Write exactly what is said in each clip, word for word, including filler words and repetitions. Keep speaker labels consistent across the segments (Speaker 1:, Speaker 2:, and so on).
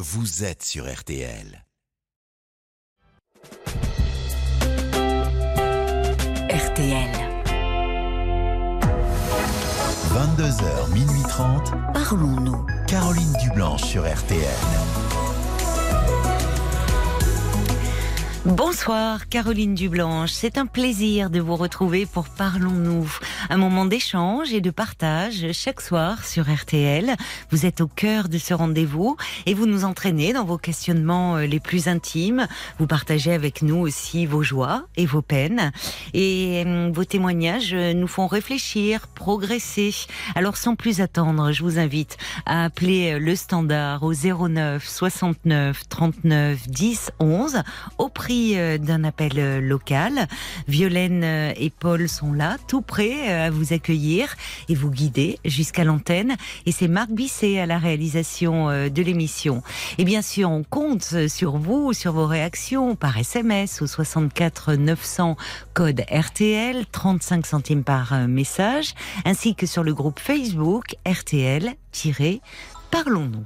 Speaker 1: vous êtes sur R T L.
Speaker 2: R T L.
Speaker 1: vingt-deux heures, minuit trente.
Speaker 2: Parlons-nous.
Speaker 1: Caroline Dublanche sur R T L.
Speaker 3: Bonsoir Caroline Dublanche, c'est un plaisir de vous retrouver pour Parlons-nous, un moment d'échange et de partage chaque soir sur R T L. Vous êtes au cœur de ce rendez-vous et vous nous entraînez dans vos questionnements les plus intimes. Vous partagez avec nous aussi vos joies et vos peines et vos témoignages nous font réfléchir, progresser. Alors sans plus attendre, je vous invite à appeler le standard au zéro neuf soixante-neuf trente-neuf dix onze au prix d'un appel local. Violaine et Paul sont là, tout prêts à vous accueillir et vous guider jusqu'à l'antenne. Et c'est Marc Bisset à la réalisation de l'émission. Et bien sûr, on compte sur vous, sur vos réactions par S M S au soixante-quatre neuf cents, code R T L, trente-cinq centimes par message, ainsi que sur le groupe Facebook R T L-Parlons-nous.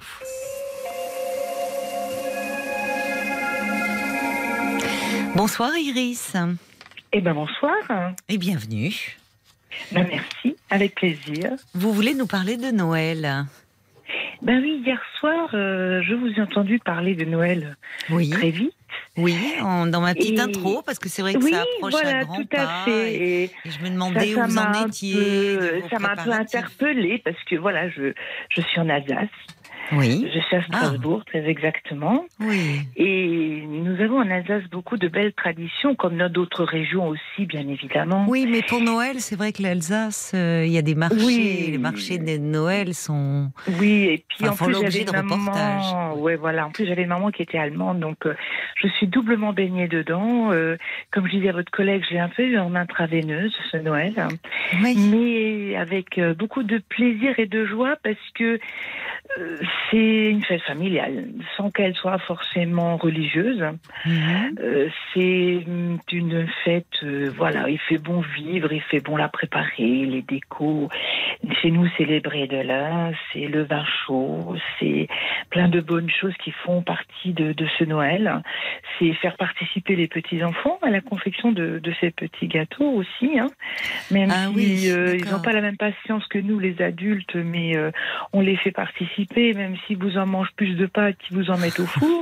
Speaker 3: Bonsoir Iris.
Speaker 4: Eh bien bonsoir.
Speaker 3: Et bienvenue.
Speaker 4: Ben merci, avec plaisir.
Speaker 3: Vous voulez nous parler de Noël ?
Speaker 4: Ben oui, hier soir, euh, je vous ai entendu parler de Noël oui. très vite.
Speaker 3: Oui, en, dans ma petite
Speaker 4: et...
Speaker 3: intro, parce que c'est vrai que
Speaker 4: oui,
Speaker 3: ça approche
Speaker 4: voilà,
Speaker 3: à grands
Speaker 4: tout à
Speaker 3: pas.
Speaker 4: fait.
Speaker 3: Et, et je me demandais
Speaker 4: ça, ça
Speaker 3: où vous en étiez.
Speaker 4: Peu, ça m'a un peu interpellée, parce que voilà, je, je suis en Alsace.
Speaker 3: Oui.
Speaker 4: Je suis à Strasbourg, ah. très exactement.
Speaker 3: Oui.
Speaker 4: Et nous avons en Alsace beaucoup de belles traditions, comme dans d'autres régions aussi, bien évidemment.
Speaker 3: Oui, mais pour Noël, c'est vrai que l'Alsace, il euh, y a des marchés. Oui. Les marchés de Noël sont.
Speaker 4: Oui, et puis
Speaker 3: enfin,
Speaker 4: en plus
Speaker 3: j'avais
Speaker 4: de maman. Ouais, voilà. En plus, j'avais une maman qui était allemande, donc euh, je suis doublement baignée dedans. Euh, comme je disais à votre collègue, j'ai un peu eu en intraveineuse ce Noël,
Speaker 3: oui.
Speaker 4: mais avec euh, beaucoup de plaisir et de joie, parce que euh, c'est une fête familiale, sans qu'elle soit forcément religieuse. Mmh. Euh, c'est une fête, euh, voilà, il fait bon vivre, il fait bon la préparer, les décos. Chez nous, célébrer de l'un, c'est le vin chaud, c'est plein de bonnes choses qui font partie de, de ce Noël. C'est faire participer les petits-enfants à la confection de, de ces petits gâteaux aussi, hein. Même
Speaker 3: ah,
Speaker 4: si
Speaker 3: oui,
Speaker 4: euh, ils n'ont pas la même patience que nous, les adultes, mais euh, on les fait participer, même si vous en mangez plus de pâtes qu'ils vous en mettent au four.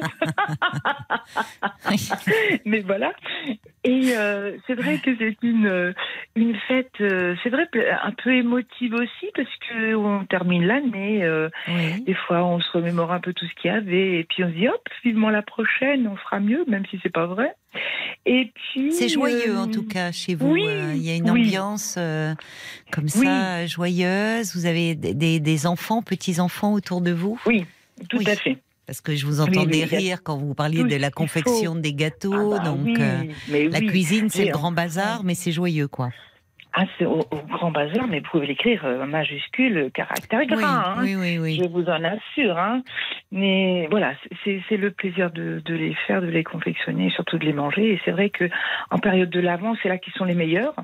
Speaker 4: Mais voilà. Et euh, c'est vrai que c'est une, une fête, euh, c'est vrai, un peu émotive aussi, parce qu'on termine l'année. Euh, oui. Des fois, on se remémore un peu tout ce qu'il y avait, et puis on se dit, hop, vivement la prochaine, on fera mieux, même si c'est pas vrai. Et puis,
Speaker 3: c'est joyeux euh, en tout cas chez vous.
Speaker 4: Oui,
Speaker 3: euh, il y a une
Speaker 4: oui.
Speaker 3: ambiance euh, comme ça, oui. joyeuse. Vous avez des, des enfants, petits-enfants autour de vous ?
Speaker 4: Oui, tout
Speaker 3: oui.
Speaker 4: à fait.
Speaker 3: Parce que je vous entendais
Speaker 4: oui, oui,
Speaker 3: rire quand vous parliez de la confection des gâteaux.
Speaker 4: Ah bah
Speaker 3: donc
Speaker 4: oui,
Speaker 3: euh, la
Speaker 4: oui.
Speaker 3: cuisine, c'est
Speaker 4: oui,
Speaker 3: le grand bazar, mais c'est joyeux, quoi.
Speaker 4: Ah, c'est au, au grand bazar, mais vous pouvez l'écrire euh, majuscule, caractère gras.
Speaker 3: Oui,
Speaker 4: hein.
Speaker 3: oui, oui, oui.
Speaker 4: Je vous en assure. Hein. Mais voilà, c'est, c'est le plaisir de, de les faire, de les confectionner, surtout de les manger. Et c'est vrai que en période de l'Avent, c'est là qu'ils sont les meilleurs.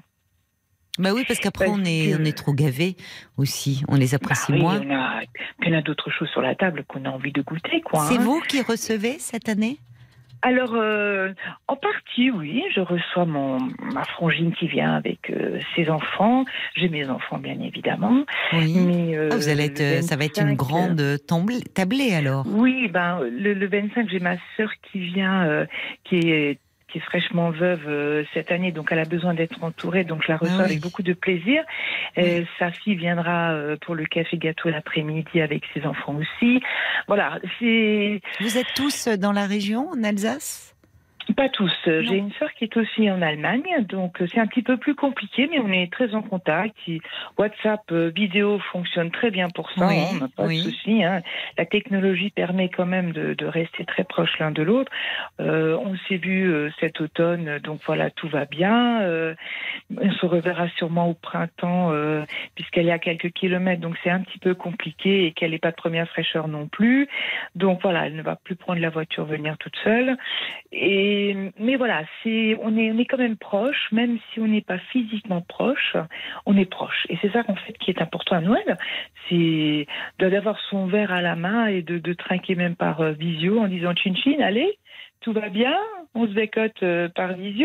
Speaker 3: Bah oui, parce qu'après parce on est que... on est trop gavés aussi, on les apprécie
Speaker 4: bah oui,
Speaker 3: moins.
Speaker 4: On a, on a d'autres choses sur la table qu'on a envie de goûter, quoi.
Speaker 3: C'est
Speaker 4: hein.
Speaker 3: vous qui recevez cette année ?
Speaker 4: Alors, euh, en partie, oui. Je reçois mon, ma frangine qui vient avec euh, ses enfants. J'ai mes enfants, bien évidemment.
Speaker 3: Oui.
Speaker 4: Mais, euh,
Speaker 3: oh, vous allez être, vingt-cinq, ça va être une grande tablée, tablée alors.
Speaker 4: Oui, ben, le, le vingt-cinq, j'ai ma sœur qui vient, euh, qui est... qui est fraîchement veuve euh, cette année, donc elle a besoin d'être entourée, donc je la reçois ah oui. avec beaucoup de plaisir. Oui. Euh, sa fille viendra euh, pour le café gâteau l'après-midi avec ses enfants aussi. Voilà, c'est...
Speaker 3: Vous êtes tous dans la région, en Alsace ?
Speaker 4: Pas tous. Non. J'ai une sœur qui est aussi en Allemagne, donc c'est un petit peu plus compliqué, mais on est très en contact. WhatsApp euh, vidéo fonctionne très bien pour ça, oui, hein, on n'a pas oui. de souci. Hein. La technologie permet quand même de, de rester très proches l'un de l'autre. Euh, on s'est vu euh, cet automne, donc voilà, tout va bien. Euh, on se reverra sûrement au printemps, euh, puisqu'elle est à quelques kilomètres, donc c'est un petit peu compliqué et qu'elle n'est pas de première fraîcheur non plus. Donc voilà, elle ne va plus prendre la voiture, venir toute seule. Et Et, mais voilà, c'est, on est, on est quand même proche, même si on n'est pas physiquement proche, on est proche. Et c'est ça en fait qui est important à Noël, c'est d'avoir son verre à la main et de, de trinquer même par euh, visio en disant chin chin, allez, tout va bien, on se bécote euh, par visio.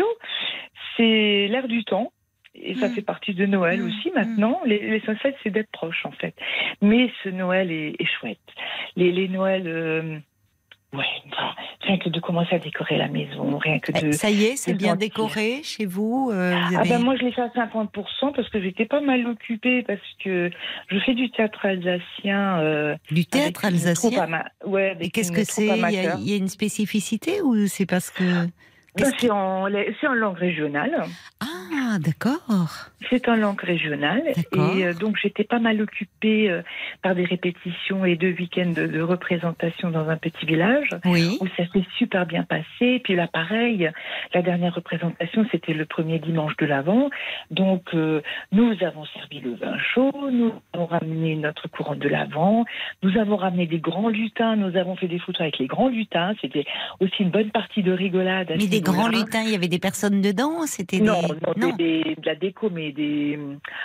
Speaker 4: C'est l'air du temps. Et ça mmh. fait partie de Noël mmh. aussi maintenant. Mmh. L'essentiel, c'est d'être proche, en fait. Mais ce Noël est, est chouette. Les, les Noëls, euh, ouais, enfin, rien que de commencer à décorer la maison, rien que de...
Speaker 3: Ça y est, c'est bien sentir. Décoré chez vous, euh, vous avez...
Speaker 4: Ah ben moi, je l'ai fait à cinquante pour cent parce que j'étais pas mal occupée, parce que je fais du théâtre alsacien. Euh,
Speaker 3: du théâtre alsacien
Speaker 4: ma... Ouais.
Speaker 3: Et qu'est-ce que c'est ? Il y, a, il y a une spécificité ou c'est parce que...
Speaker 4: Ben, c'est, en, c'est en langue régionale.
Speaker 3: Ah, d'accord.
Speaker 4: C'est en langue régionale. D'accord. Et euh, donc, j'étais pas mal occupée euh, par des répétitions et deux week-ends de, de représentation dans un petit village.
Speaker 3: Oui.
Speaker 4: Où ça s'est super bien passé. Puis là, pareil, la dernière représentation, c'était le premier dimanche de l'Avent. Donc, euh, nous avons servi le vin chaud. Nous avons ramené notre couronne de l'Avent. Nous avons ramené des grands lutins. Nous avons fait des photos avec les grands lutins. C'était aussi une bonne partie de rigolade.
Speaker 3: Mais des grands lutins, il y avait des personnes dedans, c'était
Speaker 4: non,
Speaker 3: des...
Speaker 4: non, non. Des, de la déco, mais des,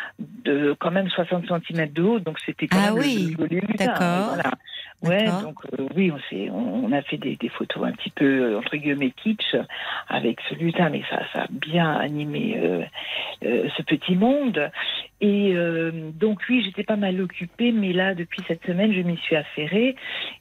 Speaker 4: de quand même soixante centimètres de haut, donc c'était quand
Speaker 3: ah
Speaker 4: même
Speaker 3: oui,
Speaker 4: le, le, le lutin.
Speaker 3: D'accord.
Speaker 4: Voilà. Ouais, donc euh, oui, on, s'est, on a fait des, des photos un petit peu entre guillemets kitsch avec ce lutin, mais ça, ça a bien animé euh, euh, ce petit monde. Et euh, donc oui, j'étais pas mal occupée, mais là, depuis cette semaine, je m'y suis affairée.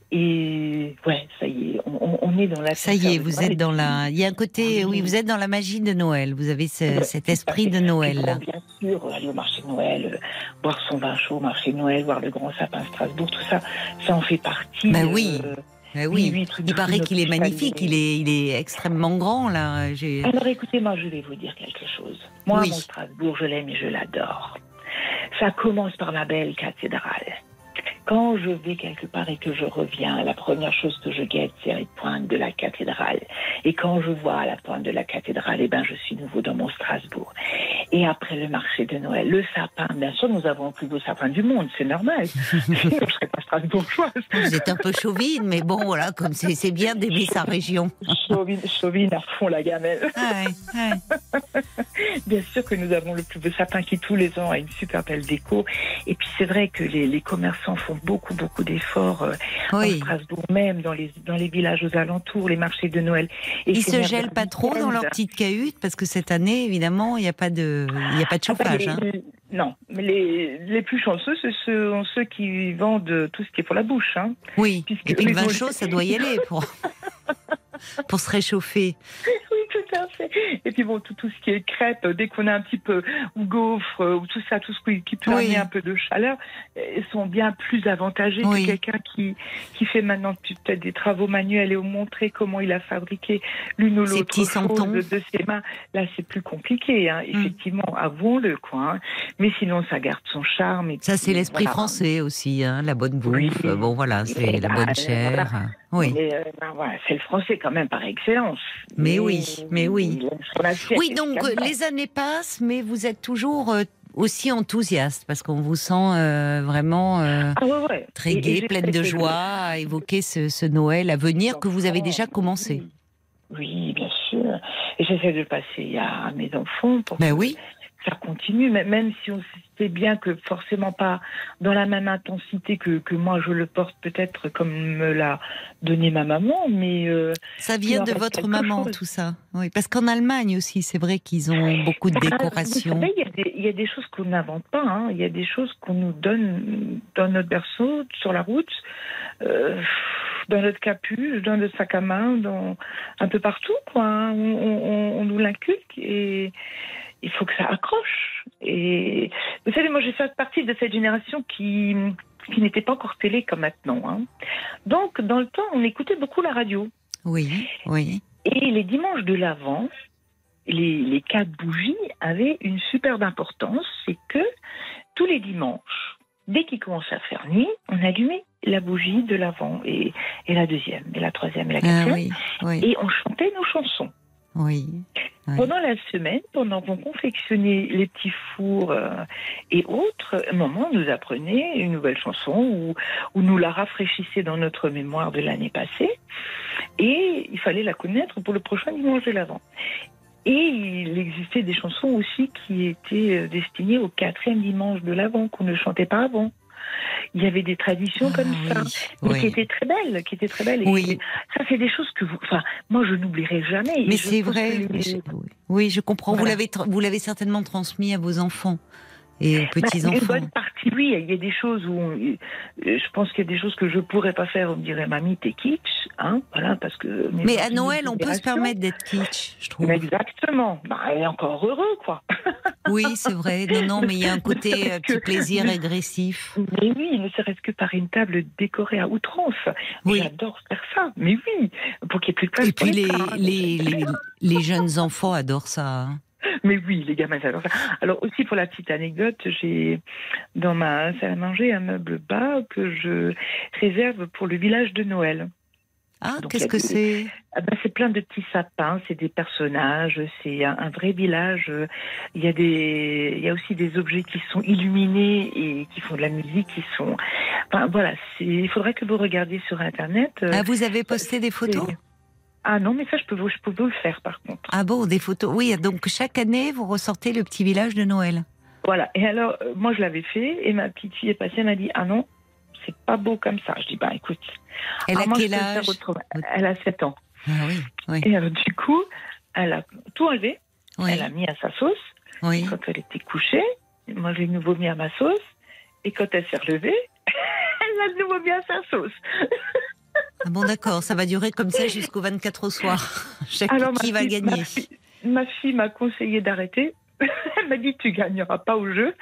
Speaker 4: Et ouais, ça y est, on, on est dans la...
Speaker 3: Ça y est, vous êtes dans la... Il y a un côté, oui, vous êtes dans la magie de Noël. Vous avez ce, ouais, cet esprit de Noël. Là.
Speaker 4: Bien sûr, aller au marché de Noël, boire son vin chaud au marché de Noël, voir le grand sapin Strasbourg, tout ça, ça en fait partie.
Speaker 3: Ben oui.
Speaker 4: Euh,
Speaker 3: Ben oui, oui il paraît qu'il est magnifique, il est, il est extrêmement grand là. J'ai...
Speaker 4: Alors écoutez, moi je vais vous dire quelque chose. Moi,
Speaker 3: oui.
Speaker 4: mon Strasbourg, je l'aime et je l'adore. Ça commence par la belle cathédrale. Quand je vais quelque part et que je reviens, la première chose que je guette, c'est la pointe de la cathédrale. Et quand je vois la pointe de la cathédrale, eh ben, je suis nouveau dans mon Strasbourg. Et après le marché de Noël, le sapin, bien sûr, nous avons le plus beau sapin du monde, c'est normal. Sinon, je ne serais pas strasbourgeoise.
Speaker 3: Vous êtes un peu chauvine, mais bon, voilà, comme c'est, c'est bien d'aimer sa région.
Speaker 4: Chauvine, chauvine à fond, la gamelle.
Speaker 3: Ouais, ouais.
Speaker 4: Bien sûr que nous avons le plus beau sapin qui, tous les ans, a une super belle déco. Et puis, c'est vrai que les, les commerçants font beaucoup, beaucoup d'efforts euh, oui. en Strasbourg, même dans les, dans les villages aux alentours, les marchés de Noël.
Speaker 3: Et ils se gèlent pas trop dans leur petite cahute, parce que cette année, évidemment, il n'y a pas de, il n'y a pas de chauffage.
Speaker 4: Ah, les,
Speaker 3: hein.
Speaker 4: Non, mais les, les plus chanceux, ce sont ceux qui vendent tout ce qui est pour la bouche. Hein.
Speaker 3: Oui, Puisque et puis le vin chaud, ça doit y aller pour, pour se réchauffer.
Speaker 4: Oui, tout à fait. Et puis bon, tout, tout ce qui est crêpes, dès qu'on a un petit peu, ou gaufres, ou tout ça, tout ce qui, qui peut oui. amener un peu de chaleur, ils sont bien plus avantagés oui. que quelqu'un qui, qui fait maintenant peut-être des travaux manuels et vous montrer comment il a fabriqué l'une ou l'autre chose de, de ses mains. Là, c'est plus compliqué, hein. mm. Effectivement, avouons-le, quoi. Hein. Mais sinon, ça garde son charme. Et
Speaker 3: ça,
Speaker 4: puis,
Speaker 3: c'est l'esprit
Speaker 4: voilà.
Speaker 3: français aussi, hein, la bonne bouffe.
Speaker 4: Oui.
Speaker 3: Bon, voilà, c'est
Speaker 4: et
Speaker 3: la
Speaker 4: bah,
Speaker 3: bonne chair.
Speaker 4: Voilà.
Speaker 3: Oui.
Speaker 4: Mais, euh, ben, voilà, c'est le français quand même par excellence.
Speaker 3: Mais, mais oui, mais oui. Oui, donc euh, les années passent, mais vous êtes toujours euh, aussi enthousiaste parce qu'on vous sent euh, vraiment euh,
Speaker 4: ah, ouais, ouais.
Speaker 3: très gai, pleine de joie, à évoquer ce, ce Noël à venir que vous avez déjà commencé.
Speaker 4: Oui, bien sûr. Et j'essaie de le passer à mes enfants pour
Speaker 3: ben
Speaker 4: que
Speaker 3: oui.
Speaker 4: ça continue, même si on sait bien que forcément pas dans la même intensité que, que moi je le porte peut-être comme me l'a donné ma maman, mais... Euh,
Speaker 3: ça vient de votre maman, chose. Tout ça. Oui, parce qu'en Allemagne aussi, c'est vrai qu'ils ont beaucoup de décorations.
Speaker 4: Vous savez, il y a des, il y a des choses qu'on n'invente pas, hein. Il y a des choses qu'on nous donne dans notre berceau, sur la route, euh, dans notre capuche, dans notre sac à main, dans, un peu partout, quoi. Hein. On, on, on nous l'inculque et... il faut que ça accroche. Et vous savez, moi, j'ai fait partie de cette génération qui, qui n'était pas encore télé comme maintenant. Hein. Donc, dans le temps, on écoutait beaucoup la radio.
Speaker 3: Oui, oui.
Speaker 4: Et les dimanches de l'Avent, les, les quatre bougies avaient une superbe importance. C'est que tous les dimanches, dès qu'il commençait à faire nuit, on allumait la bougie de l'Avent et, et la deuxième, et la troisième, et la quatrième.
Speaker 3: Ah, oui, oui.
Speaker 4: Et on chantait nos chansons.
Speaker 3: Oui. Oui.
Speaker 4: Pendant la semaine, pendant qu'on confectionnait les petits fours euh, et autres, à un moment, on nous apprenait une nouvelle chanson ou, ou nous la rafraîchissait dans notre mémoire de l'année passée. Et il fallait la connaître pour le prochain dimanche de l'Avent. Et il existait des chansons aussi qui étaient destinées au quatrième dimanche de l'Avent, qu'on ne chantait pas avant. Il y avait des traditions
Speaker 3: Ah,
Speaker 4: comme
Speaker 3: oui,
Speaker 4: ça, mais
Speaker 3: oui.
Speaker 4: qui étaient très belles, qui étaient très belles. Et
Speaker 3: Oui.
Speaker 4: ça, c'est des choses que vous, enfin, moi, je n'oublierai jamais. Et
Speaker 3: Mais
Speaker 4: je
Speaker 3: c'est
Speaker 4: pense
Speaker 3: vrai.
Speaker 4: que les-
Speaker 3: je- Oui, je comprends. Vous
Speaker 4: Voilà.
Speaker 3: l'avez, tra- vous l'avez certainement transmis à vos enfants et aux
Speaker 4: Bah,
Speaker 3: petits-enfants.
Speaker 4: une bonne partie, oui. Il y a des choses où, on- euh, je pense qu'il y a des choses que je pourrais pas faire. On me dirait, mamie, t'es kitsch, hein, voilà, parce que.
Speaker 3: Mais à Noël, on peut se permettre d'être kitsch, je trouve.
Speaker 4: Exactement. Bah, elle est encore heureux, quoi.
Speaker 3: Oui, c'est vrai. Non, non, mais il y a un côté
Speaker 4: Ne
Speaker 3: euh,
Speaker 4: serait-ce
Speaker 3: petit
Speaker 4: que-
Speaker 3: plaisir
Speaker 4: ne-
Speaker 3: agressif.
Speaker 4: Mais oui, ne serait-ce que par une table décorée à outrance.
Speaker 3: Oui.
Speaker 4: J'adore faire ça. Mais oui, pour qu'il n'y ait plus de place
Speaker 3: Et
Speaker 4: pour
Speaker 3: puis les,
Speaker 4: plats.
Speaker 3: les, les, les jeunes enfants adorent ça. hein.
Speaker 4: Mais oui, les gamins adorent ça. Alors aussi pour la petite anecdote, j'ai dans ma salle à manger un meuble bas que je réserve pour le village de Noël.
Speaker 3: Ah,
Speaker 4: Donc,
Speaker 3: qu'est-ce
Speaker 4: il y a
Speaker 3: que
Speaker 4: des-
Speaker 3: c'est
Speaker 4: Ah ben, c'est plein de petits sapins, c'est des personnages, c'est un, un vrai village. Il y a des, il y a aussi des objets qui sont illuminés et qui font de la musique, qui sont. Enfin voilà, c'est, il faudrait que vous regardiez sur internet.
Speaker 3: Ah, vous avez posté des photos
Speaker 4: C'est- Ah non, mais ça je peux vous, je peux vous le faire par contre.
Speaker 3: Ah bon, des photos. Oui, donc chaque année, vous ressortez le petit village de Noël.
Speaker 4: Voilà. Et alors, euh, moi je l'avais fait et ma petite fille est passée, elle m'a dit ah non, c'est pas beau comme ça. Je dis bah écoute.
Speaker 3: Elle
Speaker 4: ah,
Speaker 3: a
Speaker 4: moi, je
Speaker 3: quel
Speaker 4: peux le faire
Speaker 3: âge
Speaker 4: autrement. Elle a sept ans.
Speaker 3: Ah oui, oui,
Speaker 4: Et alors du coup, elle a tout enlevé.
Speaker 3: oui,
Speaker 4: Elle a mis à sa sauce.
Speaker 3: oui.
Speaker 4: Quand elle était couchée, moi j'ai de nouveau mis à ma sauce. Et quand elle s'est relevée, elle a de nouveau mis à sa sauce.
Speaker 3: Ah bon, d'accord, ça va durer comme ça jusqu'au vingt-quatre au soir. Chaque
Speaker 4: Alors,
Speaker 3: qui
Speaker 4: ma
Speaker 3: va
Speaker 4: fille-
Speaker 3: gagner
Speaker 4: Ma fille, ma fille m'a conseillé d'arrêter. Elle m'a dit tu gagneras pas au jeu.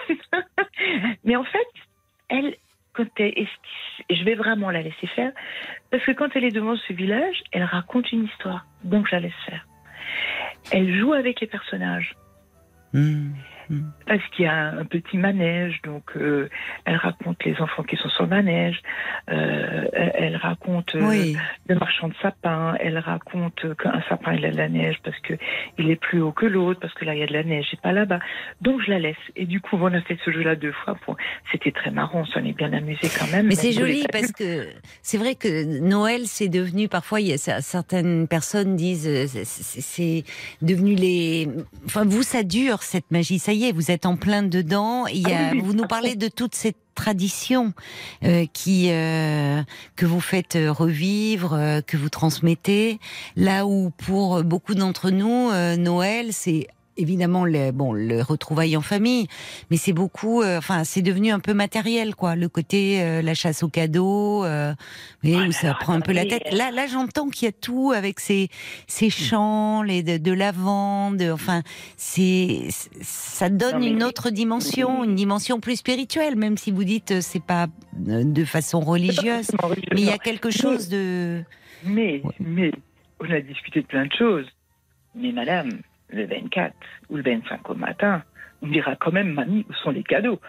Speaker 4: Mais en fait, elle, quand elle esquisse, et je vais vraiment la laisser faire, parce que quand elle est devant ce village, elle raconte une histoire. Donc je la laisse faire. Elle joue avec les personnages.
Speaker 3: Mmh.
Speaker 4: Parce qu'il y a un petit manège, donc euh, elle raconte les enfants qui sont sur le manège, euh, elle, elle raconte euh,
Speaker 3: Oui,
Speaker 4: le marchand de sapins, elle raconte qu'un sapin il a de la neige parce que il est plus haut que l'autre, parce que là il y a de la neige et pas là-bas. Donc je la laisse. Et du coup on a fait ce jeu-là deux fois. Pour... C'était très marrant, on s'en est bien amusé quand même.
Speaker 3: mais c'est
Speaker 4: Même tous les
Speaker 3: joli parce que c'est vrai que Noël, c'est devenu, parfois, il y a, certaines personnes disent, euh, c'est- c'est c'est devenu les... Enfin, vous, ça dure, cette magie, ça y est, vous êtes en plein dedans. Il y a,
Speaker 4: Ah oui, oui.
Speaker 3: vous nous parlez de toute cette tradition euh, qui euh, que vous faites euh, revivre, euh, que vous transmettez. Là où pour beaucoup d'entre nous, euh, Noël, c'est évidemment le, bon, le retrouvailles en famille, mais c'est beaucoup, euh, enfin, c'est devenu un peu matériel, quoi. Le côté euh, la chasse aux cadeaux, euh, mais
Speaker 4: Oh
Speaker 3: où ça
Speaker 4: là là,
Speaker 3: prend un peu la
Speaker 4: attendez,
Speaker 3: tête. Là, là, j'entends qu'il y a tout avec ces ces chants, les de, de lavande. Enfin, c'est ça donne
Speaker 4: Non, mais-
Speaker 3: une autre dimension, une dimension plus spirituelle, même si vous dites euh, c'est pas euh, de façon religieuse,
Speaker 4: forcément religieux,
Speaker 3: mais il y a
Speaker 4: non.
Speaker 3: quelque chose de.
Speaker 4: Mais,
Speaker 3: Ouais.
Speaker 4: mais, on a discuté de plein de choses. Mais madame, le vingt-quatre ou le vingt-cinq au matin, on dira quand même, mamie, où sont les cadeaux?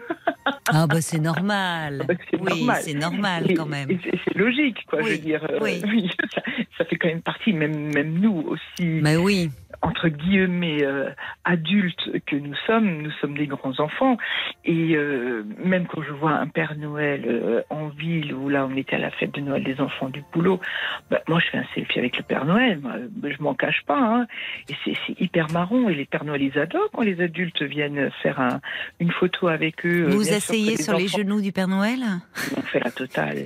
Speaker 3: Ah bah c'est normal.
Speaker 4: Bah, c'est
Speaker 3: Oui,
Speaker 4: normal.
Speaker 3: c'est normal
Speaker 4: Et-
Speaker 3: quand même.
Speaker 4: et c'est- c'est logique, quoi,
Speaker 3: Oui,
Speaker 4: je veux dire. euh,
Speaker 3: oui.
Speaker 4: oui, ça, ça fait quand même partie, même, même nous aussi,
Speaker 3: Mais oui.
Speaker 4: entre guillemets, euh, adultes que nous sommes, nous sommes des grands enfants. Et euh, même quand je vois un Père Noël euh, en ville, où là on était à la fête de Noël des enfants du boulot, bah, moi je fais un selfie avec le Père Noël, moi, je m'en cache pas. Hein. Et c'est c'est hyper marrant. Et les Pères Noël, ils adorent quand les adultes viennent faire un, une photo avec eux.
Speaker 3: Vous vous
Speaker 4: Bien sûr que
Speaker 3: asseyez sur les
Speaker 4: enfants,
Speaker 3: genoux du Père Noël?
Speaker 4: On fait la totale.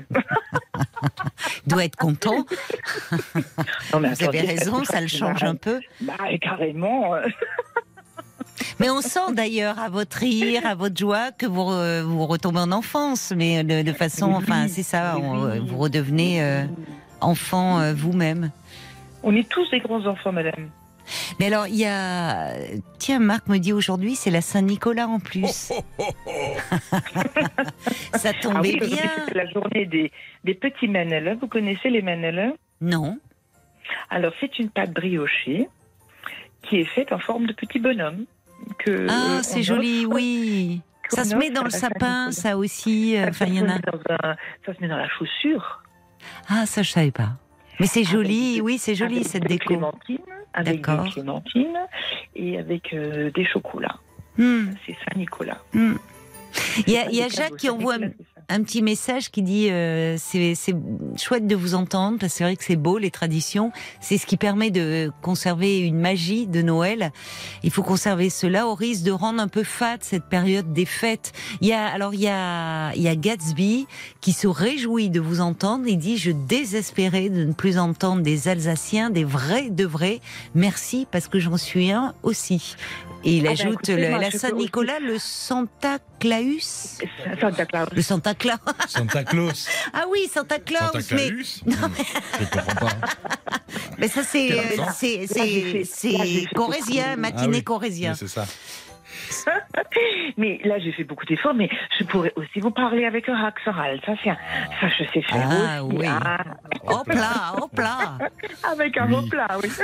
Speaker 3: Il doit être content.
Speaker 4: Non, mais
Speaker 3: Vous avez
Speaker 4: attendez,
Speaker 3: raison,
Speaker 4: c'est
Speaker 3: ça le change un peu.
Speaker 4: Bah, carrément. euh,
Speaker 3: Mais on sent d'ailleurs à votre rire, à votre joie, que vous, re- vous retombez en enfance. Mais de, de façon,
Speaker 4: Oui,
Speaker 3: enfin, c'est ça,
Speaker 4: oui,
Speaker 3: on-
Speaker 4: oui.
Speaker 3: vous redevenez euh, enfant euh, vous-même.
Speaker 4: On est tous des grands enfants, madame.
Speaker 3: Mais alors, il y a... Tiens, Marc me dit aujourd'hui, c'est la Saint-Nicolas en plus. Ça
Speaker 4: Ah
Speaker 3: tombait
Speaker 4: oui, aujourd'hui,
Speaker 3: bien.
Speaker 4: c'est la journée des, des petits manelins. Vous connaissez les manelins?
Speaker 3: Non.
Speaker 4: Alors, c'est une pâte briochée qui est faite en forme de petit bonhomme. Que,
Speaker 3: Ah,
Speaker 4: euh,
Speaker 3: c'est
Speaker 4: on
Speaker 3: joli,
Speaker 4: offre-
Speaker 3: oui.
Speaker 4: qu'on
Speaker 3: Ça se met
Speaker 4: offre
Speaker 3: dans
Speaker 4: à
Speaker 3: le
Speaker 4: la
Speaker 3: sapin,
Speaker 4: Saint-Nicolas.
Speaker 3: ça aussi. euh,
Speaker 4: Ça,
Speaker 3: Enfin,
Speaker 4: se
Speaker 3: il y en a.
Speaker 4: met dans un- ça se met dans la chaussure.
Speaker 3: Ah, ça, je savais pas. Mais c'est joli,
Speaker 4: Avec-
Speaker 3: oui, c'est joli
Speaker 4: avec
Speaker 3: cette
Speaker 4: des
Speaker 3: déco.
Speaker 4: clémentines, avec
Speaker 3: D'accord.
Speaker 4: des clémentines et avec euh, des chocolats.
Speaker 3: Hmm,
Speaker 4: C'est Saint-Nicolas.
Speaker 3: hmm. Il y a, il y a
Speaker 4: Des
Speaker 3: Jacques
Speaker 4: cadeaux.
Speaker 3: qui envoie,
Speaker 4: Saint-Nicolas, c'est ça.
Speaker 3: un petit message qui dit euh, c'est, c'est chouette de vous entendre, parce que c'est vrai que c'est beau, les traditions. C'est ce qui permet de conserver une magie de Noël. Il faut conserver cela au risque de rendre un peu fade cette période des fêtes. Il y a, alors il y a, il y a Gatsby qui se réjouit de vous entendre. Il dit: je désespérais de ne plus entendre des Alsaciens, des vrais de vrais. Merci, parce que j'en suis un aussi. Et il
Speaker 4: Ah ben,
Speaker 3: ajoute
Speaker 4: écoutez,
Speaker 3: le-
Speaker 4: moi,
Speaker 3: la
Speaker 4: je peux
Speaker 3: Saint-Nicolas, le Santa Claus.
Speaker 4: Santa Claus.
Speaker 3: Le Santa Claus.
Speaker 5: Santa Claus.
Speaker 3: Ah oui, Santa Claus.
Speaker 5: Santa
Speaker 3: mais
Speaker 5: Claus. Hmm, Je comprends pas.
Speaker 3: mais ça c'est
Speaker 5: Quel
Speaker 3: euh,
Speaker 5: accent
Speaker 3: c'est
Speaker 4: Là, j'ai
Speaker 3: c'est
Speaker 4: fait-
Speaker 3: c'est
Speaker 4: là, j'ai fait
Speaker 3: corésien,
Speaker 4: beaucoup.
Speaker 3: matinée
Speaker 5: Ah oui.
Speaker 3: corésien.
Speaker 5: Oui, c'est ça.
Speaker 4: Mais là, j'ai fait beaucoup d'efforts, mais je pourrais aussi vous parler avec un accent oral. Ça, c'est un- ça, je sais faire
Speaker 3: Ah,
Speaker 4: aussi.
Speaker 3: oui.
Speaker 4: Ah,
Speaker 3: Hop là, hop là.
Speaker 4: avec un
Speaker 5: Oui.
Speaker 4: mot plat, oui.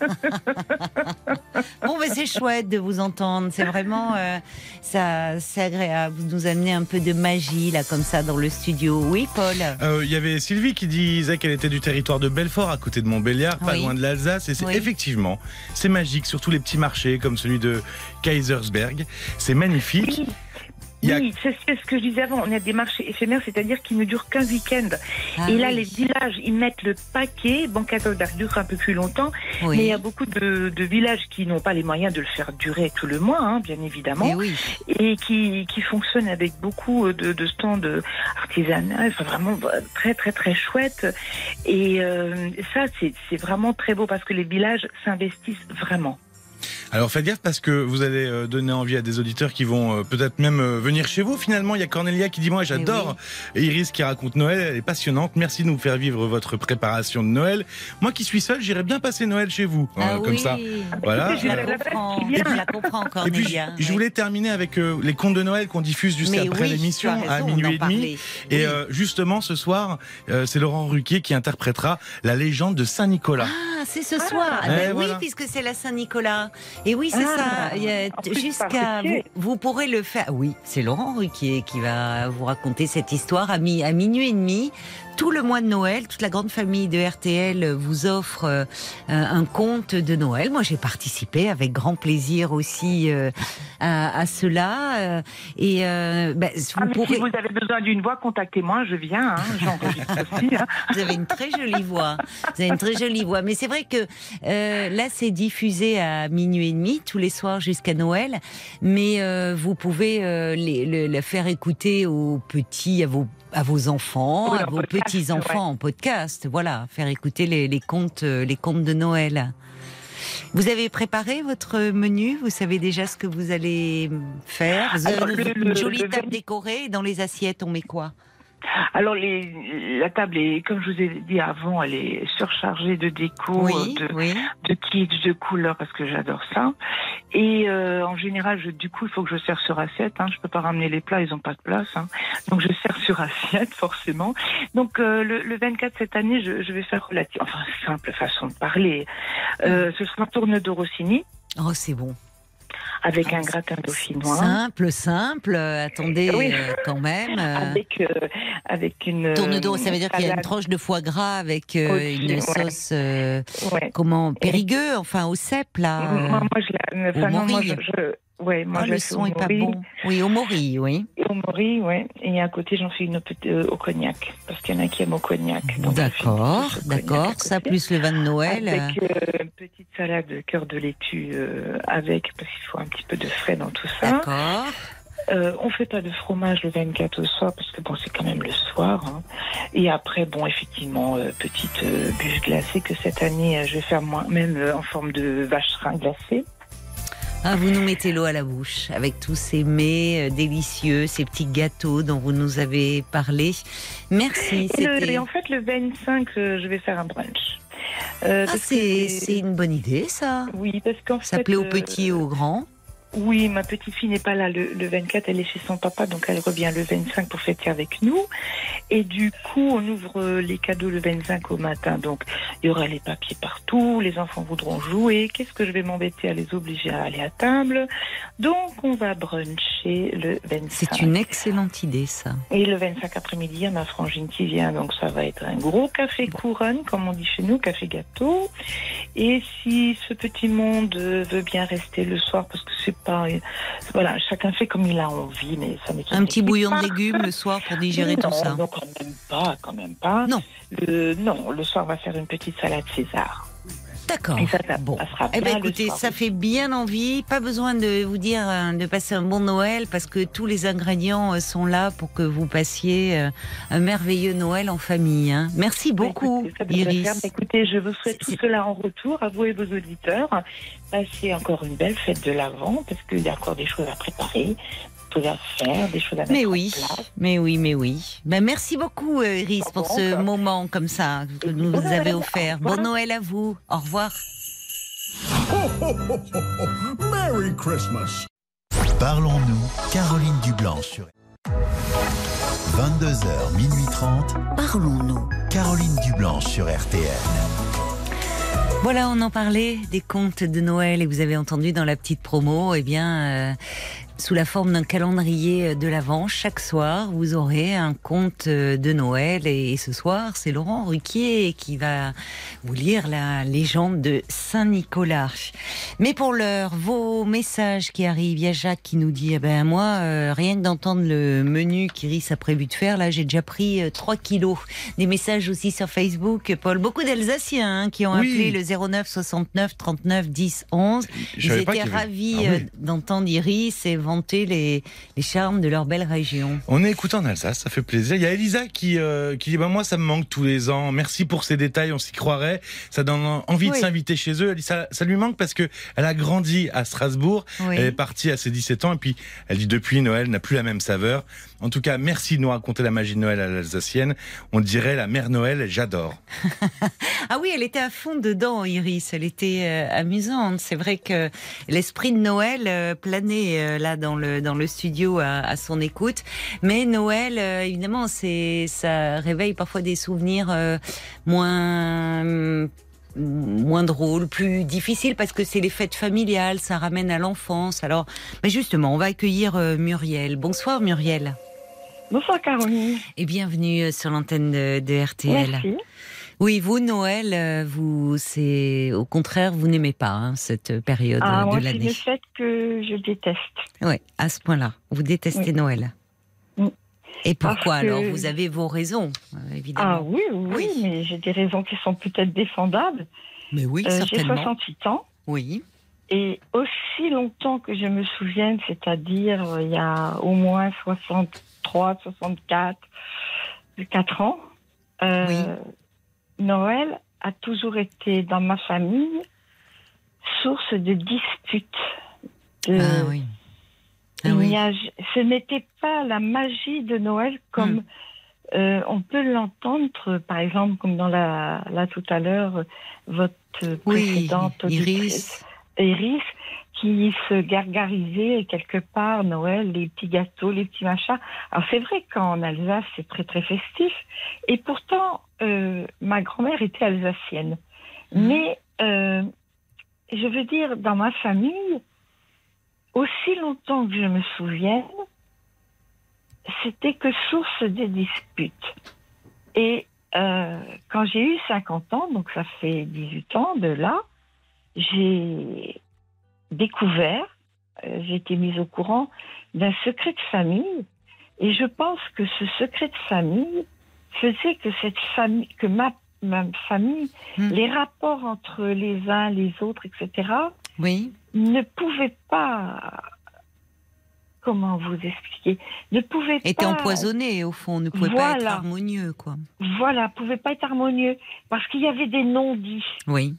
Speaker 3: Bon, mais c'est chouette de vous entendre. C'est vraiment euh, ça, c'est agréable. Vous nous amenez un peu de magie là, comme ça, dans le studio. Oui, Paul.
Speaker 5: Euh, Il y avait Sylvie qui disait qu'elle était du territoire de Belfort, à côté de Montbéliard, pas
Speaker 3: Oui.
Speaker 5: loin de l'Alsace. Et c'est
Speaker 3: Oui.
Speaker 5: effectivement, c'est magique, surtout les petits marchés comme celui de Kaisersberg. C'est magnifique.
Speaker 4: Oui.
Speaker 5: Il y a-
Speaker 4: Oui, c'est c'est ce que je disais avant. On a des marchés éphémères, c'est-à-dire qu'ils ne durent qu'un week-end.
Speaker 3: Ah
Speaker 4: Et là,
Speaker 3: oui.
Speaker 4: les villages, ils mettent le paquet. Bon, Kaisersberg dure un peu plus longtemps,
Speaker 3: Oui.
Speaker 4: mais il y a beaucoup de, de villages qui n'ont pas les moyens de le faire durer tout le mois, hein, bien évidemment,
Speaker 3: Eh oui.
Speaker 4: et qui, qui fonctionnent avec beaucoup de, de stands artisanaux. Enfin, vraiment très, très, très chouette. Et euh, ça, c'est c'est vraiment très beau parce que les villages s'investissent vraiment.
Speaker 5: Alors faites gaffe, parce que vous allez euh, donner envie à des auditeurs qui vont euh, peut-être même euh, venir chez vous. Finalement, il y a Cornelia qui dit: moi j'adore. Et Iris qui raconte Noël, elle est passionnante. Merci de nous faire vivre votre préparation de Noël. Moi qui suis seul, j'irai bien passer Noël chez vous,
Speaker 3: Ah
Speaker 5: euh, comme
Speaker 3: oui.
Speaker 5: ça. Voilà.
Speaker 3: Je la
Speaker 5: Alors-
Speaker 3: comprends.
Speaker 4: Et puis-
Speaker 3: Je la comprends,
Speaker 5: Et puis,
Speaker 3: Cornelia.
Speaker 5: je, je
Speaker 3: Oui.
Speaker 5: voulais terminer avec euh, les contes de Noël qu'on diffuse juste
Speaker 3: Mais
Speaker 5: après
Speaker 3: oui,
Speaker 5: l'émission,
Speaker 3: tu as
Speaker 5: à
Speaker 3: raison
Speaker 5: minuit
Speaker 3: d'en
Speaker 5: et demi.
Speaker 3: parler.
Speaker 5: Et
Speaker 3: Oui.
Speaker 5: euh, justement, ce soir, euh, c'est Laurent Ruquier qui interprétera la légende de Saint-Nicolas.
Speaker 3: Ah, c'est ce soir. Ah,
Speaker 5: Eh,
Speaker 3: ben
Speaker 5: voilà.
Speaker 3: oui, puisque c'est la Saint-Nicolas. Et oui, c'est
Speaker 4: Ah,
Speaker 3: ça. Il y a-
Speaker 4: en plus,
Speaker 3: Jusqu'à
Speaker 4: par
Speaker 3: vous,
Speaker 4: Ruquier.
Speaker 3: vous pourrez le faire. Oui, c'est Laurent Ruquier qui va vous raconter cette histoire à, mi, à minuit et demi. Tout le mois de Noël, toute la grande famille de R T L vous offre euh, un conte de Noël. Moi, j'ai participé avec grand plaisir aussi euh, à, à cela. euh, et euh, ben, vous
Speaker 4: Ah, mais
Speaker 3: pourrez.
Speaker 4: si vous avez besoin d'une voix, contactez-moi, je viens, hein, j'enregistre aussi. Hein.
Speaker 3: Vous avez une très jolie voix. Vous avez une très jolie voix. Mais c'est vrai que euh, là, c'est diffusé à minuit et demi tous les soirs jusqu'à Noël. Mais euh, vous pouvez euh, les, le, la faire écouter aux petits, à vos à vos enfants,
Speaker 4: Oui,
Speaker 3: à
Speaker 4: en
Speaker 3: vos
Speaker 4: podcast,
Speaker 3: petits enfants
Speaker 4: ouais.
Speaker 3: en podcast. Voilà, faire écouter les, les contes, euh, les contes de Noël. Vous avez préparé votre menu? Vous savez déjà ce que vous allez faire? Vous avez
Speaker 4: Alors, le-
Speaker 3: une
Speaker 4: le-
Speaker 3: jolie
Speaker 4: le
Speaker 3: table
Speaker 4: vingt-
Speaker 3: décorée. Et dans les assiettes, on met quoi?
Speaker 4: Alors, les, la table est, comme je vous ai dit avant, elle est surchargée de déco,
Speaker 3: Oui,
Speaker 4: de,
Speaker 3: oui.
Speaker 4: de kitsch, de couleurs, parce que j'adore ça. Et euh, en général, je, du coup, il faut que je sers sur assiette. Hein. Je peux pas ramener les plats, ils n'ont pas de place. Hein. Donc, je sers sur assiette, forcément. Donc, euh, le, le vingt-quatre, cette année, je, je vais faire relative, enfin, simple façon de parler. Euh, ce sera un tourne de Rossini,
Speaker 3: Oh, c'est bon.
Speaker 4: avec
Speaker 3: Ah,
Speaker 4: un gratin dauphinois.
Speaker 3: Simple, simple. euh, attendez,
Speaker 4: Oui.
Speaker 3: euh, quand même. euh,
Speaker 4: Avec, euh, avec une.
Speaker 3: tourne d'eau, ça veut dire qu'il y a une
Speaker 4: salade.
Speaker 3: tranche de foie gras avec euh,
Speaker 4: Au-dessus,
Speaker 3: une
Speaker 4: ouais.
Speaker 3: sauce, euh,
Speaker 4: Ouais.
Speaker 3: comment, périgueux, enfin au cèpe là. euh,
Speaker 4: Moi, moi, je la. Enfin,
Speaker 3: au
Speaker 4: non, moi,
Speaker 3: mori.
Speaker 4: je. je ouais, moi,
Speaker 3: oh,
Speaker 4: je
Speaker 3: le
Speaker 4: la fais
Speaker 3: son
Speaker 4: au
Speaker 3: est pas
Speaker 4: mori.
Speaker 3: bon. Oui, au mori, oui.
Speaker 4: Et au mori, ouais. Et à côté, j'en fais une petite, euh, au cognac. Parce qu'il y en a qui aiment au cognac. Donc, je fais une
Speaker 3: D'accord,
Speaker 4: sauce au cognac
Speaker 3: d'accord.
Speaker 4: à
Speaker 3: Ça
Speaker 4: côté.
Speaker 3: plus le vin de Noël.
Speaker 4: Avec euh, une petite salade de cœur de laitue euh, avec, parce qu'il faut un petit peu de frais dans tout ça.
Speaker 3: D'accord.
Speaker 4: Euh, on fait pas de fromage le vingt-quatre au soir, parce que bon, c'est quand même le soir. Hein. Et après, bon, effectivement, euh, petite euh, bûche glacée que cette année, euh, je vais faire moi-même euh, en forme de vacherin glacé.
Speaker 3: Ah, vous nous mettez l'eau à la bouche avec tous ces mets euh, délicieux, ces petits gâteaux dont vous nous avez parlé. Merci.
Speaker 4: Et, le-
Speaker 3: C'était.
Speaker 4: et en fait, le vingt-cinq, euh, je vais faire un brunch. Euh,
Speaker 3: Ah,
Speaker 4: parce que
Speaker 3: c'est c'est une bonne idée, ça.
Speaker 4: Oui, parce qu'en fait...
Speaker 3: Ça plaît aux
Speaker 4: euh,
Speaker 3: petits et aux grands.
Speaker 4: Oui, ma petite fille n'est pas là le, le vingt-quatre, elle est chez son papa, donc elle revient le vingt-cinq pour fêter avec nous. Et du coup, on ouvre les cadeaux le vingt-cinq au matin, donc il y aura les papiers partout, les enfants voudront jouer. Qu'est-ce que je vais m'embêter à les obliger à aller à table? Donc on va bruncher. marché le vingt-cinq.
Speaker 3: C'est une excellente idée, ça.
Speaker 4: Et le vingt-cinq après-midi, il y a ma frangine qui vient, donc ça va être un gros café couronne, comme on dit chez nous, café gâteau. Et si ce petit monde veut bien rester le soir, parce que c'est pas... Voilà, chacun fait comme il a envie, mais ça m'étonne.
Speaker 3: Un petit bouillon
Speaker 4: pas.
Speaker 3: de légumes le soir pour digérer
Speaker 4: non,
Speaker 3: tout ça.
Speaker 4: Non, quand même pas, quand même pas.
Speaker 3: Non.
Speaker 4: Le, non, le soir, on va faire une petite salade César.
Speaker 3: D'accord.
Speaker 4: Et ça, ça,
Speaker 3: bon.
Speaker 4: ça sera
Speaker 3: Eh
Speaker 4: bien
Speaker 3: ben, écoutez,
Speaker 4: le soir.
Speaker 3: ça fait bien envie. Pas besoin de vous dire euh, de passer un bon Noël parce que tous les ingrédients euh, sont là pour que vous passiez euh, un merveilleux Noël en famille. Hein. Merci beaucoup,
Speaker 4: écoutez, ça devrait
Speaker 3: Iris.
Speaker 4: faire. Écoutez, je vous souhaite tout
Speaker 3: C'est-
Speaker 4: cela en retour, à vous et vos auditeurs. Passez encore une belle fête de l'Avent, parce qu'il y a encore des choses à préparer, des choses à faire, des choses à mettre
Speaker 3: Mais
Speaker 4: en
Speaker 3: oui,
Speaker 4: place.
Speaker 3: mais oui, mais oui. Ben, merci beaucoup, euh, Iris, pour
Speaker 4: Bon,
Speaker 3: ce
Speaker 4: ça.
Speaker 3: moment comme ça que vous nous
Speaker 4: Bon Noël,
Speaker 3: avez
Speaker 4: au
Speaker 3: offert.
Speaker 4: revoir.
Speaker 3: Bon Noël à vous. Au revoir.
Speaker 6: Merry Christmas.
Speaker 1: Parlons-nous, Caroline Dublanche sur vingt-deux heures, minuit trente,
Speaker 2: Parlons-nous.
Speaker 1: Caroline Dublanche sur R T L.
Speaker 3: Voilà, on en parlait des contes de Noël et vous avez entendu dans la petite promo, eh bien, euh, sous la forme d'un calendrier de l'Avent, chaque soir, vous aurez un conte de Noël et, et ce soir, c'est Laurent Ruquier qui va vous lire la légende de Saint-Nicolas. Mais pour l'heure, vos messages qui arrivent, il y a Jacques qui nous dit, eh ben moi, euh, rien que d'entendre le menu qu'Iris a prévu de faire, là, j'ai déjà pris euh, trois kilos. Des messages aussi sur Facebook, Paul. Beaucoup d'Alsaciens hein, qui ont
Speaker 5: Oui.
Speaker 3: appelé le zéro neuf soixante-neuf trente-neuf dix onze.
Speaker 5: Je
Speaker 3: Ils
Speaker 5: savais pas
Speaker 3: étaient
Speaker 5: qu'il y avait-
Speaker 3: ravis
Speaker 5: Ah oui.
Speaker 3: euh, d'entendre Iris et vanter les, les charmes de leur belle région.
Speaker 5: On est écouté en Alsace, ça fait plaisir. Il y a Elisa qui, euh, qui dit bah, moi ça me manque tous les ans. Merci pour ces détails, on s'y croirait. Ça donne envie de
Speaker 3: Oui.
Speaker 5: s'inviter chez eux. Elle dit ça, ça lui manque parce que elle a grandi à Strasbourg.
Speaker 3: Oui.
Speaker 5: Elle est partie à ses dix-sept ans et puis elle dit depuis Noël n'a plus la même saveur. En tout cas, merci de nous raconter la magie de Noël à l'alsacienne. On dirait la mère Noël, j'adore.
Speaker 3: Ah oui, elle était à fond dedans, Iris. Elle était euh, amusante. C'est vrai que l'esprit de Noël euh, planait euh, là dans le dans le studio à, à son écoute. Mais Noël, euh, évidemment, c'est ça réveille parfois des souvenirs euh, moins hum, moins drôles, plus difficiles parce que c'est les fêtes familiales, ça ramène à l'enfance. Alors, mais justement, on va accueillir euh, Muriel. Bonsoir Muriel
Speaker 4: Bonsoir Caroline.
Speaker 3: et bienvenue sur l'antenne de, de R T L.
Speaker 4: Merci.
Speaker 3: Oui, vous, Noël, euh, vous, c'est au contraire, vous n'aimez pas hein, cette période
Speaker 4: Ah,
Speaker 3: de
Speaker 4: moi, c'est
Speaker 3: l'année.
Speaker 4: une fête que je déteste.
Speaker 3: Oui, à ce point-là, vous détestez
Speaker 4: Oui.
Speaker 3: Noël.
Speaker 4: Oui.
Speaker 3: Et pourquoi
Speaker 4: Parce que-
Speaker 3: alors? Vous avez vos raisons, euh,
Speaker 4: Ah
Speaker 3: évidemment.
Speaker 4: oui, oui,
Speaker 3: Oui.
Speaker 4: mais j'ai des raisons qui sont peut-être défendables.
Speaker 3: Mais oui,
Speaker 4: Euh, j'ai
Speaker 3: certainement.
Speaker 4: soixante-huit ans.
Speaker 3: Oui.
Speaker 4: Et aussi longtemps que je me souvienne, c'est-à-dire euh, il y a au moins soixante-trois, soixante-quatre, quatre ans, euh,
Speaker 3: Oui.
Speaker 4: Noël a toujours été dans ma famille source de disputes. De,
Speaker 3: Ah oui. Ah
Speaker 4: il
Speaker 3: oui.
Speaker 4: n'y a- ce n'était pas la magie de Noël comme
Speaker 3: Hmm.
Speaker 4: euh, on peut l'entendre, par exemple, comme dans la, là tout à l'heure, votre
Speaker 3: Oui,
Speaker 4: précédente auditrice,
Speaker 3: Iris.
Speaker 4: Iris, qui se gargarisait quelque part, Noël, les petits gâteaux, les petits machins. Alors c'est vrai qu'en Alsace, c'est très très festif. Et pourtant, euh, ma grand-mère était alsacienne.
Speaker 3: Mhm.
Speaker 4: Mais, euh, je veux dire, dans ma famille, aussi longtemps que je me souvienne, c'était que source de disputes. Et euh, quand j'ai eu cinquante ans, donc ça fait dix-huit ans de là, j'ai découvert, euh, j'ai été mise au courant d'un secret de famille. Et je pense que ce secret de famille faisait que cette famille, que ma, ma famille,
Speaker 3: Hmm.
Speaker 4: les rapports entre les uns, les autres, et cetera,
Speaker 3: Oui.
Speaker 4: ne pouvaient pas, comment vous expliquer, ne pouvaient
Speaker 3: Était
Speaker 4: pas,
Speaker 3: empoisonné, au fond, ne pouvait pas être
Speaker 4: Voilà.
Speaker 3: harmonieux, quoi.
Speaker 4: voilà, pouvaient pas être harmonieux, parce qu'il y avait des non-dits.
Speaker 3: Oui.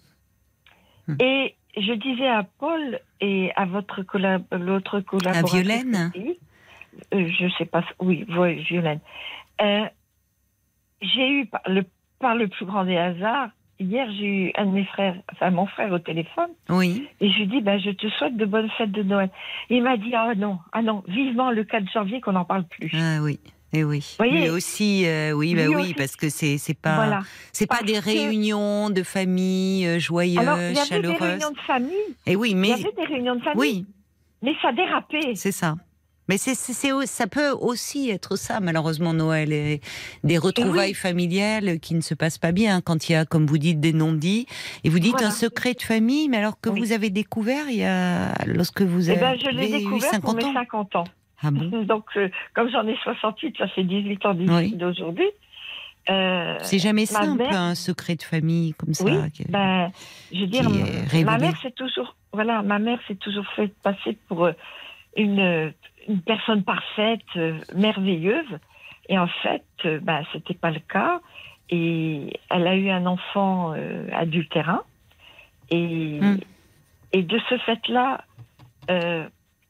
Speaker 4: Et je disais à Paul et à votre collab- l'autre collaboratrice,
Speaker 3: Violaine
Speaker 4: aussi, euh, je sais pas, oui, oui, Violaine. Euh, j'ai eu par le, par le plus grand des hasards. Hier, j'ai eu un de mes frères, enfin mon frère au téléphone,
Speaker 3: Oui.
Speaker 4: et je lui dis, ben, je te souhaite de bonnes fêtes de Noël. Il m'a dit, ah non, ah non, vivement le quatre janvier qu'on n'en parle plus.
Speaker 3: Ah oui. Et oui.
Speaker 4: Voyez,
Speaker 3: Lui aussi, euh, oui, bah
Speaker 4: lui
Speaker 3: oui,
Speaker 4: aussi.
Speaker 3: parce que c'est c'est pas
Speaker 4: Voilà.
Speaker 3: c'est pas
Speaker 4: Parce
Speaker 3: des
Speaker 4: que-
Speaker 3: réunions de famille euh, joyeuses,
Speaker 4: Alors, il y avait des
Speaker 3: chaleureuses.
Speaker 4: réunions de famille,
Speaker 3: Et oui,
Speaker 4: il y
Speaker 3: mais
Speaker 4: avait des réunions de famille,
Speaker 3: oui,
Speaker 4: mais ça dérapait.
Speaker 3: c'est ça. Mais c'est, c'est, c'est, ça peut aussi être ça, malheureusement, Noël, et des retrouvailles oui. familiales qui ne se passent pas bien quand il y a, comme vous dites, des non-dits. Et vous dites voilà. un secret de famille, mais alors que oui. vous avez découvert il y a, lorsque vous avez
Speaker 7: eh ben, je l'ai découvert
Speaker 3: cinquante
Speaker 7: pour mes
Speaker 3: ans.
Speaker 7: cinquante ans.
Speaker 3: Ah bon?
Speaker 7: Donc, euh, comme j'en ai soixante-huit, ça fait dix-huit ans d'ici
Speaker 3: oui.
Speaker 7: d'aujourd'hui. Euh,
Speaker 3: c'est jamais simple,
Speaker 7: mère...
Speaker 3: un secret de famille comme ça.
Speaker 7: Oui,
Speaker 3: qui,
Speaker 7: ben, je veux dire, ma mère s'est toujours, voilà, ma mère s'est toujours fait passer pour une, une personne parfaite, euh, merveilleuse, et en fait, euh, ben, c'était pas le cas. Et elle a eu un enfant euh, adultérin, et hum. et de ce fait-là, euh,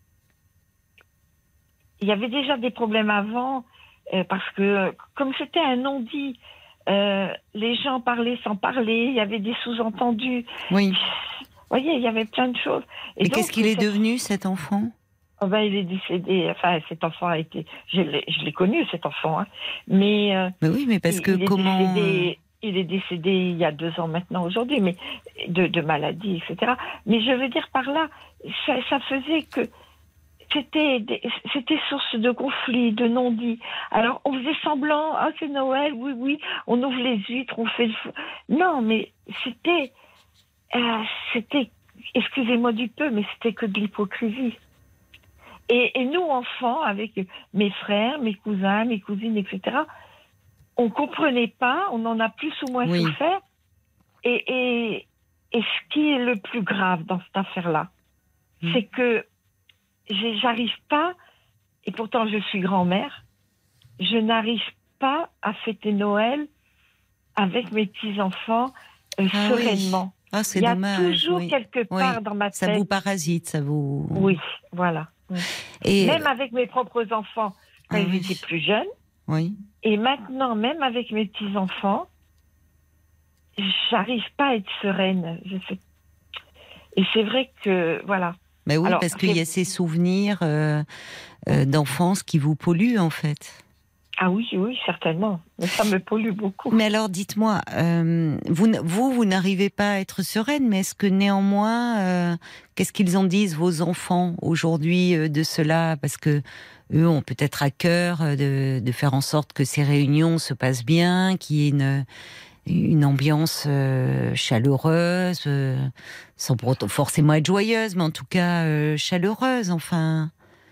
Speaker 7: il y avait déjà des problèmes avant. Euh, parce que, comme c'était un non-dit, euh, les gens parlaient sans parler, il y avait des sous-entendus.
Speaker 3: Oui.
Speaker 7: Vous voyez, il y avait plein de choses.
Speaker 3: Et, Et qu'est-ce qu'il est devenu, cet enfant?
Speaker 7: Oh ben, il est décédé. Enfin, cet enfant a été... Je l'ai, je l'ai connu, cet enfant. Hein. Mais, euh,
Speaker 3: mais oui, mais parce que
Speaker 7: il
Speaker 3: comment...
Speaker 7: Est décédé, il est décédé il y a deux ans maintenant, aujourd'hui, mais de, de maladie, et cetera. Mais je veux dire par là, ça, ça faisait que... C'était, des, c'était source de conflits, de non-dits. Alors, on faisait semblant, ah, c'est Noël, oui, oui, on ouvre les huîtres, on fait le feu. Non, mais c'était, euh, c'était, excusez-moi du peu, mais c'était que de l'hypocrisie. Et, et nous, enfants, avec mes frères, mes cousins, mes cousines, et cetera, on comprenait pas, on en a plus ou moins oui. souffert. Et, et, et ce qui est le plus grave dans cette affaire-là, mmh. c'est que j'arrive pas, et pourtant je suis grand-mère, je n'arrive pas à fêter Noël avec mes petits-enfants euh,
Speaker 3: ah
Speaker 7: sereinement.
Speaker 3: Oui. Ah, c'est
Speaker 7: Il y a
Speaker 3: dommage,
Speaker 7: toujours
Speaker 3: oui.
Speaker 7: quelque part
Speaker 3: oui.
Speaker 7: dans ma tête.
Speaker 3: Ça vous parasite, ça vous...
Speaker 7: Oui, voilà. Oui. Et même avec mes propres enfants, quand ah, ils oui. étaient plus jeunes,
Speaker 3: oui.
Speaker 7: et maintenant, même avec mes petits-enfants, j'arrive pas à être sereine. Je sais... Et c'est vrai que, voilà.
Speaker 3: Mais oui,
Speaker 7: Alors,
Speaker 3: parce qu'il y a ces souvenirs euh, euh, d'enfance qui vous polluent, en fait.
Speaker 7: Ah oui, oui, certainement. Mais ça me pollue beaucoup.
Speaker 3: Mais alors, dites-moi, euh, vous, vous, vous n'arrivez pas à être sereine, mais est-ce que néanmoins, euh, qu'est-ce qu'ils en disent, vos enfants, aujourd'hui, euh, de cela? Parce que eux ont peut-être à cœur de, de faire en sorte que ces réunions se passent bien, qu'il y ait une... une ambiance euh, chaleureuse, euh, sans pour autant forcément être joyeuse, mais en tout cas euh, chaleureuse, enfin.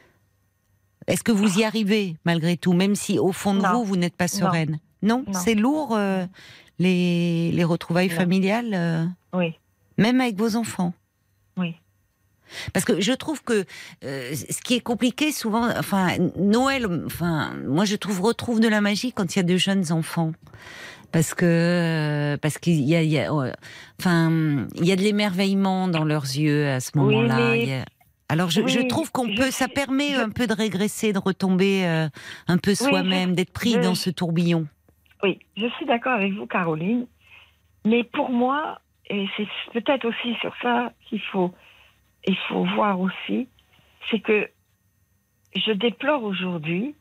Speaker 3: Est-ce que vous y arrivez, malgré tout, même si au fond de
Speaker 7: non.
Speaker 3: vous, vous n'êtes pas sereine? Non, non,
Speaker 7: non.
Speaker 3: C'est lourd, euh, les, les retrouvailles non. familiales euh,
Speaker 7: Oui.
Speaker 3: Même avec vos enfants?
Speaker 7: Oui.
Speaker 3: Parce que je trouve que euh, ce qui est compliqué souvent, enfin, Noël, enfin, moi je trouve, retrouve de la magie quand il y a de jeunes enfants. Parce que parce qu'il y a, il y a enfin il y a de l'émerveillement dans leurs yeux à ce moment-là.
Speaker 7: Oui, mais...
Speaker 3: a... Alors je,
Speaker 7: oui,
Speaker 3: je trouve qu'on
Speaker 7: je...
Speaker 3: peut, ça permet je... un peu de régresser, de retomber euh, un peu soi-même,
Speaker 7: oui, je...
Speaker 3: d'être pris
Speaker 7: je...
Speaker 3: dans ce tourbillon.
Speaker 7: Oui, je suis d'accord avec vous, Caroline. Mais pour moi, et c'est peut-être aussi sur ça qu'il faut il faut voir aussi, c'est que je déplore aujourd'hui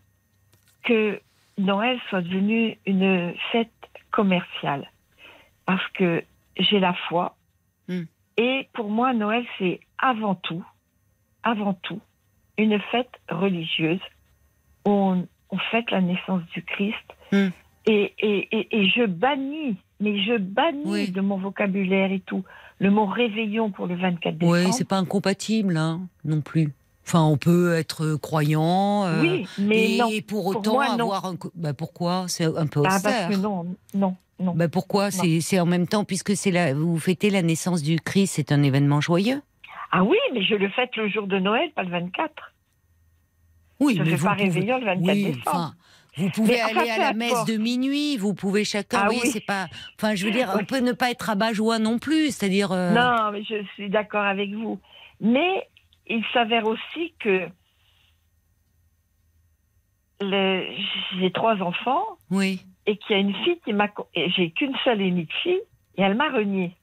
Speaker 7: que Noël soit devenu une fête commerciale, parce que j'ai la foi mm. et pour moi Noël c'est avant tout avant tout une fête religieuse où on, on fête la naissance du Christ mm. et, et, et, et je bannis mais je bannis oui. de mon vocabulaire et tout le mot réveillon pour le vingt-quatre décembre.
Speaker 3: Oui, c'est pas incompatible hein, non plus. Enfin, on peut être croyant, euh,
Speaker 7: oui, mais
Speaker 3: et
Speaker 7: non.
Speaker 3: pour autant pour moi, avoir un. Bah pourquoi? C'est un peu austère.
Speaker 7: Ah, parce que non, non, non.
Speaker 3: Bah pourquoi? Non. C'est, c'est en même temps, puisque c'est la, vous fêtez la naissance du Christ, c'est un événement joyeux.
Speaker 7: Ah oui, mais je le fête le jour de Noël, pas le vingt-quatre.
Speaker 3: Oui,
Speaker 7: je
Speaker 3: mais
Speaker 7: ne
Speaker 3: vous
Speaker 7: fais pas
Speaker 3: pouvez...
Speaker 7: réveillon le vingt-quatre
Speaker 3: oui,
Speaker 7: décembre.
Speaker 3: Enfin, vous pouvez mais, aller enfin, à la messe fort. de minuit, vous pouvez chacun.
Speaker 7: Ah,
Speaker 3: vous voyez,
Speaker 7: oui.
Speaker 3: c'est pas. Enfin, je veux dire, on peut ne pas être rabat-joie non plus, c'est-à-dire. Euh...
Speaker 7: Non, mais je suis d'accord avec vous. Mais il s'avère aussi que le... j'ai trois enfants.
Speaker 3: Oui.
Speaker 7: Et qu'il y a une fille qui m'a. Et j'ai qu'une seule et unique fille, et elle m'a reniée.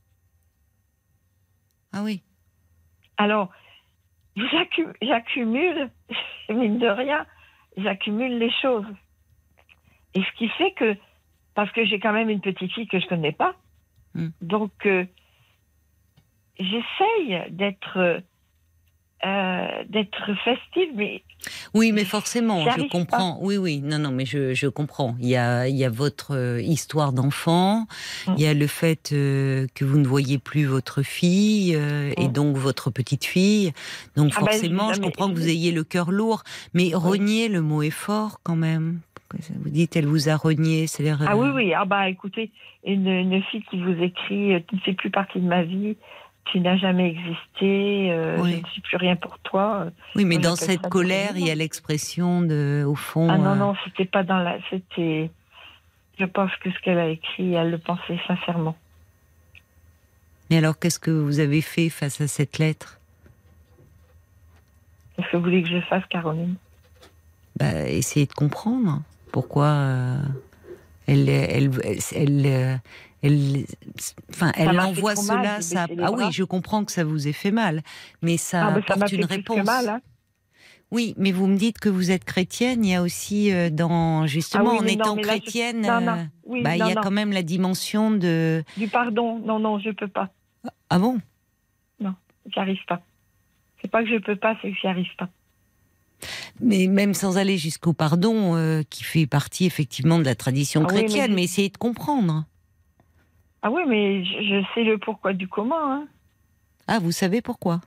Speaker 3: Ah oui.
Speaker 7: Alors, j'accumule, j'accumule, mine de rien, j'accumule les choses. Et ce qui fait que, parce que j'ai quand même une petite fille que je ne connais pas, mm. donc euh, j'essaye d'être euh, d'être festive, mais
Speaker 3: Oui, mais forcément,
Speaker 7: J'y
Speaker 3: je
Speaker 7: arrive
Speaker 3: comprends. Oui, oui, non, non, mais je, je comprends. Il y a, il y a votre euh, histoire d'enfant,
Speaker 7: Mm.
Speaker 3: il y a le fait euh, que vous ne voyez plus votre fille euh, et
Speaker 7: Mm.
Speaker 3: donc votre petite fille. Donc
Speaker 7: Ah ben,
Speaker 3: forcément,
Speaker 7: je-
Speaker 3: je
Speaker 7: mais-
Speaker 3: comprends que vous ayez le cœur lourd. Mais renier, le mot est fort quand même. Vous dites, elle vous a renié. C'est-à-dire,
Speaker 7: Ah oui,
Speaker 3: euh,
Speaker 7: oui. Ah bah écoutez, une, une fille qui vous écrit euh, « Tu ne fais plus partie de ma vie, tu n'as jamais existé, euh,
Speaker 3: Oui.
Speaker 7: je ne suis plus rien pour toi. euh,
Speaker 3: Oui, mais
Speaker 7: moi,
Speaker 3: dans
Speaker 7: j'appelle
Speaker 3: cette
Speaker 7: ça du
Speaker 3: colère, il y a
Speaker 7: reniement.
Speaker 3: l'expression de, au fond.
Speaker 7: Ah non,
Speaker 3: euh,
Speaker 7: non, c'était pas dans la... C'était... Je pense que ce qu'elle a écrit, elle le pensait sincèrement.
Speaker 3: Et alors, qu'est-ce que vous avez fait face à cette lettre?
Speaker 7: Qu'est-ce que vous voulez que je fasse, Caroline?
Speaker 3: Bah, essayez de comprendre pourquoi euh, elle, elle, elle, elle, euh, elle, enfin, elle
Speaker 7: m'a fait
Speaker 3: envoie
Speaker 7: trop mal,
Speaker 3: cela.
Speaker 7: j'ai
Speaker 3: Ça,
Speaker 7: baissé les
Speaker 3: ah
Speaker 7: bras.
Speaker 3: oui, je comprends que ça vous ait fait mal, mais ça
Speaker 7: Ah, ben, ça m'a
Speaker 3: apporte
Speaker 7: fait
Speaker 3: une
Speaker 7: plus
Speaker 3: réponse.
Speaker 7: que mal, hein.
Speaker 3: Oui, mais vous me dites que vous êtes chrétienne. Il y a aussi euh, dans justement
Speaker 7: Ah oui,
Speaker 3: en
Speaker 7: mais non,
Speaker 3: étant
Speaker 7: mais là, je-
Speaker 3: chrétienne,
Speaker 7: non, non,
Speaker 3: euh,
Speaker 7: oui,
Speaker 3: bah, il
Speaker 7: non,
Speaker 3: y a
Speaker 7: non.
Speaker 3: quand même la dimension de.
Speaker 7: Du pardon, non, non, je peux pas.
Speaker 3: Ah bon?
Speaker 7: J'y arrive pas. C'est pas que je peux pas, c'est que j'y arrive pas.
Speaker 3: Mais même sans aller jusqu'au pardon, euh, qui fait partie effectivement de la tradition
Speaker 7: Ah oui, mais
Speaker 3: chrétienne,
Speaker 7: je-
Speaker 3: mais essayez de comprendre.
Speaker 7: Ah oui, mais je, je sais le pourquoi du comment, hein.
Speaker 3: Ah, vous savez pourquoi?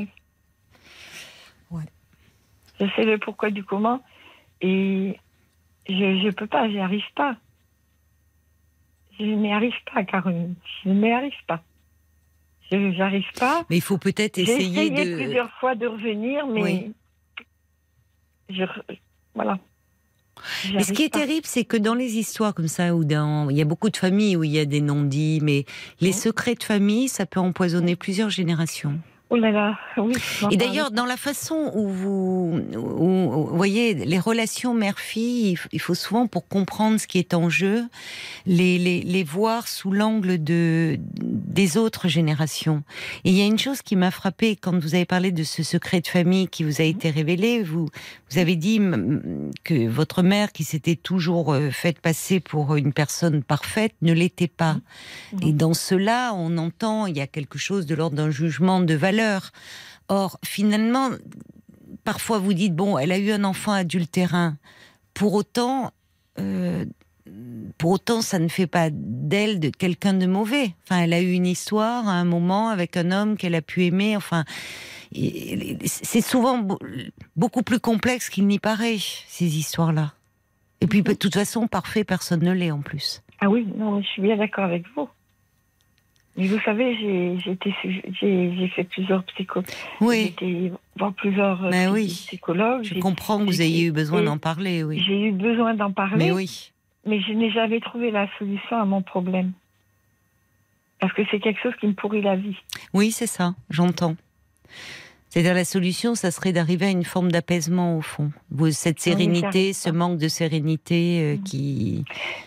Speaker 7: Je sais le pourquoi du comment. Et je, je peux pas, j'y arrive pas. Je n'y arrive pas, Caroline. Je n'y arrive pas. Je n'arrive pas.
Speaker 3: Mais il faut peut-être
Speaker 7: J'ai
Speaker 3: essayer
Speaker 7: essayé
Speaker 3: de.
Speaker 7: plusieurs fois de revenir, mais
Speaker 3: Oui.
Speaker 7: je, voilà. J'y
Speaker 3: Mais ce qui
Speaker 7: arrive
Speaker 3: est
Speaker 7: pas.
Speaker 3: terrible, c'est que dans les histoires comme ça, où dans, il y a beaucoup de familles où il y a des non-dits, mais les
Speaker 7: Mhm.
Speaker 3: secrets de famille, ça peut empoisonner plusieurs générations.
Speaker 7: Oh là là, oui. je m'en
Speaker 3: Et
Speaker 7: parlais
Speaker 3: d'ailleurs,
Speaker 7: pas.
Speaker 3: dans la façon où vous, où- où- vous voyez, les relations mère-fille, il f- il faut souvent, pour comprendre ce qui est en jeu, les, les, les voir sous l'angle de, des autres générations. Et il y a une chose qui m'a frappée quand vous avez parlé de ce secret de famille qui vous a été révélé. Vous, vous avez dit mm, que votre mère, qui s'était toujours euh, faite passer pour une personne parfaite, ne l'était pas. Et dans cela, on entend, il y a quelque chose de l'ordre d'un jugement de valeur. Or, finalement, parfois vous dites, bon, elle a eu un enfant adultérin. Pour autant, euh, pour autant, ça ne fait pas d'elle de quelqu'un de mauvais. Enfin, elle a eu une histoire à un moment avec un homme qu'elle a pu aimer. Enfin, et- c'est souvent be- beaucoup plus complexe qu'il n'y paraît, ces histoires-là. Et puis, de toute façon, parfait, personne ne l'est en plus.
Speaker 7: Ah oui, non, mais je suis bien d'accord avec vous. Mais vous savez, j'ai j'ai été su- j'ai j'ai fait plusieurs psychologues. J'ai
Speaker 3: Oui,
Speaker 7: été voir plusieurs euh,
Speaker 3: Mais
Speaker 7: psy-
Speaker 3: oui.
Speaker 7: psychologues.
Speaker 3: je
Speaker 7: J'ai-
Speaker 3: comprends que vous
Speaker 7: j'ai-
Speaker 3: ayez eu besoin
Speaker 7: et
Speaker 3: d'en parler, oui.
Speaker 7: J'ai eu besoin d'en parler,
Speaker 3: Mais oui.
Speaker 7: mais je n'ai jamais trouvé la solution à mon problème. Parce que c'est quelque chose qui me pourrit la vie.
Speaker 3: Oui, c'est ça, j'entends. C'est-à-dire la solution, ça serait d'arriver à une forme d'apaisement au fond. Vous, cette
Speaker 7: Oui, j'y
Speaker 3: sérénité,
Speaker 7: arrive
Speaker 3: ce
Speaker 7: pas.
Speaker 3: manque de sérénité euh, qui,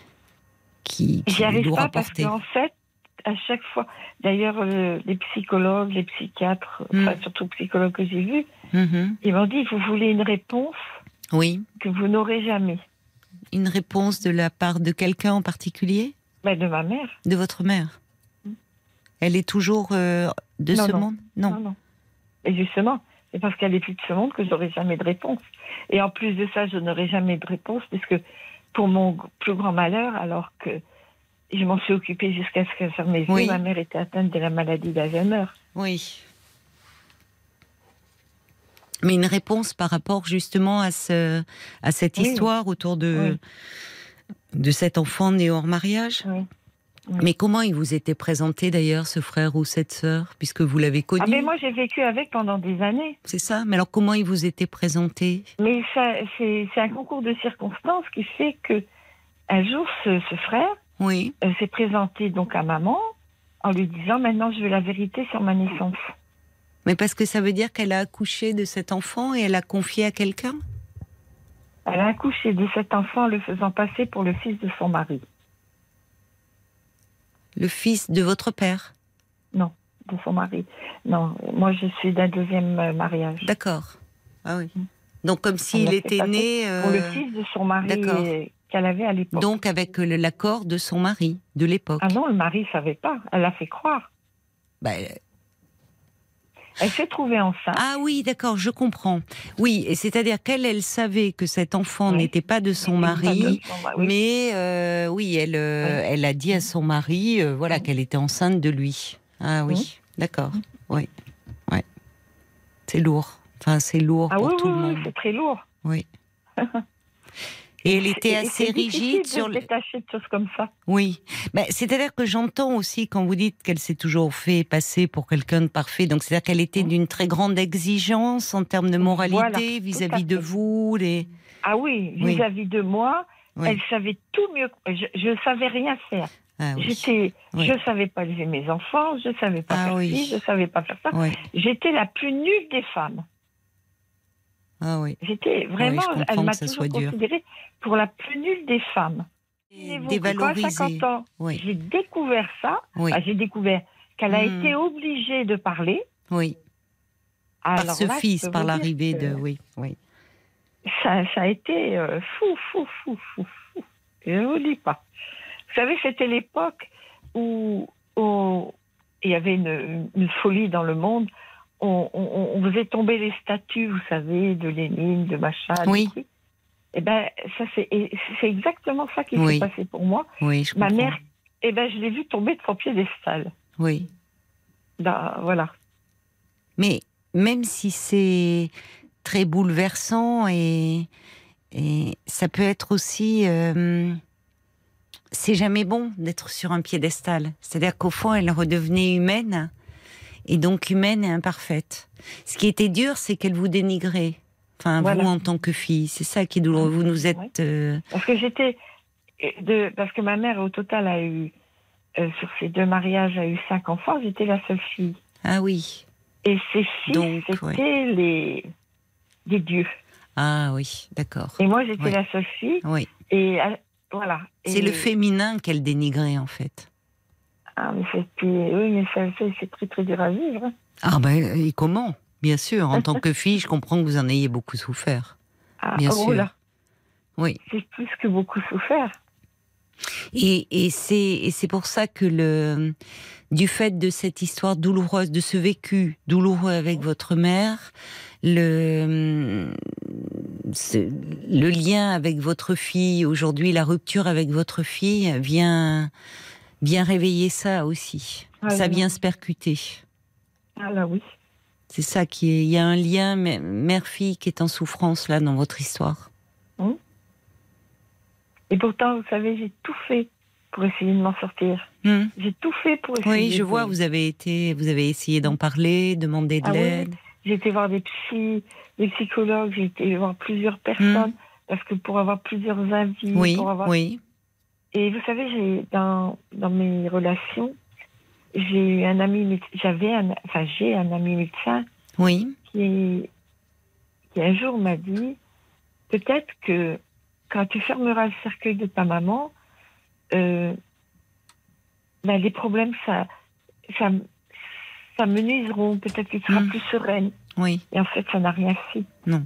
Speaker 3: qui, qui
Speaker 7: J'y
Speaker 3: est
Speaker 7: arrive
Speaker 3: lourd
Speaker 7: pas
Speaker 3: à
Speaker 7: parce
Speaker 3: porter.
Speaker 7: qu'en fait, à chaque fois, d'ailleurs, euh, les psychologues, les psychiatres,
Speaker 3: Mm.
Speaker 7: enfin surtout psychologues que j'ai vus,
Speaker 3: Mhm.
Speaker 7: ils m'ont dit, vous voulez une réponse
Speaker 3: Oui,
Speaker 7: que vous n'aurez jamais.
Speaker 3: une réponse de la part de quelqu'un en particulier,
Speaker 7: Ben, de ma mère.
Speaker 3: de votre mère.
Speaker 7: Mm.
Speaker 3: Elle est toujours euh, de
Speaker 7: Non,
Speaker 3: ce
Speaker 7: non.
Speaker 3: monde? Non.
Speaker 7: Non, non. Et justement, c'est parce qu'elle est plus de ce monde que je n'aurai jamais de réponse. Et en plus de ça, je n'aurai jamais de réponse, puisque pour mon g- plus grand malheur, alors que je m'en suis occupée jusqu'à ce qu'elle ferme mes yeux,
Speaker 3: Oui.
Speaker 7: ma mère était atteinte de la maladie d'Alzheimer.
Speaker 3: Oui. Mais une réponse par rapport justement à, ce, à cette
Speaker 7: Oui.
Speaker 3: histoire autour de, de cet enfant né hors mariage.
Speaker 7: Oui. Oui.
Speaker 3: Mais comment il vous était présenté d'ailleurs, ce frère ou cette sœur, puisque vous l'avez connu?
Speaker 7: Ah, mais moi, j'ai vécu avec pendant des années.
Speaker 3: C'est ça. Mais alors comment il vous était présenté?
Speaker 7: Mais ça, c'est, c'est un concours de circonstances qui fait que un jour, ce, ce frère
Speaker 3: Oui.
Speaker 7: euh, s'est présenté donc à maman en lui disant, maintenant, je veux la vérité sur ma naissance.
Speaker 3: Mais parce que ça veut dire qu'elle a accouché de cet enfant et elle l'a confié à quelqu'un?
Speaker 7: Elle a accouché de cet enfant en le faisant passer pour le fils de son mari.
Speaker 3: Le fils de votre père?
Speaker 7: Non, de son mari. Non, moi je suis d'un deuxième euh, mariage.
Speaker 3: D'accord. Ah oui. Donc comme
Speaker 7: Elle
Speaker 3: s'il
Speaker 7: l'a fait
Speaker 3: était
Speaker 7: passer
Speaker 3: né...
Speaker 7: Pour le
Speaker 3: euh,
Speaker 7: fils de son mari
Speaker 3: d'accord.
Speaker 7: euh, qu'elle avait à l'époque.
Speaker 3: Donc avec le- l'accord de son mari, de l'époque.
Speaker 7: Ah non, le mari ne savait pas. Elle l'a fait croire.
Speaker 3: Bah,
Speaker 7: Elle s'est trouvée enceinte.
Speaker 3: Ah oui, d'accord, je comprends. Oui, et c'est-à-dire qu'elle, elle savait que cet enfant
Speaker 7: Oui.
Speaker 3: n'était pas de son
Speaker 7: Pas
Speaker 3: mari,
Speaker 7: de son mari, oui.
Speaker 3: mais euh, oui, elle, euh,
Speaker 7: Oui.
Speaker 3: elle a dit à son mari, euh, voilà,
Speaker 7: Oui.
Speaker 3: qu'elle était enceinte de lui. Ah oui,
Speaker 7: Oui.
Speaker 3: d'accord. Oui, ouais. C'est lourd. Enfin, c'est lourd
Speaker 7: Ah
Speaker 3: pour
Speaker 7: oui,
Speaker 3: tout
Speaker 7: oui,
Speaker 3: le
Speaker 7: oui,
Speaker 3: monde.
Speaker 7: c'est très lourd.
Speaker 3: Oui. Et elle était
Speaker 7: Et- et
Speaker 3: assez
Speaker 7: c'est
Speaker 3: rigide
Speaker 7: difficile
Speaker 3: sur
Speaker 7: de
Speaker 3: le.
Speaker 7: se détacher de choses comme ça.
Speaker 3: Oui, ben, c'est-à-dire que j'entends aussi quand vous dites qu'elle s'est toujours fait passer pour quelqu'un de parfait, donc c'est-à-dire qu'elle était
Speaker 7: Mmh.
Speaker 3: d'une très grande exigence en termes de moralité
Speaker 7: Voilà,
Speaker 3: vis-à-vis
Speaker 7: tout à
Speaker 3: de
Speaker 7: fait.
Speaker 3: vous. Les...
Speaker 7: Ah oui,
Speaker 3: Oui.
Speaker 7: vis-à-vis de moi,
Speaker 3: Oui.
Speaker 7: elle savait tout mieux. Je ne savais rien faire.
Speaker 3: Ah oui.
Speaker 7: J'étais,
Speaker 3: Oui.
Speaker 7: je savais pas élever mes enfants, je savais pas
Speaker 3: Ah
Speaker 7: faire
Speaker 3: oui.
Speaker 7: ci, je savais pas faire ça.
Speaker 3: Oui.
Speaker 7: J'étais la plus nulle des femmes.
Speaker 3: Ah oui.
Speaker 7: J'étais vraiment,
Speaker 3: je comprends
Speaker 7: elle
Speaker 3: que
Speaker 7: m'a
Speaker 3: ça
Speaker 7: toujours
Speaker 3: soit dur.
Speaker 7: considérée pour la plus nulle des femmes.
Speaker 3: Et
Speaker 7: Imaginez-vous que
Speaker 3: dévalorisée.
Speaker 7: Quand à cinquante ans,
Speaker 3: Oui.
Speaker 7: j'ai découvert ça.
Speaker 3: Oui.
Speaker 7: Enfin, j'ai découvert qu'elle a
Speaker 3: Hmm.
Speaker 7: été obligée de parler.
Speaker 3: Oui. Par
Speaker 7: Alors
Speaker 3: ce
Speaker 7: là, je
Speaker 3: fils,
Speaker 7: peux
Speaker 3: par
Speaker 7: vous dire
Speaker 3: l'arrivée
Speaker 7: que
Speaker 3: de. Oui. Oui.
Speaker 7: Ça, ça a été euh, fou, fou, fou, fou, fou. Je ne vous dis pas. Vous savez, c'était l'époque où, où il y avait une, une folie dans le monde. On, on, on faisait tomber les statues, vous savez, de Lénine, de machin.
Speaker 3: Oui.
Speaker 7: Et ben, ça c'est, et c'est exactement ça qui
Speaker 3: Oui.
Speaker 7: s'est passé pour moi.
Speaker 3: Oui, je
Speaker 7: Ma
Speaker 3: comprends.
Speaker 7: mère, eh ben, je l'ai vue tomber de son piédestal.
Speaker 3: Oui.
Speaker 7: Ben, voilà.
Speaker 3: Mais même si c'est très bouleversant et, et ça peut être aussi... euh, c'est jamais bon d'être sur un piédestal. C'est-à-dire qu'au fond, elle redevenait humaine, et donc humaine et imparfaite. Ce qui était dur, c'est qu'elle vous dénigrait. Enfin,
Speaker 7: Voilà.
Speaker 3: vous en tant que fille, c'est ça qui est douloureux. Vous nous êtes...
Speaker 7: Ouais.
Speaker 3: euh,
Speaker 7: Parce que j'étais, de, parce que ma mère au total a eu, euh, sur ses deux mariages, a eu cinq enfants. J'étais la seule fille.
Speaker 3: Ah oui.
Speaker 7: Et ces fils,
Speaker 3: Donc,
Speaker 7: c'était
Speaker 3: ouais.
Speaker 7: les, des dieux.
Speaker 3: Ah oui, d'accord.
Speaker 7: Et moi, j'étais
Speaker 3: Ouais.
Speaker 7: la seule fille.
Speaker 3: Oui.
Speaker 7: Et euh, voilà.
Speaker 3: C'est
Speaker 7: Et-
Speaker 3: le féminin qu'elle dénigrait, en fait.
Speaker 7: Ah, mais c'était, oui, mais ça, ça, c'est très très dur à vivre. hein.
Speaker 3: Ah ben, et comment? Bien sûr, en tant que fille, je comprends que vous en ayez beaucoup souffert.
Speaker 7: Ah,
Speaker 3: Bien
Speaker 7: oh
Speaker 3: sûr.
Speaker 7: là,
Speaker 3: Oui.
Speaker 7: j'ai plus que beaucoup souffert.
Speaker 3: Et, et c'est et c'est pour ça que le du fait de cette histoire douloureuse, de ce vécu douloureux avec votre mère, le ce- le lien avec votre fille aujourd'hui, la rupture avec votre fille vient vient réveiller ça aussi.
Speaker 7: Ah,
Speaker 3: ça
Speaker 7: oui.
Speaker 3: vient se percuter.
Speaker 7: Ah là, oui.
Speaker 3: C'est ça qui est. Il y a un lien mè- mère-fille qui est en souffrance là dans votre histoire.
Speaker 7: Et pourtant, vous savez, j'ai tout fait pour essayer de m'en sortir.
Speaker 3: Hmm.
Speaker 7: J'ai tout fait pour essayer.
Speaker 3: Oui, je
Speaker 7: de-
Speaker 3: vois. Vous avez été, vous avez essayé d'en parler, demander de
Speaker 7: Ah oui,
Speaker 3: l'aide.
Speaker 7: J'ai été voir des psys, des psychologues, j'ai été voir plusieurs personnes, parce que pour avoir plusieurs avis,
Speaker 3: Oui,
Speaker 7: pour avoir...
Speaker 3: oui.
Speaker 7: Et vous savez, j'ai dans, dans mes relations, j'ai eu un ami, méde- j'avais un, enfin j'ai un ami médecin
Speaker 3: Oui.
Speaker 7: qui, qui un jour m'a dit, peut-être que quand tu fermeras le cercueil de ta maman, euh, ben, les problèmes, ça, ça, ça menuiseront, peut-être que tu seras
Speaker 3: Mm.
Speaker 7: plus sereine.
Speaker 3: Oui.
Speaker 7: Et en fait, ça n'a rien fait.
Speaker 3: Non.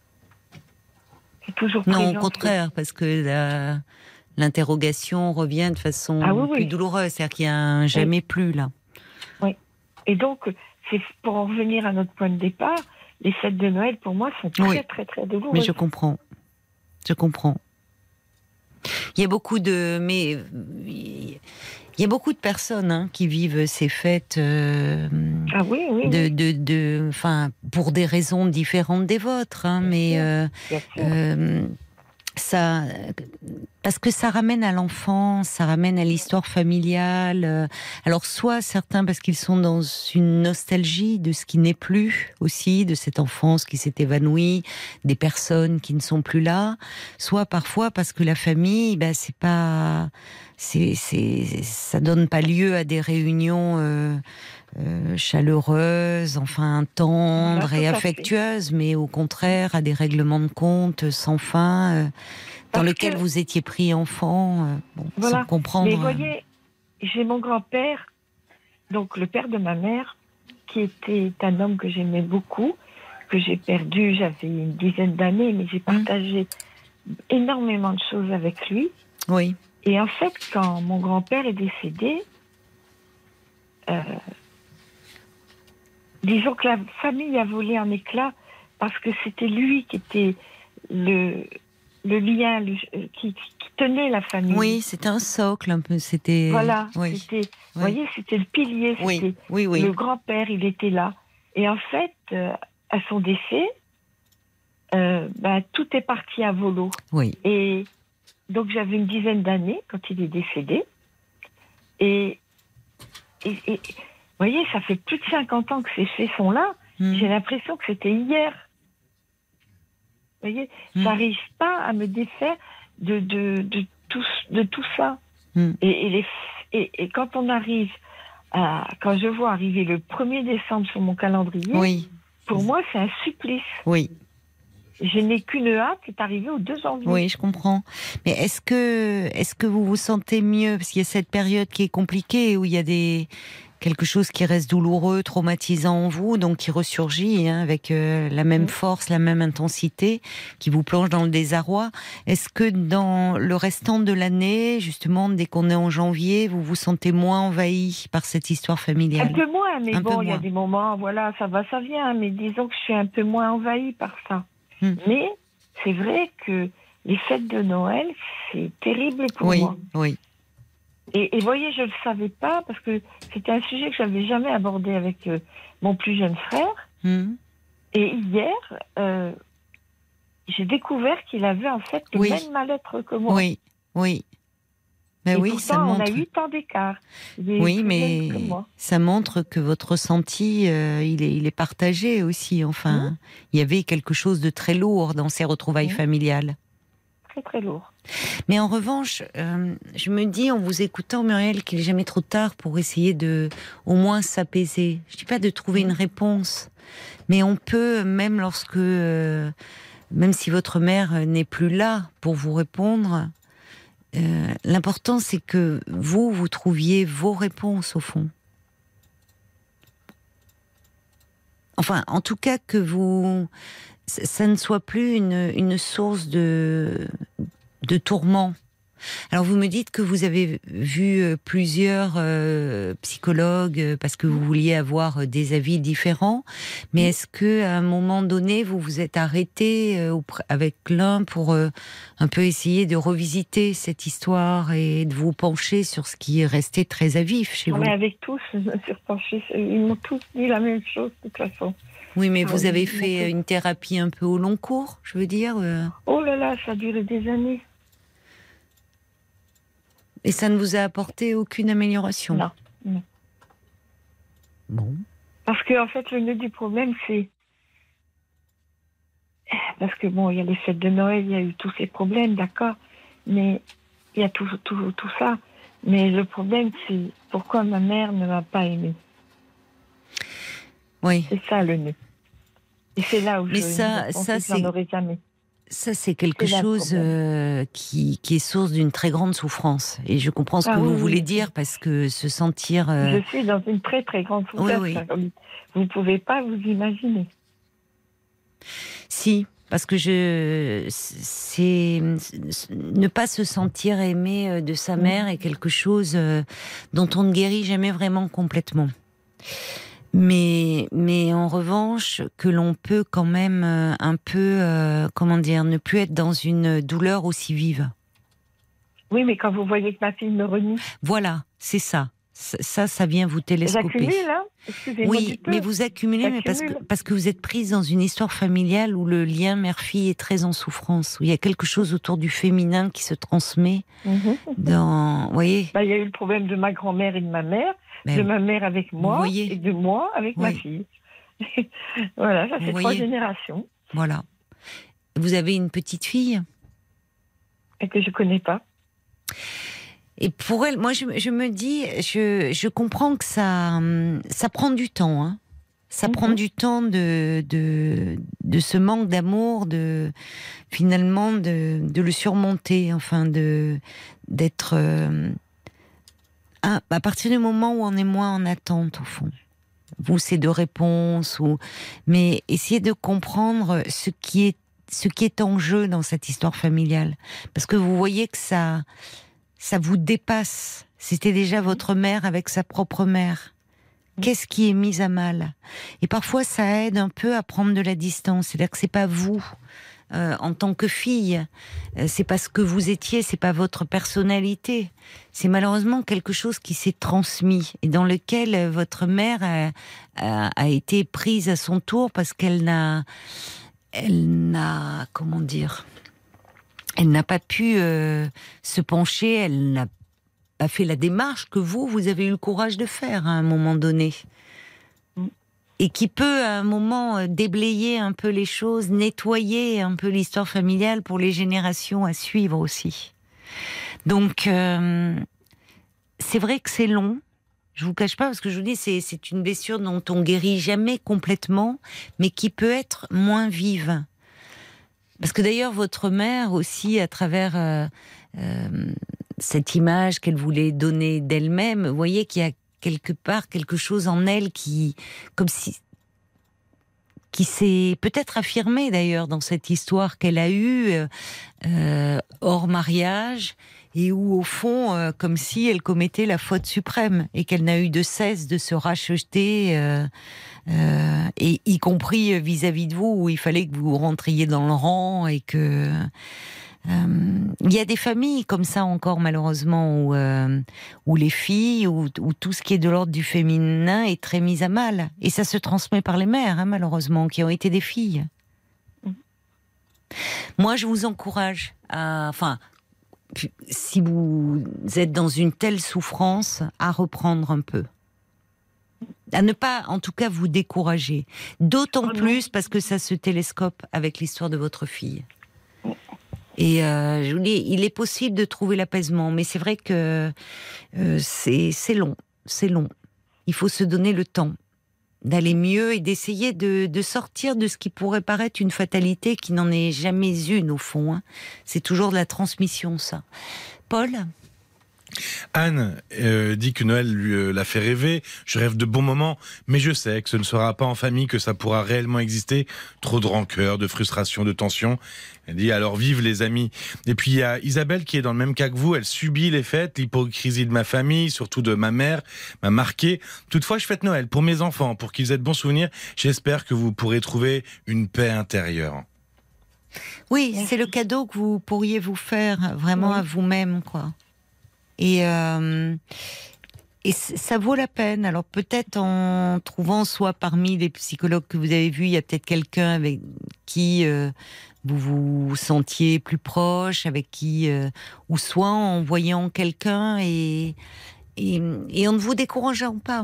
Speaker 7: C'est toujours
Speaker 3: Non,
Speaker 7: présent,
Speaker 3: au contraire, parce que la- l'interrogation revient de façon
Speaker 7: Ah oui,
Speaker 3: plus
Speaker 7: oui.
Speaker 3: douloureuse. C'est-à-dire qu'il y a un jamais plus là.
Speaker 7: c'est- Et donc, c'est pour en revenir à notre point de départ, les fêtes de Noël, pour moi, sont très,
Speaker 3: Oui.
Speaker 7: très, très douloureuses.
Speaker 3: Mais je comprends. Je comprends. Il y a beaucoup de, mais il y a beaucoup de personnes hein, qui vivent ces fêtes euh,
Speaker 7: Ah oui, oui,
Speaker 3: de,
Speaker 7: oui,
Speaker 3: de, de, enfin, pour des raisons différentes des vôtres, hein, mais euh,
Speaker 7: bien sûr.
Speaker 3: euh, ça, parce que ça ramène à l'enfance, ça ramène à l'histoire familiale. euh, Alors soit certains parce qu'ils sont dans une nostalgie de ce qui n'est plus aussi, de cette enfance qui s'est évanouie, des personnes qui ne sont plus là, soit parfois parce que la famille, bah, c'est pas, c'est, c'est, ça donne pas lieu à des réunions euh, euh, chaleureuses, enfin tendres
Speaker 7: Voilà,
Speaker 3: et
Speaker 7: tout à
Speaker 3: affectueuses, mais au contraire à des règlements de compte sans fin, euh, dans
Speaker 7: Parce
Speaker 3: lequel
Speaker 7: que-
Speaker 3: vous étiez pris enfant, euh, bon,
Speaker 7: Voilà.
Speaker 3: sans comprendre.
Speaker 7: Mais voyez, j'ai mon grand-père, donc le père de ma mère, qui était un homme que j'aimais beaucoup, que j'ai perdu, j'avais une dizaine d'années, mais j'ai partagé énormément de choses avec lui.
Speaker 3: Oui,
Speaker 7: Et en fait, quand mon grand-père est décédé, euh, disons que la famille a volé en éclats parce que c'était lui qui était le, le lien le, qui, qui tenait la famille.
Speaker 3: Oui, c'était un socle un peu. C'était.
Speaker 7: Voilà.
Speaker 3: Oui.
Speaker 7: C'était,
Speaker 3: Oui.
Speaker 7: Vous voyez, c'était le pilier. C'était
Speaker 3: Oui, oui, oui.
Speaker 7: Le grand-père, il était là. Et en fait, euh, à son décès, euh, ben, tout est parti à volo.
Speaker 3: Oui.
Speaker 7: Et donc j'avais une dizaine d'années quand il est décédé. Et, et, et vous voyez, ça fait plus de cinquante ans que ces faits sont là.
Speaker 3: Mmh.
Speaker 7: J'ai l'impression que c'était hier. Vous voyez,
Speaker 3: Mmh.
Speaker 7: j'arrive pas à me défaire de, de, de, tout, de tout ça.
Speaker 3: Mmh.
Speaker 7: Et, et, les, et, et quand on arrive à, quand je vois arriver le premier décembre sur mon calendrier,
Speaker 3: Oui.
Speaker 7: pour moi, c'est un supplice.
Speaker 3: Oui.
Speaker 7: Je n'ai qu'une hâte, c'est arrivé au deux janvier.
Speaker 3: Oui, je comprends. Mais est-ce que, est-ce que vous vous sentez mieux? Parce qu'il y a cette période qui est compliquée, où il y a des, quelque chose qui reste douloureux, traumatisant en vous, donc qui ressurgit hein, avec euh, la même force, la même intensité, qui vous plonge dans le désarroi. Est-ce que dans le restant de l'année, justement, dès qu'on est en janvier, vous vous sentez moins envahi par cette histoire familiale?
Speaker 7: Un peu moins, mais
Speaker 3: Un
Speaker 7: bon,
Speaker 3: peu
Speaker 7: il y a
Speaker 3: moins.
Speaker 7: des moments, voilà, ça va, ça vient, mais disons que je suis un peu moins envahie par ça.
Speaker 3: Hmm.
Speaker 7: Mais c'est vrai que les fêtes de Noël, c'est terrible pour
Speaker 3: Oui,
Speaker 7: moi.
Speaker 3: oui.
Speaker 7: Et, et voyez, je ne le savais pas, parce que c'était un sujet que je n'avais jamais abordé avec euh, mon plus jeune frère.
Speaker 3: Hmm.
Speaker 7: Et hier, euh, j'ai découvert qu'il avait en fait le
Speaker 3: Oui.
Speaker 7: même mal-être que moi.
Speaker 3: Oui, oui. Ben
Speaker 7: Et
Speaker 3: oui,
Speaker 7: pourtant,
Speaker 3: ça montre.
Speaker 7: on a huit ans d'écart. Il est
Speaker 3: Oui,
Speaker 7: plus
Speaker 3: mais
Speaker 7: jeune que moi.
Speaker 3: ça montre que votre ressenti, euh, il est, il est partagé aussi. Enfin,
Speaker 7: Mmh.
Speaker 3: il y avait quelque chose de très lourd dans ces retrouvailles
Speaker 7: Mmh.
Speaker 3: familiales.
Speaker 7: Très très lourd.
Speaker 3: Mais en revanche, euh, je me dis en vous écoutant, Muriel, qu'il n'est jamais trop tard pour essayer de, au moins, s'apaiser. Je ne dis pas de trouver une réponse, mais on peut, même lorsque, euh, même si votre mère n'est plus là pour vous répondre, euh, l'important c'est que vous, vous trouviez vos réponses au fond. Enfin, en tout cas que vous, ça ne soit plus une, une source de, de tourment. Alors vous me dites que vous avez vu plusieurs euh, psychologues parce que vous vouliez avoir des avis différents, mais est-ce que à un moment donné vous vous êtes arrêté euh, avec l'un pour euh, un peu essayer de revisiter cette histoire et de vous pencher sur ce qui est resté très à vif chez vous?
Speaker 7: Mais avec tous, je me suis repenchée. Ils m'ont tous dit la même chose de toute façon.
Speaker 3: Oui, mais
Speaker 7: Ah
Speaker 3: vous
Speaker 7: oui,
Speaker 3: avez
Speaker 7: ils
Speaker 3: fait
Speaker 7: m'ont tous-
Speaker 3: une thérapie un peu au long cours, je veux dire, euh,
Speaker 7: Oh là là, ça a duré des années.
Speaker 3: et ça ne vous a apporté aucune amélioration?
Speaker 7: Non, non.
Speaker 3: Bon.
Speaker 7: Parce que en fait, le nœud du problème, c'est parce que bon, il y a les fêtes de Noël, il y a eu tous ces problèmes, d'accord, mais il y a tout, tout, tout ça. Mais le problème, c'est pourquoi ma mère ne m'a pas aimée.
Speaker 3: Oui.
Speaker 7: C'est ça le nœud. Et c'est là où
Speaker 3: Mais
Speaker 7: je
Speaker 3: ça-
Speaker 7: je pense
Speaker 3: ça,
Speaker 7: que
Speaker 3: c'est-
Speaker 7: j'en aurais jamais.
Speaker 3: Ça, c'est quelque
Speaker 7: C'est là le
Speaker 3: chose
Speaker 7: problème.
Speaker 3: euh, qui, qui est source d'une très grande souffrance. Et je comprends ce
Speaker 7: Ah
Speaker 3: que
Speaker 7: oui,
Speaker 3: vous
Speaker 7: oui,
Speaker 3: voulez
Speaker 7: oui.
Speaker 3: dire, parce que se sentir... euh,
Speaker 7: Je suis dans une très très grande souffrance.
Speaker 3: oui.
Speaker 7: Caroline. Vous ne pouvez pas vous imaginer.
Speaker 3: Si, parce que je... c'est ne pas se sentir aimé euh, de sa mère est quelque chose euh, dont on ne guérit jamais vraiment complètement. Mais, mais en revanche, que l'on peut quand même euh, un peu, euh, comment dire, ne plus être dans une douleur aussi vive.
Speaker 7: Oui, mais quand vous voyez que ma fille me renie,
Speaker 3: Voilà, c'est ça. Ça, ça vient vous télescoper.
Speaker 7: j'accumule, hein. Excusez-moi
Speaker 3: Oui,
Speaker 7: du peu.
Speaker 3: mais vous accumulez, mais parce que,
Speaker 7: J'accumule.
Speaker 3: parce que vous êtes prise dans une histoire familiale où le lien mère-fille est très en souffrance, où il y a quelque chose autour du féminin qui se transmet
Speaker 7: Mhm.
Speaker 3: dans... Vous voyez,
Speaker 7: Bah, il y a eu le problème de ma grand-mère et de ma mère,
Speaker 3: ben,
Speaker 7: de ma mère avec moi
Speaker 3: voyez.
Speaker 7: et de moi avec ma
Speaker 3: Oui.
Speaker 7: fille. Voilà, ça
Speaker 3: Vous
Speaker 7: fait trois
Speaker 3: voyez.
Speaker 7: générations
Speaker 3: voilà. Vous avez une petite fille,
Speaker 7: et que je connais pas.
Speaker 3: et pour elle, moi je, je me dis, je, je comprends que ça, hum, ça prend du temps, hein. Ça
Speaker 7: Mhm.
Speaker 3: prend du temps de, de, de ce manque d'amour, de finalement de, de le surmonter, enfin de d'être euh, à, à partir du moment où on est moins en attente au fond. Vous, c'est de réponses, ou mais essayez de comprendre ce qui est ce qui est en jeu dans cette histoire familiale, parce que vous voyez que ça ça vous dépasse. C'était déjà votre mère avec sa propre mère. Qu'est-ce qui est mis à mal? Et parfois, ça aide un peu à prendre de la distance. C'est-à-dire que c'est pas vous, euh, en tant que fille, euh, c'est pas ce que vous étiez, c'est pas votre personnalité. C'est malheureusement quelque chose qui s'est transmis et dans lequel euh, votre mère a, a, a été prise à son tour parce qu'elle n'a, elle n'a, comment dire, elle n'a pas pu euh, se pencher, elle n'a pas fait la démarche que vous, vous avez eu le courage de faire à un moment donné. Et qui peut, à un moment, déblayer un peu les choses, nettoyer un peu l'histoire familiale pour les générations à suivre aussi. Donc, euh, c'est vrai que c'est long. Je vous cache pas, parce que je vous dis, c'est, c'est une blessure dont on guérit jamais complètement, mais qui peut être moins vive. Parce que d'ailleurs, votre mère aussi, à travers euh, euh, cette image qu'elle voulait donner d'elle-même, vous voyez qu'il y a quelque part quelque chose en elle qui, comme si, qui s'est peut-être affirmé d'ailleurs dans cette histoire qu'elle a eue euh, hors mariage et où au fond, euh, comme si elle commettait la faute suprême et qu'elle n'a eu de cesse de se racheter, euh, euh, et y compris vis-à-vis de vous où il fallait que vous rentriez dans le rang et que Euh, il y a des familles comme ça encore malheureusement où, euh, où les filles, où, où tout ce qui est de l'ordre du féminin est très mis à mal. Et ça se transmet par les mères, hein, malheureusement, qui ont été des filles. Mmh. Moi, je vous encourage à... Enfin, si vous êtes dans une telle souffrance, à reprendre un peu. À ne pas, en tout cas, vous décourager. D'autant plus parce que ça se télescope avec l'histoire de votre fille. Et euh, je vous dis, il est possible de trouver l'apaisement, mais c'est vrai que euh, c'est, c'est long, c'est long. Il faut se donner le temps d'aller mieux et d'essayer de, de sortir de ce qui pourrait paraître une fatalité qui n'en est jamais une au fond. Hein. C'est toujours de la transmission, ça. Paul ?
Speaker 5: Anne euh, dit que Noël lui euh, l'a fait rêver. Je rêve de bons moments, mais je sais que ce ne sera pas en famille que ça pourra réellement exister. Trop de rancœur, de frustration, de tension. Elle dit alors vive les amis. Et puis il y a Isabelle qui est dans le même cas que vous. Elle subit les fêtes, l'hypocrisie de ma famille, surtout de ma mère, m'a marqué. Toutefois, je fête Noël pour mes enfants, pour qu'ils aient de bons souvenirs. J'espère que vous pourrez trouver une paix intérieure.
Speaker 3: Oui, c'est le cadeau que vous pourriez vous faire vraiment oui. à vous-même, quoi. Et, euh, et ça vaut la peine. Alors peut-être en trouvant, soit parmi les psychologues que vous avez vus, il y a peut-être quelqu'un avec qui euh, vous vous sentiez plus proche, avec qui, euh, ou soit en voyant quelqu'un et, et, et en ne vous décourageant pas.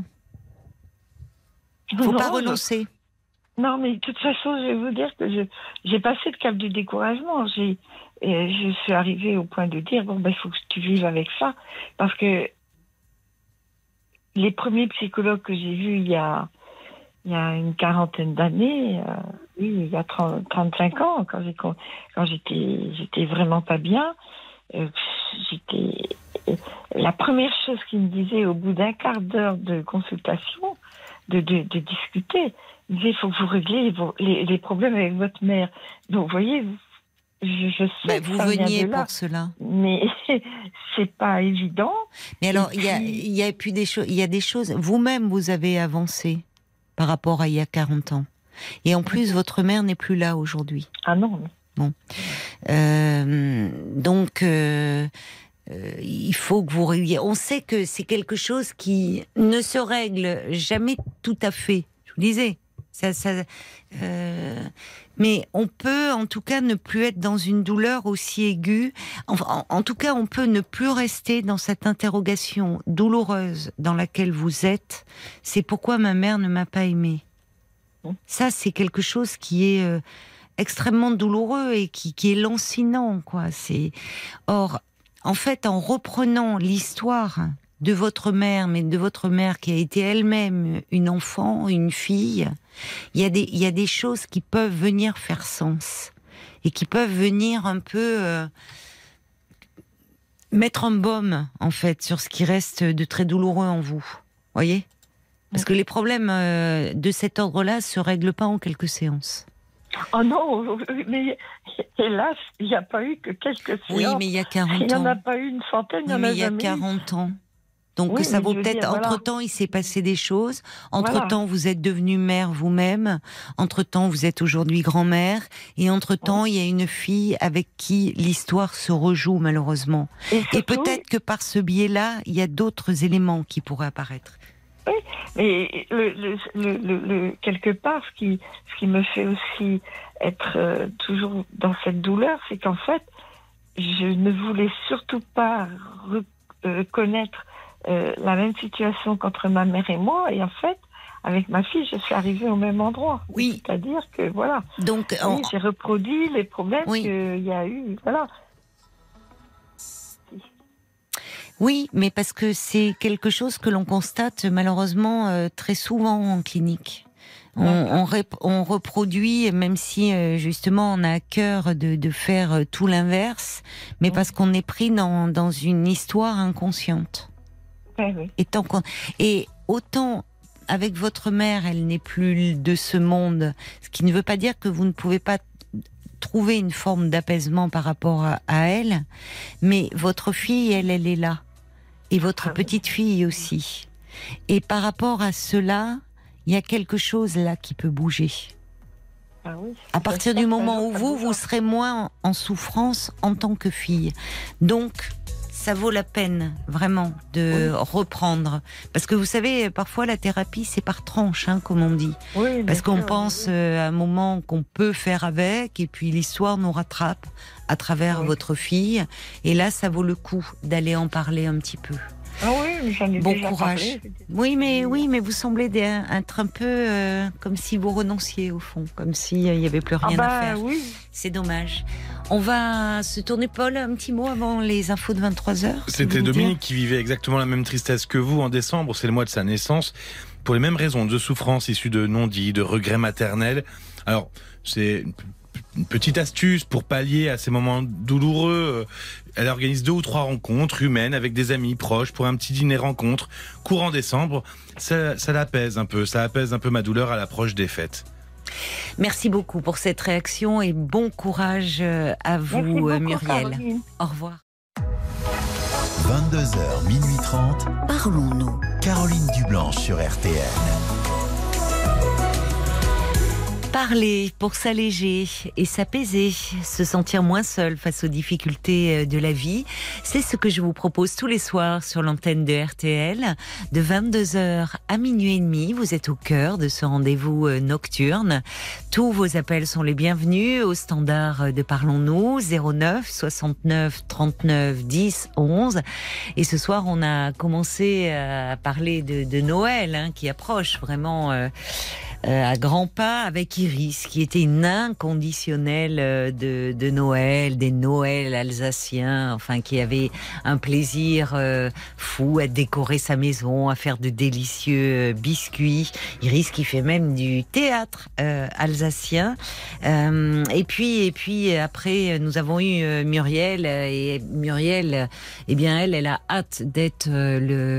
Speaker 3: Il ne faut non, pas renoncer.
Speaker 7: Je... Non, mais de toute façon, je vais vous dire que je, j'ai passé le cap du découragement. J'ai... Et je suis arrivée au point de dire, bon, ben, il faut que tu vives avec ça. Parce que les premiers psychologues que j'ai vus il y a, il y a une quarantaine d'années, euh, oui, il y a trente, trente-cinq ans, quand, j'ai, quand j'étais, j'étais vraiment pas bien, euh, j'étais, la première chose qu'ils me disaient au bout d'un quart d'heure de consultation, de, de, de discuter, ils disaient, il faut que vous régliez les, les problèmes avec votre mère. Donc, vous voyez, vous, Je, je sais
Speaker 3: bah, vous veniez pour cela,
Speaker 7: mais c'est pas évident.
Speaker 3: Mais alors, il puis... y a, il y a plus des choses, il y a des choses. Vous-même, vous avez avancé par rapport à il y a quarante ans, et en plus, votre mère n'est plus là aujourd'hui.
Speaker 7: Ah non.
Speaker 3: Bon, euh, donc euh, euh, il faut que vous régliez. On sait que c'est quelque chose qui ne se règle jamais tout à fait. Je vous disais. Ça, ça, euh, mais on peut en tout cas ne plus être dans une douleur aussi aiguë. En, en, en tout cas, on peut ne plus rester dans cette interrogation douloureuse dans laquelle vous êtes. C'est pourquoi ma mère ne m'a pas aimée. Ça, c'est quelque chose qui est euh, extrêmement douloureux et qui, qui est lancinant, quoi. C'est... Or, en fait, en reprenant l'histoire de votre mère, mais de votre mère qui a été elle-même une enfant, une fille, il y a des, il y a des choses qui peuvent venir faire sens et qui peuvent venir un peu euh, mettre un baume, en fait, sur ce qui reste de très douloureux en vous. Voyez ? Parce que les problèmes euh, de cet ordre-là se règlent pas en quelques séances.
Speaker 7: Oh non, mais hélas, il n'y a pas eu que quelques séances.
Speaker 3: Oui, mais il y a quarante ans.
Speaker 7: Il n'y en a pas eu une centaine, il y en a jamais eu.
Speaker 3: Mais il y a quarante ans. Donc
Speaker 7: Oui,
Speaker 3: ça
Speaker 7: mais
Speaker 3: vaut
Speaker 7: je veux
Speaker 3: peut-être,
Speaker 7: dire, voilà.
Speaker 3: entre-temps, il s'est passé des choses. Entre-temps,
Speaker 7: Voilà.
Speaker 3: vous êtes devenue mère vous-même. Entre-temps, vous êtes aujourd'hui grand-mère. Et entre-temps, il y a une fille avec qui l'histoire se rejoue, malheureusement.
Speaker 7: Et,
Speaker 3: Et
Speaker 7: surtout,
Speaker 3: peut-être que par ce biais-là, il y a d'autres éléments qui pourraient apparaître.
Speaker 7: mais le, le, le, le, le- quelque part, ce qui, ce qui me fait aussi être euh, toujours dans cette douleur, c'est qu'en fait, je ne voulais surtout pas re- euh, connaître euh, la même situation qu'entre ma mère et moi. Et en fait, avec ma fille, je suis arrivée au même endroit.
Speaker 3: Oui.
Speaker 7: C'est-à-dire que, voilà,
Speaker 3: Donc,
Speaker 7: oui,
Speaker 3: en-
Speaker 7: j'ai reproduit les problèmes
Speaker 3: Oui.
Speaker 7: qu'il y a eu. Voilà.
Speaker 3: oui, mais parce que c'est quelque chose que l'on constate malheureusement euh, très souvent en clinique. On, on, rép- on reproduit, même si euh, justement on a à cœur de, de faire euh, tout l'inverse, mais parce qu'on est pris dans, dans une histoire inconsciente.
Speaker 7: Ouais, oui.
Speaker 3: Et, tant qu'on... Et autant avec votre mère, elle n'est plus de ce monde, ce qui ne veut pas dire que vous ne pouvez pas trouver une forme d'apaisement par rapport à, à elle, mais votre fille, elle, elle est là. Et votre petite fille aussi. Et par rapport à cela, il y a quelque chose là qui peut bouger.
Speaker 7: Ah oui.
Speaker 3: À partir du moment où vous, vous serez moins en souffrance en tant que fille. Donc, ça vaut la peine, vraiment, de oui. reprendre. Parce que vous savez, parfois, la thérapie, c'est par tranche, hein, comme on dit.
Speaker 7: Oui,
Speaker 3: Parce qu'on
Speaker 7: sûr,
Speaker 3: pense
Speaker 7: oui.
Speaker 3: euh, à un moment qu'on peut faire avec, et puis l'histoire nous rattrape à travers oui. votre fille. Et là, ça vaut le coup d'aller en parler un petit peu.
Speaker 7: Ah oui, j'en ai
Speaker 3: bon
Speaker 7: déjà
Speaker 3: courage.
Speaker 7: Parlé.
Speaker 3: Oui, mais oui, mais vous semblez être un peu euh, comme si vous renonciez au fond, comme s'il n'y avait plus rien
Speaker 7: ah bah,
Speaker 3: à faire.
Speaker 7: Oui.
Speaker 3: C'est dommage. On va se tourner, Paul, un petit mot avant les infos de vingt-trois heures.
Speaker 5: C'était Dominique qui vivait exactement la même tristesse que vous en décembre. C'est le mois de sa naissance. Pour les mêmes raisons de souffrance issues de non-dits, de regrets maternels. Alors, c'est une petite astuce pour pallier à ces moments douloureux. Elle organise deux ou trois rencontres humaines avec des amis proches pour un petit dîner rencontre courant décembre. Ça, ça l'apaise un peu, ça apaise un peu ma douleur à l'approche des fêtes.
Speaker 3: Merci beaucoup pour cette réaction et bon courage à vous,
Speaker 7: Merci beaucoup,
Speaker 3: Muriel.
Speaker 7: Caroline.
Speaker 3: Au revoir.
Speaker 1: vingt-deux heures, minuit trente.
Speaker 2: Parlons-nous.
Speaker 1: Caroline Dublanche sur R T L.
Speaker 3: Parler pour s'alléger et s'apaiser, se sentir moins seul face aux difficultés de la vie, c'est ce que je vous propose tous les soirs sur l'antenne de R T L. De vingt-deux heures à minuit et demi, vous êtes au cœur de ce rendez-vous nocturne. Tous vos appels sont les bienvenus au standard de Parlons-nous, zéro neuf soixante-neuf trente-neuf dix onze. Et ce soir, on a commencé à parler de, de Noël, hein, qui approche vraiment... Euh, Euh, à grands pas avec Iris, qui était une inconditionnelle de, de Noël, des Noëls alsaciens, enfin qui avait un plaisir euh, fou à décorer sa maison, à faire de délicieux biscuits. Iris qui fait même du théâtre euh, alsacien. Euh, et puis et puis après nous avons eu euh, Muriel et Muriel, eh bien elle, elle a hâte d'être euh,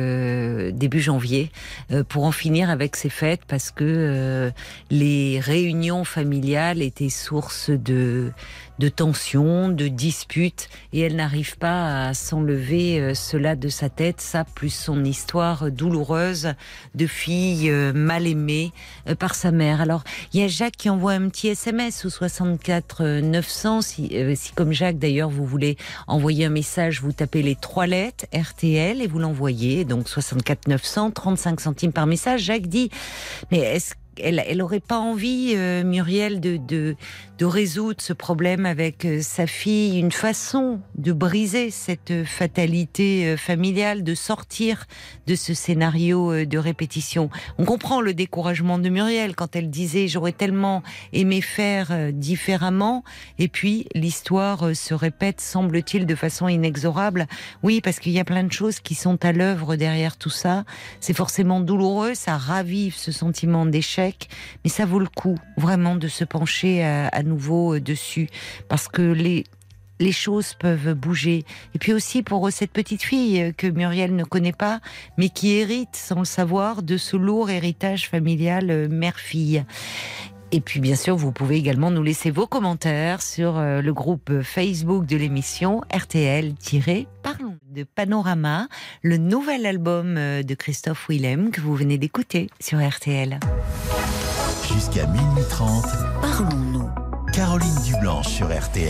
Speaker 3: le début janvier euh, pour en finir avec ces fêtes parce que euh, les réunions familiales étaient source de, de tensions, de disputes, et elle n'arrive pas à s'enlever cela de sa tête, ça plus son histoire douloureuse de fille mal aimée par sa mère. Alors, il y a Jacques qui envoie un petit S M S au soixante-quatre neuf cents, si, si comme Jacques d'ailleurs vous voulez envoyer un message, vous tapez les trois lettres R T L et vous l'envoyez, donc soixante-quatre neuf cents, trente-cinq centimes par message. Jacques dit, mais est-ce Elle, elle aurait pas envie, euh, Muriel, de, de, de résoudre ce problème avec euh, sa fille, une façon de briser cette fatalité euh, familiale, de sortir de ce scénario euh, de répétition. On comprend le découragement de Muriel quand elle disait « j'aurais tellement aimé faire euh, différemment » et puis l'histoire euh, se répète, semble-t-il, de façon inexorable. Oui, parce qu'il y a plein de choses qui sont à l'œuvre derrière tout ça. C'est forcément douloureux, ça ravive ce sentiment d'échec. Mais ça vaut le coup, vraiment, de se pencher à, à nouveau dessus. Parce que les, les choses peuvent bouger. Et puis aussi pour cette petite fille que Muriel ne connaît pas, mais qui hérite, sans le savoir, de ce lourd héritage familial mère-fille. Et puis bien sûr, vous pouvez également nous laisser vos commentaires sur euh, le groupe Facebook de l'émission R T L-Parlons de Panorama, le nouvel album euh, de Christophe Willem que vous venez d'écouter sur R T L.
Speaker 1: Jusqu'à minuit trente,
Speaker 2: Parlons-nous.
Speaker 1: Caroline Dublanche sur R T L.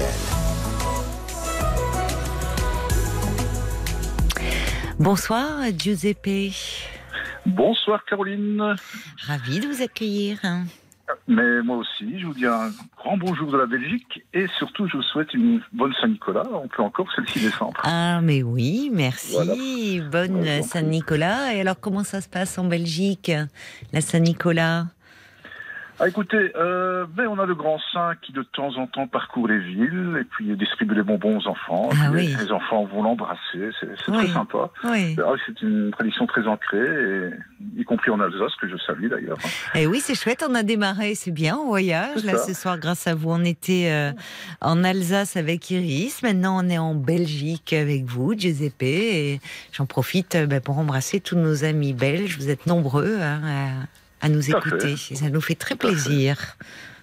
Speaker 3: Bonsoir Giuseppe.
Speaker 8: Bonsoir Caroline.
Speaker 3: Ravi de vous accueillir.
Speaker 8: Mais moi aussi, je vous dis un grand bonjour de la Belgique et surtout je vous souhaite une bonne Saint-Nicolas. On peut encore, c'est le six décembre.
Speaker 3: Ah mais oui, merci.
Speaker 8: Voilà.
Speaker 3: Bonne
Speaker 8: Ouais,
Speaker 3: Saint-Nicolas. Et alors comment ça se passe en Belgique, la Saint-Nicolas?
Speaker 8: Ah, écoutez, euh, ben, on a le grand saint qui de temps en temps parcourt les villes et puis distribue des bonbons aux enfants.
Speaker 3: Ah,
Speaker 8: les,
Speaker 3: oui.
Speaker 8: les enfants vont l'embrasser, c'est, c'est
Speaker 3: Oui.
Speaker 8: très sympa.
Speaker 3: Oui.
Speaker 8: Ah, c'est une tradition très ancrée, et, y compris en Alsace, que je salue d'ailleurs.
Speaker 3: Et oui, c'est chouette, on a démarré, c'est bien, en voyage.
Speaker 8: C'est
Speaker 3: Là,
Speaker 8: ça.
Speaker 3: ce soir, grâce à vous, on était euh, en Alsace avec Iris. Maintenant, on est en Belgique avec vous, Giuseppe. Et j'en profite euh, bah, pour embrasser tous nos amis belges. Vous êtes nombreux hein, à, à nous
Speaker 8: Tout à
Speaker 3: écouter.
Speaker 8: fait.
Speaker 3: Et ça nous fait très
Speaker 8: Tout à fait.
Speaker 3: plaisir.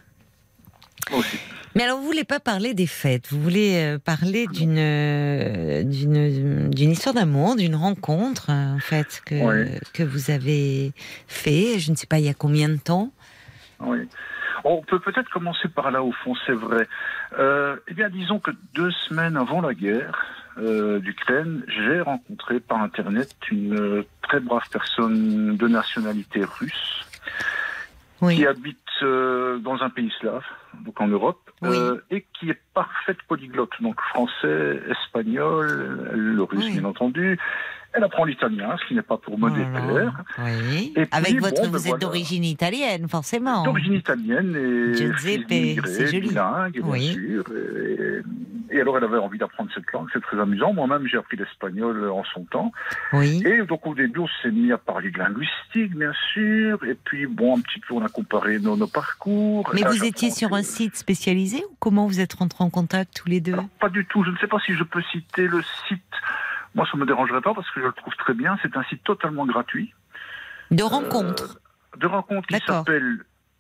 Speaker 8: Moi aussi.
Speaker 3: Mais alors, vous voulez pas parler des fêtes, vous voulez euh, parler d'une, euh, d'une d'une histoire d'amour, d'une rencontre, euh, en fait, que,
Speaker 8: Oui.
Speaker 3: que vous avez fait, je ne sais pas, il y a combien de temps?
Speaker 8: Oui. On peut peut-être commencer par là, au fond, c'est vrai. Euh, eh bien, disons que deux semaines avant la guerre euh, d'Ukraine, j'ai rencontré par Internet une euh, très brave personne de nationalité russe
Speaker 3: Oui.
Speaker 8: qui habite euh, dans un pays slave, donc en Europe,
Speaker 3: Oui.
Speaker 8: euh, et qui est parfaite polyglotte, donc français, espagnol, le russe,
Speaker 3: Oui.
Speaker 8: bien entendu. Elle apprend l'italien, ce qui n'est pas pour me déplaire.
Speaker 3: Oui.
Speaker 8: Et puis,
Speaker 3: Avec votre,
Speaker 8: bon, ben
Speaker 3: vous êtes
Speaker 8: voilà.
Speaker 3: d'origine italienne, forcément.
Speaker 8: D'origine italienne et
Speaker 3: Giuseppe,
Speaker 8: fils d'immigrés,
Speaker 3: c'est joli.
Speaker 8: bilingue, bien
Speaker 3: Oui.
Speaker 8: sûr. Et, et alors, elle avait envie d'apprendre cette langue, c'est très amusant. Moi-même, j'ai appris l'espagnol en son temps.
Speaker 3: Oui.
Speaker 8: Et donc, au début, on s'est mis à parler de linguistique, bien sûr. Et puis, bon, un petit peu, on a comparé nos, nos parcours.
Speaker 3: Mais
Speaker 8: Là,
Speaker 3: vous étiez
Speaker 8: j'apprends
Speaker 3: sur
Speaker 8: que-
Speaker 3: un site spécialisé ou comment vous êtes rentrés en contact tous les deux?
Speaker 8: Alors, pas du tout. Je ne sais pas si je peux citer le site. Moi, ça ne me dérangerait pas parce que je le trouve très bien. C'est un site totalement gratuit.
Speaker 3: De rencontres.
Speaker 8: De rencontre qui
Speaker 3: D'accord.
Speaker 8: s'appelle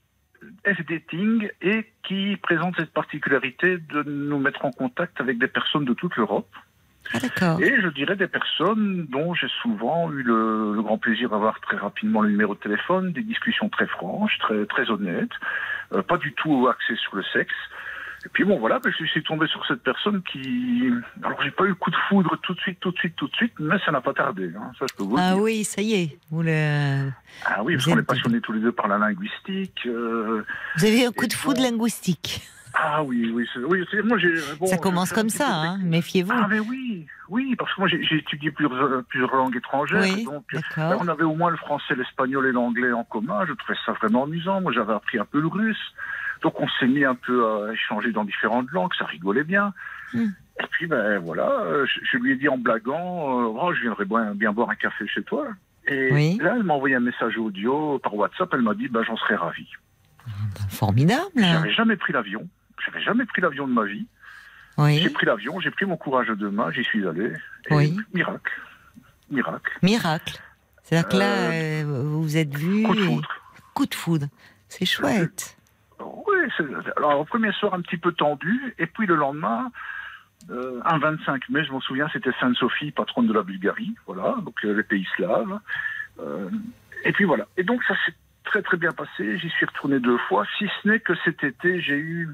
Speaker 8: F-Dating et qui présente cette particularité de nous mettre en contact avec des personnes de toute l'Europe.
Speaker 3: Ah d'accord.
Speaker 8: Et je dirais des personnes dont j'ai souvent eu le, le grand plaisir d'avoir très rapidement le numéro de téléphone, des discussions très franches, très, très honnêtes, euh, pas du tout axées sur le sexe. Et puis bon voilà, ben, je suis tombé sur cette personne qui... Alors j'ai pas eu le coup de foudre tout de suite, tout de suite, tout de suite, mais ça n'a pas tardé, hein, ça je peux vous le
Speaker 3: Ah
Speaker 8: dire.
Speaker 3: oui, ça y est. Vous, le...
Speaker 8: Ah oui, parce
Speaker 3: Vous
Speaker 8: qu'on
Speaker 3: êtes-
Speaker 8: est passionnés tous les deux par la linguistique. euh,
Speaker 3: vous avez eu un coup
Speaker 8: Et
Speaker 3: de foudre
Speaker 8: bon.
Speaker 3: linguistique.
Speaker 8: Ah oui, oui, c'est- oui c'est- moi j'ai... bon,
Speaker 3: Ça
Speaker 8: je
Speaker 3: commence
Speaker 8: fais un
Speaker 3: comme
Speaker 8: petit
Speaker 3: ça,
Speaker 8: peu de-
Speaker 3: hein, méfiez-vous.
Speaker 8: Ah mais oui, oui, parce que moi j'ai j'ai étudié plusieurs, plusieurs langues étrangères,
Speaker 3: Oui,
Speaker 8: donc ben,
Speaker 3: d'accord.
Speaker 8: on avait au moins le français, l'espagnol et l'anglais en commun, je trouvais ça vraiment amusant, moi j'avais appris un peu le russe, donc on s'est mis un peu à échanger dans différentes langues, ça rigolait bien.
Speaker 3: Hmm.
Speaker 8: Et puis ben voilà, euh, je, je lui ai dit en blaguant, euh, oh, je viendrais bien, bien boire un café chez toi. Et
Speaker 3: Oui.
Speaker 8: là elle m'a envoyé un message audio par WhatsApp, elle m'a dit ben, j'en serais ravi.
Speaker 3: Formidable.
Speaker 8: J'avais jamais pris l'avion, j'avais jamais pris l'avion de ma vie. J'ai
Speaker 3: Oui.
Speaker 8: pris l'avion, j'ai pris mon courage à deux mains, j'y suis allé. Et
Speaker 3: Oui.
Speaker 8: miracle. Miracle.
Speaker 3: Miracle. C'est-à-dire que là,
Speaker 8: Euh,
Speaker 3: euh, vous vous êtes vus.
Speaker 8: Coup de
Speaker 3: et-
Speaker 8: foudre.
Speaker 3: Coup de foudre. C'est chouette.
Speaker 8: Oui, c'est- alors au premier soir un petit peu tendu, et puis le lendemain, euh, un vingt-cinq mai, je m'en souviens, c'était Sainte-Sophie, patronne de la Bulgarie, voilà, donc euh, les pays slaves. Euh, et puis voilà. Et donc ça s'est très très bien passé, j'y suis retourné deux fois, si ce n'est que cet été, j'ai eu,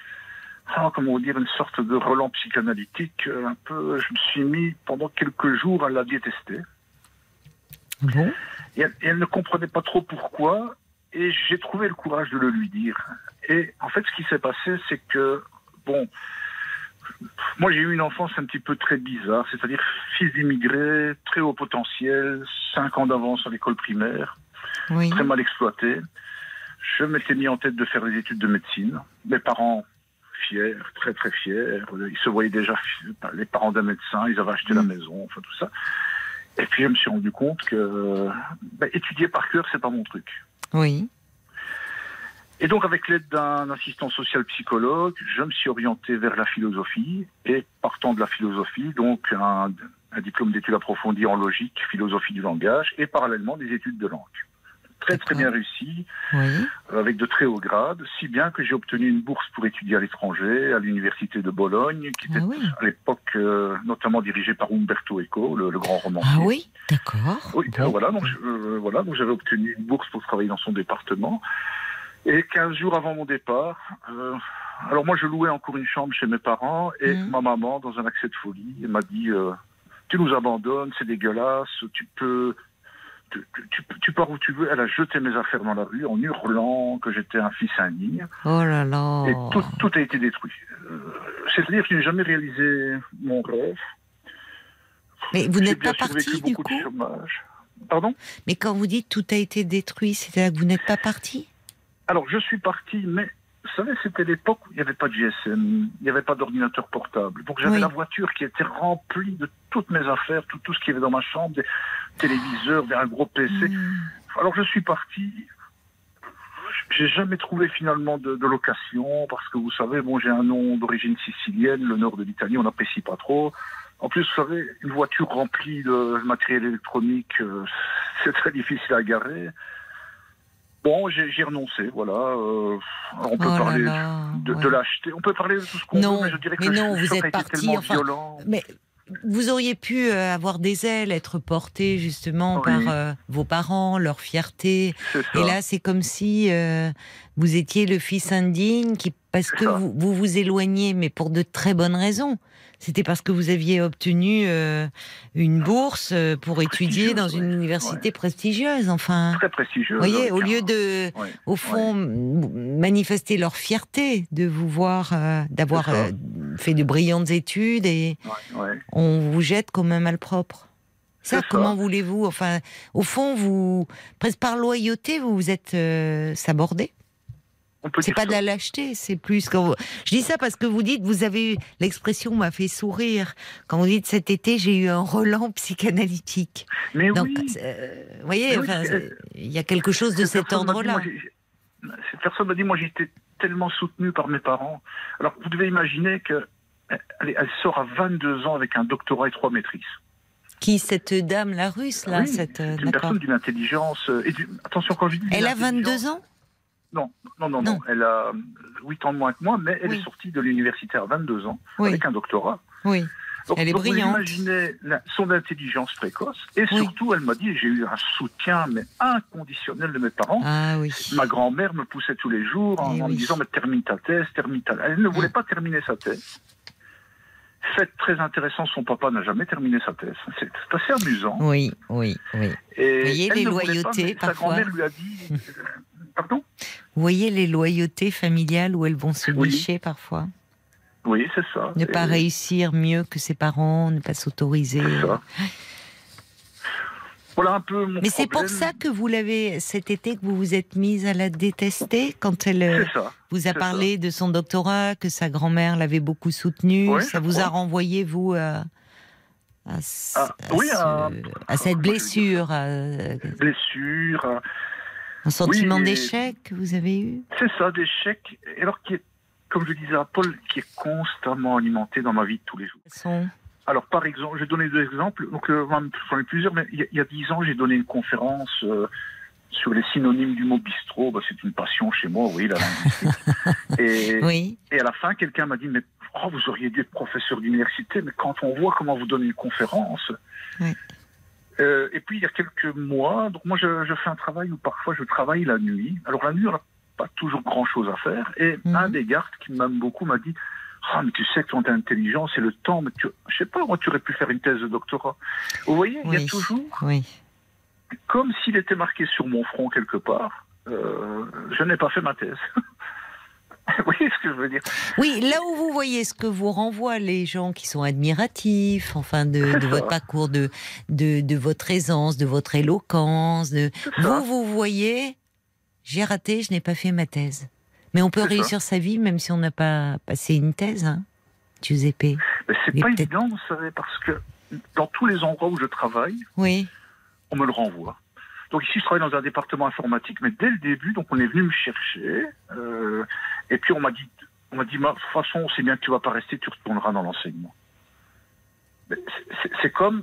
Speaker 8: ah, comment dire, une sorte de relent psychanalytique, euh, un peu, je me suis mis pendant quelques jours à la détester.
Speaker 3: Bon.
Speaker 8: Et elle, et elle ne comprenait pas trop pourquoi, et j'ai trouvé le courage de le lui dire. Et en fait, ce qui s'est passé, c'est que, bon, moi j'ai eu une enfance un petit peu très bizarre, c'est-à-dire fils d'immigrés, très haut potentiel, cinq ans d'avance à l'école primaire,
Speaker 3: Oui.
Speaker 8: très mal exploité. Je m'étais mis en tête de faire des études de médecine. Mes parents, fiers, très très fiers, ils se voyaient déjà, les parents d'un médecin, ils avaient acheté la
Speaker 3: Mm.
Speaker 8: maison, enfin tout ça. Et puis je me suis rendu compte que ben, étudier par cœur, c'est pas mon truc.
Speaker 3: Oui.
Speaker 8: Et donc avec l'aide d'un assistant social psychologue, je me suis orienté vers la philosophie, et partant de la philosophie, donc un, un diplôme d'études approfondies en logique, philosophie du langage, et parallèlement des études de langue. très très
Speaker 3: D'accord.
Speaker 8: bien réussi,
Speaker 3: Oui.
Speaker 8: avec de très hauts grades, si bien que j'ai obtenu une bourse pour étudier à l'étranger, à l'université de Bologne, qui était
Speaker 3: Ah oui.
Speaker 8: à l'époque euh, notamment dirigée par Umberto Eco, le, le grand romancier.
Speaker 3: Ah oui, d'accord.
Speaker 8: Oui,
Speaker 3: Bon.
Speaker 8: voilà, donc, je- euh, voilà, donc j'avais obtenu une bourse pour travailler dans son département. Et quinze jours avant mon départ, euh, alors moi je louais encore une chambre chez mes parents, et
Speaker 3: Mhm.
Speaker 8: ma maman, dans un accès de folie, elle m'a dit euh, tu nous abandonnes, c'est dégueulasse, tu peux, tu, tu- tu peux- tu pars où tu veux. Elle a jeté mes affaires dans la rue en hurlant que j'étais un fils indigne,
Speaker 3: Oh là là.
Speaker 8: et tout, tout a été détruit. Euh, C'est-à-dire que je n'ai jamais réalisé mon rêve.
Speaker 3: Mais vous
Speaker 8: J'ai
Speaker 3: n'êtes
Speaker 8: bien
Speaker 3: pas
Speaker 8: sûr vécu
Speaker 3: parti du
Speaker 8: beaucoup de
Speaker 3: coup.
Speaker 8: chômage. Pardon?
Speaker 3: Mais quand vous dites tout a été détruit, c'est-à-dire que vous n'êtes pas parti?
Speaker 8: Alors, je suis parti, mais vous savez, c'était l'époque où il n'y avait pas de G S M, il n'y avait pas d'ordinateur portable. Donc, j'avais
Speaker 3: Oui.
Speaker 8: la voiture qui était remplie de toutes mes affaires, tout, tout ce qu'il y avait dans ma chambre, des téléviseurs, des- un gros P C.
Speaker 3: Hmm.
Speaker 8: Alors, je suis parti. J'ai jamais trouvé finalement de, de location, parce que vous savez, bon, j'ai un nom d'origine sicilienne, le nord de l'Italie, on n'apprécie pas trop. En plus, vous savez, une voiture remplie de matériel électronique, euh, c'est très difficile à garer. Bon, j'ai j'ai renoncé, voilà. Euh, alors on peut
Speaker 3: Oh là
Speaker 8: parler
Speaker 3: là,
Speaker 8: de,
Speaker 3: ouais.
Speaker 8: de l'acheter, on peut parler de tout ce qu'on
Speaker 3: Non,
Speaker 8: veut, mais je dirais que
Speaker 3: mais
Speaker 8: le,
Speaker 3: non,
Speaker 8: le
Speaker 3: vous
Speaker 8: choc
Speaker 3: êtes
Speaker 8: a été
Speaker 3: parti,
Speaker 8: tellement
Speaker 3: enfin,
Speaker 8: violent.
Speaker 3: Mais vous auriez pu euh, avoir des ailes, être porté justement
Speaker 8: Oui.
Speaker 3: par euh, vos parents, leur fierté.
Speaker 8: C'est ça.
Speaker 3: Et là, c'est comme si euh, vous étiez le fils indigne, qui, parce
Speaker 8: C'est
Speaker 3: que
Speaker 8: ça.
Speaker 3: vous, vous vous éloignez, mais pour de très bonnes raisons. C'était parce que vous aviez obtenu euh, une bourse euh, pour étudier dans une
Speaker 8: ouais.
Speaker 3: université prestigieuse. Enfin,
Speaker 8: Très prestigieux.
Speaker 3: vous voyez,
Speaker 8: avec
Speaker 3: au
Speaker 8: un-
Speaker 3: lieu de,
Speaker 8: Ouais,
Speaker 3: au fond, m- manifester leur fierté de vous voir, euh, d'avoir
Speaker 8: C'est ça.
Speaker 3: euh, fait de brillantes études, et
Speaker 8: ouais, ouais.
Speaker 3: on vous jette comme un malpropre. Ça,
Speaker 8: C'est ça.
Speaker 3: comment voulez-vous? Enfin, au fond, vous, presque par loyauté, vous vous êtes euh, sabordé.
Speaker 8: On peut
Speaker 3: C'est
Speaker 8: dire
Speaker 3: pas de
Speaker 8: ça.
Speaker 3: la lâcheté, c'est plus quand vous... Je dis ça parce que vous dites, vous avez eu, l'expression m'a fait sourire. Quand vous dites cet été, j'ai eu un relent psychanalytique.
Speaker 8: Mais
Speaker 3: Donc,
Speaker 8: oui.
Speaker 3: euh, vous voyez,
Speaker 8: Mais oui,
Speaker 3: enfin,
Speaker 8: c'est-
Speaker 3: c'est- il y a quelque chose de
Speaker 8: Cette
Speaker 3: cet
Speaker 8: personne m'a dit,
Speaker 3: ordre-là.
Speaker 8: moi, j'ai- j'ai- Cette personne m'a dit, moi j'étais tellement soutenu par mes parents. Alors vous devez imaginer que elle, elle sort à vingt-deux ans avec un doctorat et trois maîtrises.
Speaker 3: Qui, cette dame, la russe, là,
Speaker 8: Oui,
Speaker 3: cette,
Speaker 8: c'est
Speaker 3: euh,
Speaker 8: une
Speaker 3: d'accord.
Speaker 8: personne d'une intelligence. euh, Et du- attention, quand je dis
Speaker 3: Elle
Speaker 8: d'une
Speaker 3: a vingt-deux
Speaker 8: intelligence-
Speaker 3: ans?
Speaker 8: Non, non, non,
Speaker 3: Non.
Speaker 8: non. Elle a huit ans de moins que moi, mais elle
Speaker 3: Oui.
Speaker 8: est sortie de l'université à vingt-deux ans
Speaker 3: Oui.
Speaker 8: avec un doctorat.
Speaker 3: Oui.
Speaker 8: Donc,
Speaker 3: Elle est
Speaker 8: donc vous
Speaker 3: brillante.
Speaker 8: imaginez la- son intelligence précoce. Et
Speaker 3: Oui.
Speaker 8: surtout, elle m'a dit, j'ai eu un soutien mais inconditionnel de mes parents.
Speaker 3: Ah oui.
Speaker 8: Ma grand-mère me poussait tous les jours en,
Speaker 3: Eh
Speaker 8: en me
Speaker 3: oui.
Speaker 8: disant, mais termine ta thèse, termine ta... Elle ne voulait
Speaker 3: Mm.
Speaker 8: pas terminer sa thèse. Fait très intéressant, son papa n'a jamais terminé sa thèse. C'est c'est assez amusant.
Speaker 3: Oui, oui, oui.
Speaker 8: Et
Speaker 3: Vous voyez
Speaker 8: elle
Speaker 3: les
Speaker 8: ne voulait pas,
Speaker 3: loyautés,
Speaker 8: mais sa
Speaker 3: parfois.
Speaker 8: grand-mère lui a dit... euh, Pardon?
Speaker 3: Vous voyez les loyautés familiales où elles vont se
Speaker 8: Oui.
Speaker 3: nicher parfois.
Speaker 8: Oui, c'est ça.
Speaker 3: Ne pas
Speaker 8: Et-
Speaker 3: réussir mieux que ses parents, ne pas s'autoriser.
Speaker 8: C'est ça. Voilà un peu mon
Speaker 3: Mais c'est pour
Speaker 8: problème.
Speaker 3: ça que vous l'avez, cet été, que vous vous êtes mise à la détester quand elle euh,
Speaker 8: C'est ça.
Speaker 3: vous a
Speaker 8: c'est
Speaker 3: parlé de son doctorat, que sa grand-mère l'avait beaucoup soutenu.
Speaker 8: Ouais,
Speaker 3: ça
Speaker 8: je
Speaker 3: vous a
Speaker 8: crois.
Speaker 3: renvoyé, vous, à, à, ce-
Speaker 8: Ah,
Speaker 3: à
Speaker 8: oui,
Speaker 3: ce-
Speaker 8: à-
Speaker 3: à cette
Speaker 8: comment je vais dire
Speaker 3: blessure, à, un
Speaker 8: Blessure. euh,
Speaker 3: sentiment
Speaker 8: et-
Speaker 3: d'échec que vous avez eu.
Speaker 8: C'est ça, d'échec. Et alors, qui est, comme je disais à Paul, qui est constamment alimenté dans ma vie de tous les jours.
Speaker 3: Son...
Speaker 8: Alors, par exemple, je vais donner deux exemples. Donc, euh, j'en ai plusieurs, mais il y a- il y a dix ans, j'ai donné une conférence euh, sur les synonymes du mot bistrot. Bah, c'est une passion chez moi, oui, la linguistique. et,
Speaker 3: Oui,
Speaker 8: et à la fin, quelqu'un m'a dit, mais oh, vous auriez dû être professeur d'université, mais quand on voit comment vous donnez une conférence...
Speaker 3: Oui.
Speaker 8: Euh, et puis, il y a quelques mois, donc moi, je, je fais un travail où parfois je travaille la nuit. Alors, la nuit, on n'a pas toujours grand-chose à faire. Et
Speaker 3: Mhm.
Speaker 8: un des gardes qui m'aime beaucoup m'a dit, ah, mais tu sais que ton intelligence et le temps, mais tu, je sais pas, moi, tu aurais pu faire une thèse de doctorat. Vous voyez, il y
Speaker 3: Oui.
Speaker 8: a toujours,
Speaker 3: oui.
Speaker 8: comme s'il était marqué sur mon front quelque part, euh, je n'ai pas fait ma thèse. Vous voyez ce que je veux dire?
Speaker 3: Oui, là où vous voyez ce que vous renvoient les gens qui sont admiratifs, enfin de,
Speaker 8: C'est
Speaker 3: de
Speaker 8: ça.
Speaker 3: votre parcours, de, de, de votre aisance, de votre éloquence, de
Speaker 8: C'est ça.
Speaker 3: vous, vous voyez, j'ai raté, je n'ai pas fait ma thèse. Mais on peut
Speaker 8: C'est ça.
Speaker 3: réussir sa vie même si on n'a pas passé une thèse, hein, Giuseppe.
Speaker 8: Mais c'est
Speaker 3: Et
Speaker 8: pas
Speaker 3: peut-être-
Speaker 8: évident, vous savez, parce que dans tous les endroits où je travaille,
Speaker 3: Oui,
Speaker 8: on me le renvoie. Donc ici, je travaille dans un département informatique, mais dès le début, donc on est venu me chercher, euh, et puis on m'a dit, on m'a dit, de toute façon, c'est bien que tu vas pas rester, tu retourneras dans l'enseignement. Mais c'est- c'est- C'est comme,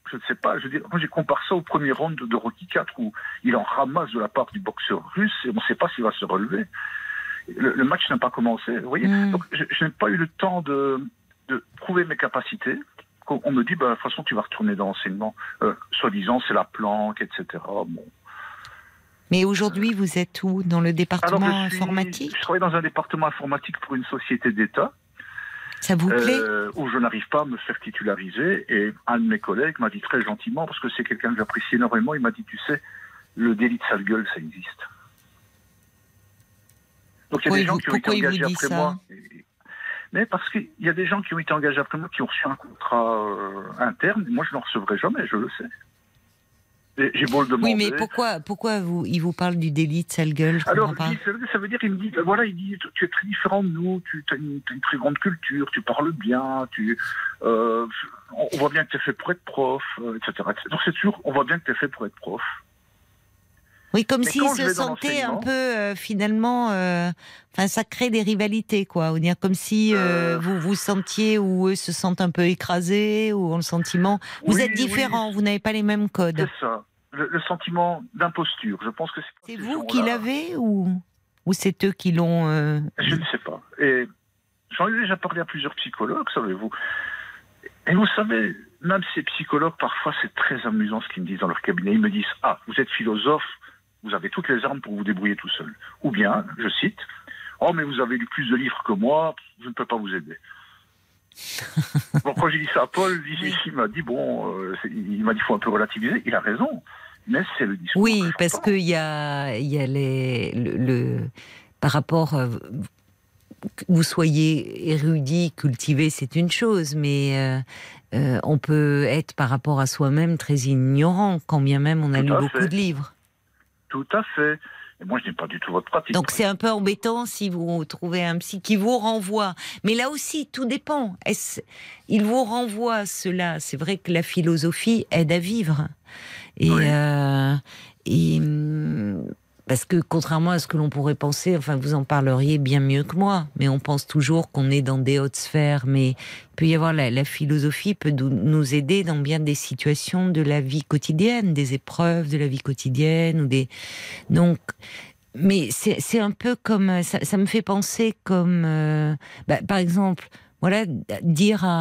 Speaker 8: Je ne sais pas. Je veux dire, moi, j'ai comparé ça au premier round de, de Rocky quatre où il en ramasse de la part du boxeur russe et on ne sait pas s'il va se relever. Le, le match n'a pas commencé. Vous voyez. Mm. Donc, je, je n'ai pas eu le temps de, de prouver mes capacités. On, on me dit, bah, de toute façon, tu vas retourner dans l'enseignement. Euh, soi-disant, c'est la planque, et cetera. Bon.
Speaker 3: Mais aujourd'hui, vous êtes où? Dans le département
Speaker 8: Alors, je suis,
Speaker 3: informatique?
Speaker 8: Je travaille dans un département informatique pour une société d'État.
Speaker 3: Ça vous plaît?
Speaker 8: euh, Où je n'arrive pas à me faire titulariser. Et un de mes collègues m'a dit très gentiment, parce que c'est quelqu'un que j'apprécie énormément, il m'a dit, tu sais, le délit de sale gueule, ça existe. Donc il y a des gens qui ont été engagés après moi. Mais parce qu'il y a des gens qui ont été engagés après moi, qui ont reçu un contrat euh, interne. Moi, je n'en recevrai jamais, je le sais. Et j'ai beau le demander.
Speaker 3: Oui, mais pourquoi, pourquoi vous, il vous parle du délit de sale gueule?
Speaker 8: Alors, il dit, ça veut dire, il me dit, voilà, il dit, tu es très différent de nous, tu as une, une très grande culture, tu parles bien, tu, euh, on voit bien que tu es fait pour être prof, euh, et cetera, et cetera. Donc c'est sûr, on voit bien que tu es fait pour être prof.
Speaker 3: Oui, comme s'il se sentait un peu, euh, finalement, euh, enfin, ça crée des rivalités, quoi. Ou dire comme si euh, euh... vous vous sentiez ou eux se sentent un peu écrasés, ou ont le sentiment. Vous
Speaker 8: oui,
Speaker 3: êtes différents,
Speaker 8: oui.
Speaker 3: Vous n'avez pas les mêmes codes.
Speaker 8: C'est ça. Le, le sentiment d'imposture, je pense que c'est.
Speaker 3: C'est vous qui l'avez ou ou c'est eux qui l'ont euh...
Speaker 8: Je ne sais pas. Et j'en ai déjà parlé à plusieurs psychologues, savez-vous. Et vous savez, même ces psychologues, parfois, c'est très amusant ce qu'ils me disent dans leur cabinet. Ils me disent, ah, vous êtes philosophe. Vous avez toutes les armes pour vous débrouiller tout seul. Ou bien, je cite, « Oh, mais vous avez lu plus de livres que moi, je ne peux pas vous aider. » Bon, quand j'ai dit ça à Paul, il, il m'a dit, bon, euh, il m'a dit, il faut un peu relativiser. Il a raison, mais c'est le discours.
Speaker 3: Oui, parce qu'il y a, y a les, le, le, par rapport, euh, que vous soyez érudit, cultivé, c'est une chose, mais euh, euh, on peut être par rapport à soi-même très ignorant, quand bien même on a lu beaucoup de livres.
Speaker 8: Tout à fait. Et moi, je n'ai pas du tout votre pratique.
Speaker 3: Donc, c'est un peu embêtant si vous trouvez un psy qui vous renvoie. Mais là aussi, tout dépend. Est-ce... Il vous renvoie cela. C'est vrai que la philosophie aide à vivre. Et, oui. euh, et parce que, contrairement à ce que l'on pourrait penser, enfin, vous en parleriez bien mieux que moi, mais on pense toujours qu'on est dans des hautes sphères. Mais il peut y avoir la, la philosophie peut nous aider dans bien des situations de la vie quotidienne, des épreuves de la vie quotidienne ou des. Donc, mais c'est, c'est un peu comme ça, ça me fait penser comme, euh, bah, par exemple. Voilà, dire à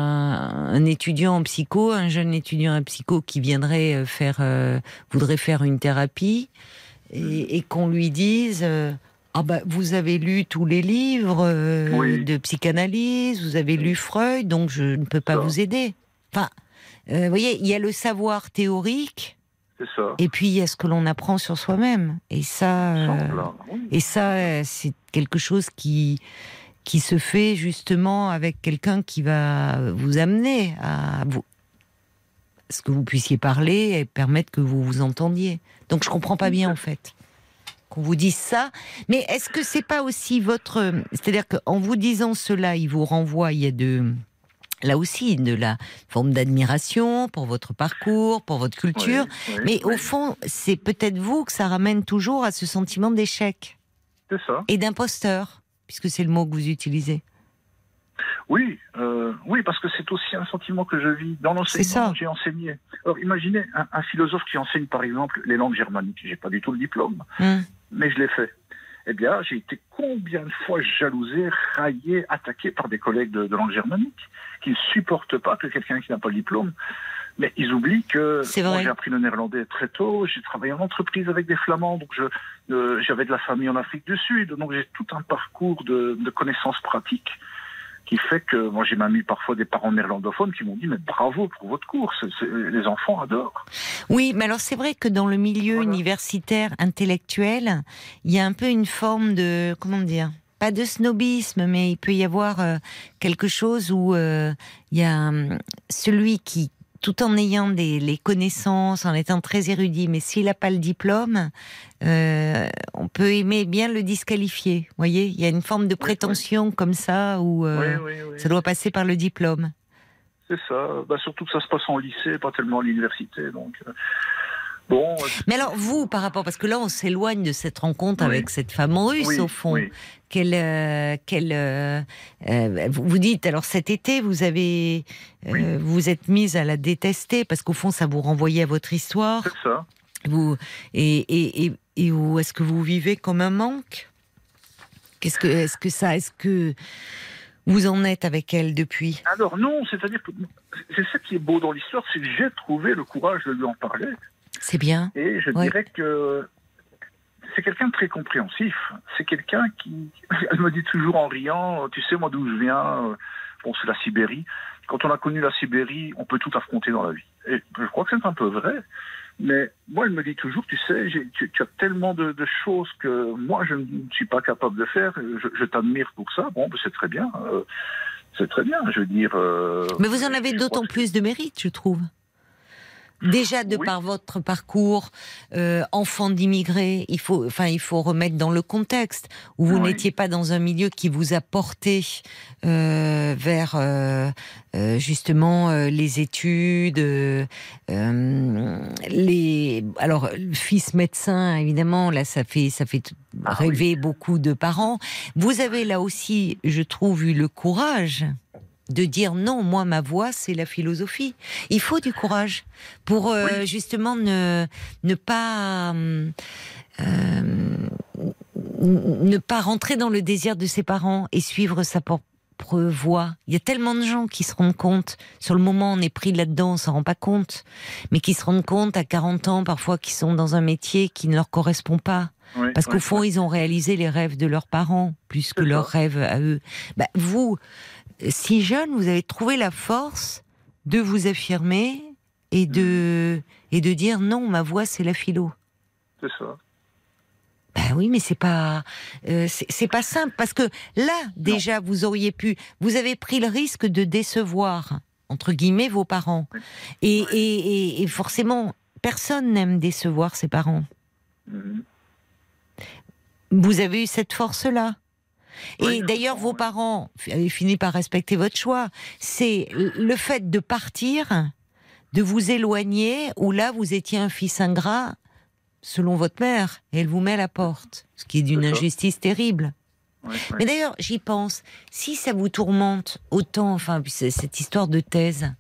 Speaker 3: un étudiant en psycho, un jeune étudiant en psycho qui viendrait faire, euh, voudrait faire une thérapie, et, et qu'on lui dise euh, ah bah vous avez lu tous les livres euh, oui. de psychanalyse, vous avez lu Freud, donc je ne peux pas ça. vous aider. Enfin, euh, vous voyez, il y a le savoir théorique.
Speaker 8: C'est ça.
Speaker 3: Et puis il y a ce que l'on apprend sur soi-même. Et ça, euh, oui. et ça, c'est quelque chose qui qui se fait justement avec quelqu'un qui va vous amener à vous, ce que vous puissiez parler et permettre que vous vous entendiez. Donc je comprends pas bien en fait qu'on vous dise ça. Mais est-ce que c'est pas aussi votre, c'est-à-dire qu'en vous disant cela, il vous renvoie, il y a de là aussi de la forme d'admiration pour votre parcours, pour votre culture, oui, oui, mais oui. au fond, c'est peut-être vous que ça ramène toujours à ce sentiment d'échec.
Speaker 8: C'est ça.
Speaker 3: Et d'imposteur. Puisque c'est le mot que vous utilisez.
Speaker 8: Oui, euh, oui, parce que c'est aussi un sentiment que je vis dans l'enseignement. J'ai enseigné. Alors, imaginez un, un philosophe qui enseigne, par exemple, les langues germaniques. J'ai pas du tout le diplôme, mm. mais je l'ai fait. Eh bien, j'ai été combien de fois jalousé, raillé, attaqué par des collègues de, de langue germanique qui ne supportent pas que quelqu'un qui n'a pas le diplôme. Mais ils oublient que moi, j'ai appris le néerlandais très tôt, j'ai travaillé en entreprise avec des Flamands, donc je, euh, j'avais de la famille en Afrique du Sud, donc j'ai tout un parcours de, de connaissances pratiques qui fait que moi j'ai même eu parfois des parents néerlandophones qui m'ont dit mais bravo pour votre cours, c'est, c'est, les enfants adorent.
Speaker 3: Oui, mais alors c'est vrai que dans le milieu voilà. universitaire intellectuel, il y a un peu une forme de, comment dire, pas de snobisme, mais il peut y avoir euh, quelque chose où euh, il y a euh, celui qui tout en ayant des, les connaissances, en étant très érudit, mais s'il n'a pas le diplôme, euh, on peut aimer bien le disqualifier. Vous voyez, il y a une forme de prétention oui, oui. comme ça, où euh, oui, oui, oui. ça doit passer par le diplôme.
Speaker 8: C'est ça. Bah, surtout que ça se passe en lycée, pas tellement à l'université. Donc, euh, Bon.
Speaker 3: Mais alors, vous, par rapport, parce que là, on s'éloigne de cette rencontre
Speaker 8: Oui.
Speaker 3: avec cette femme russe,
Speaker 8: Oui,
Speaker 3: au fond.
Speaker 8: oui.
Speaker 3: Quelle, euh, quelle, euh, euh, vous, vous dites, alors cet été, vous avez, euh,
Speaker 8: Oui.
Speaker 3: vous êtes mise à la détester, parce qu'au fond, ça vous renvoyait à votre histoire.
Speaker 8: C'est ça.
Speaker 3: Vous, et, et, et, et où est-ce que vous vivez comme un manque? Qu'est-ce que, est-ce que ça, est-ce que vous en êtes avec elle depuis?
Speaker 8: Alors non, c'est-à-dire que c'est ça qui est beau dans l'histoire, c'est que j'ai trouvé le courage de lui en parler.
Speaker 3: C'est bien.
Speaker 8: Et je
Speaker 3: Ouais.
Speaker 8: dirais que c'est quelqu'un de très compréhensif. C'est quelqu'un qui... Elle me dit toujours en riant, tu sais moi d'où je viens, bon c'est la Sibérie. Quand on a connu la Sibérie, on peut tout affronter dans la vie. Et je crois que c'est un peu vrai. Mais moi, elle me dit toujours, tu sais, j'ai, tu, tu as tellement de, de choses que moi, je ne suis pas capable de faire. Je, je t'admire pour ça. Bon, ben, c'est très bien. Euh, c'est très bien, je veux dire... Euh,
Speaker 3: Mais vous en avez
Speaker 8: je
Speaker 3: d'autant
Speaker 8: crois que-
Speaker 3: plus de mérite, je trouve. Déjà de
Speaker 8: Oui.
Speaker 3: par votre parcours, euh, enfant d'immigrés, il faut, enfin, il faut remettre dans le contexte où vous
Speaker 8: Oui.
Speaker 3: n'étiez pas dans un milieu qui vous a porté euh, vers euh, euh, justement euh, les études, euh, euh, les. Alors, le fils médecin, évidemment, là, ça fait, ça fait t-
Speaker 8: Ah
Speaker 3: rêver beaucoup de parents. Vous avez là aussi, je trouve, eu le courage de dire non, moi ma voix c'est la philosophie. Il faut du courage pour euh,
Speaker 8: Oui.
Speaker 3: justement ne ne pas euh, euh, ne pas rentrer dans le désir de ses parents et suivre sa propre voie. Il y a tellement de gens qui se rendent compte, sur le moment on est pris là-dedans, on s'en rend pas compte, mais qui se rendent compte à quarante ans parfois qu'ils sont dans un métier qui ne leur correspond pas.
Speaker 8: Oui,
Speaker 3: Parce qu'au
Speaker 8: oui,
Speaker 3: fond,
Speaker 8: oui.
Speaker 3: ils ont réalisé les rêves de leurs parents, plus que
Speaker 8: C'est
Speaker 3: leurs
Speaker 8: ça.
Speaker 3: rêves à eux. Bah, vous, si jeune, vous avez trouvé la force de vous affirmer et de, et de dire non, ma voix, c'est la philo.
Speaker 8: C'est ça.
Speaker 3: Ben oui, mais c'est pas, euh, c'est c'est pas simple parce que là, déjà, vous auriez pu, vous avez pris le risque de décevoir, entre guillemets, vos parents. Et, et, et, et forcément, personne n'aime décevoir ses parents.
Speaker 8: Mhm.
Speaker 3: Vous avez eu cette force-là. Et
Speaker 8: Oui, je
Speaker 3: d'ailleurs,
Speaker 8: comprends,
Speaker 3: vos
Speaker 8: ouais.
Speaker 3: parents avaient fini par respecter votre choix. C'est le fait de partir, de vous éloigner, où là, vous étiez un fils ingrat, selon votre mère, et elle vous met à la porte. Ce qui est d'une
Speaker 8: C'est ça.
Speaker 3: injustice terrible.
Speaker 8: Ouais, ouais.
Speaker 3: Mais d'ailleurs, j'y pense. Si ça vous tourmente autant, enfin, puis c'est- cette histoire de thèse,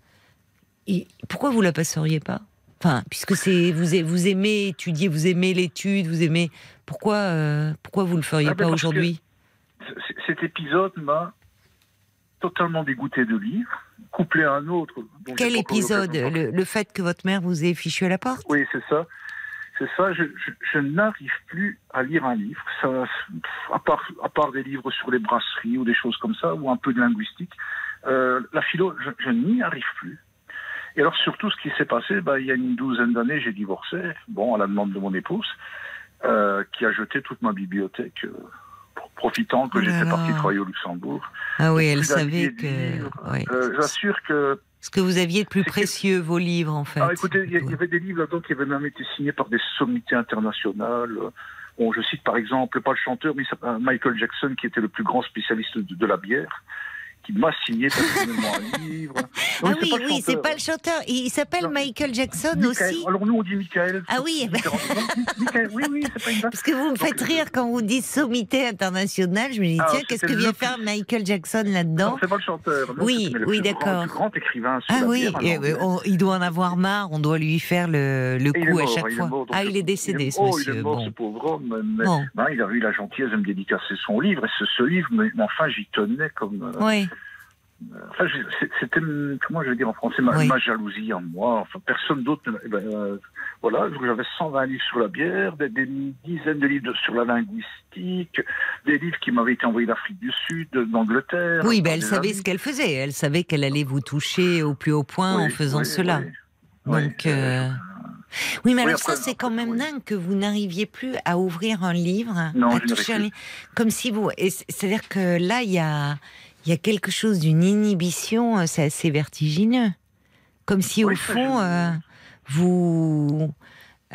Speaker 3: et pourquoi vous la passeriez pas? Enfin, puisque c'est vous, a- vous aimez étudier, vous aimez l'étude, vous aimez. Pourquoi, euh, pourquoi vous le feriez
Speaker 8: Ah ben
Speaker 3: pas
Speaker 8: parce
Speaker 3: aujourd'hui?
Speaker 8: C- Cet épisode m'a totalement dégoûté de lire, couplé à un autre. dont
Speaker 3: Quel
Speaker 8: j'ai pas encore
Speaker 3: épisode?
Speaker 8: l'occasion de parler.
Speaker 3: le, le fait que votre mère vous ait fichu à la porte?
Speaker 8: Oui, c'est ça. C'est ça, je, je, je n'arrive plus à lire un livre, ça, pff, à, part, à part des livres sur les brasseries ou des choses comme ça, ou un peu de linguistique. Euh, la philo, je, je n'y arrive plus. Et alors surtout, ce qui s'est passé, bah, il y a une douzaine d'années, j'ai divorcé, bon, à la demande de mon épouse, euh, qui a jeté toute ma bibliothèque, euh, pro- profitant que
Speaker 3: Oh là
Speaker 8: j'étais
Speaker 3: là.
Speaker 8: parti travailler au Luxembourg.
Speaker 3: Ah oui, elle
Speaker 8: Plus d'un
Speaker 3: savait
Speaker 8: millier de
Speaker 3: que.
Speaker 8: livres.
Speaker 3: oui.
Speaker 8: Euh, J'assure que
Speaker 3: Ce que vous aviez de plus
Speaker 8: C'est que-
Speaker 3: précieux, vos livres, en fait.
Speaker 8: ah, écoutez, il y, a- il y avait des livres là-dedans qui avaient même été signés par des sommités internationales. Bon, je cite par exemple, pas le chanteur, mais il s'appelle Michael Jackson, qui était le plus grand spécialiste de, de la bière, qui m'a signé personnellement un livre.
Speaker 3: Ah
Speaker 8: Non,
Speaker 3: oui,
Speaker 8: pas le
Speaker 3: oui, c'est
Speaker 8: chanteur.
Speaker 3: pas le chanteur. Il s'appelle
Speaker 8: Non.
Speaker 3: Michael Jackson
Speaker 8: Michael.
Speaker 3: aussi.
Speaker 8: Alors nous, on dit Michael.
Speaker 3: Ah oui,
Speaker 8: C'est différent. Non, Michael, oui, oui, c'est pas une date.
Speaker 3: Parce que vous me faites
Speaker 8: Donc,
Speaker 3: rire quand vous dites sommité international. Je me dis,
Speaker 8: Ah,
Speaker 3: tiens, qu'est-ce que
Speaker 8: c'était
Speaker 3: vient
Speaker 8: le
Speaker 3: faire
Speaker 8: plus-
Speaker 3: Michael Jackson là-dedans?
Speaker 8: Non, c'est pas le chanteur. Non,
Speaker 3: Oui,
Speaker 8: c'était le
Speaker 3: oui,
Speaker 8: plus
Speaker 3: d'accord.
Speaker 8: grand- le plus grand écrivain sur
Speaker 3: Ah
Speaker 8: la
Speaker 3: oui,
Speaker 8: bière, un
Speaker 3: et,
Speaker 8: Anglais.
Speaker 3: euh, on- il doit en avoir marre. On doit lui faire le, le
Speaker 8: Et il est
Speaker 3: coup à
Speaker 8: mort,
Speaker 3: chaque
Speaker 8: il est
Speaker 3: fois.
Speaker 8: mort, donc
Speaker 3: Ah,
Speaker 8: je-
Speaker 3: il est décédé, ce
Speaker 8: oh,
Speaker 3: monsieur.
Speaker 8: il est mort,
Speaker 3: Bon.
Speaker 8: ce pauvre homme. Mais,
Speaker 3: Bon.
Speaker 8: non, il a eu la gentillesse de me dédicacer son livre. Et ce, ce livre, mais, mais enfin, j'y tenais comme... euh,
Speaker 3: Oui.
Speaker 8: Enfin, je- c'est- c'était, comment je vais dire en français, ma,
Speaker 3: Oui.
Speaker 8: ma jalousie en moi. Enfin, personne d'autre. ne- eh ben, euh, voilà, donc j'avais cent vingt livres sur la bière, des, des dizaines de livres de- sur la linguistique, des livres qui m'avaient été envoyés d'Afrique du Sud, d'Angleterre.
Speaker 3: Oui,
Speaker 8: par
Speaker 3: ben, elle
Speaker 8: des
Speaker 3: savait
Speaker 8: amis.
Speaker 3: ce qu'elle faisait. Elle savait qu'elle allait vous toucher au plus haut point
Speaker 8: Oui,
Speaker 3: en faisant
Speaker 8: oui,
Speaker 3: cela.
Speaker 8: oui. Oui,
Speaker 3: Donc,
Speaker 8: euh,
Speaker 3: euh, oui, mais
Speaker 8: oui,
Speaker 3: alors ça,
Speaker 8: après-
Speaker 3: c'est quand
Speaker 8: après,
Speaker 3: même
Speaker 8: oui.
Speaker 3: dingue que vous n'arriviez plus à ouvrir un livre,
Speaker 8: Non,
Speaker 3: à
Speaker 8: je n'y
Speaker 3: toucher un
Speaker 8: arrive
Speaker 3: livre, comme si vous. et c'est- C'est-à-dire que là, il y a, il y a quelque chose d'une inhibition, euh, c'est assez vertigineux, comme si
Speaker 8: Oui,
Speaker 3: au
Speaker 8: ça,
Speaker 3: fond,
Speaker 8: je-
Speaker 3: euh, vous, euh,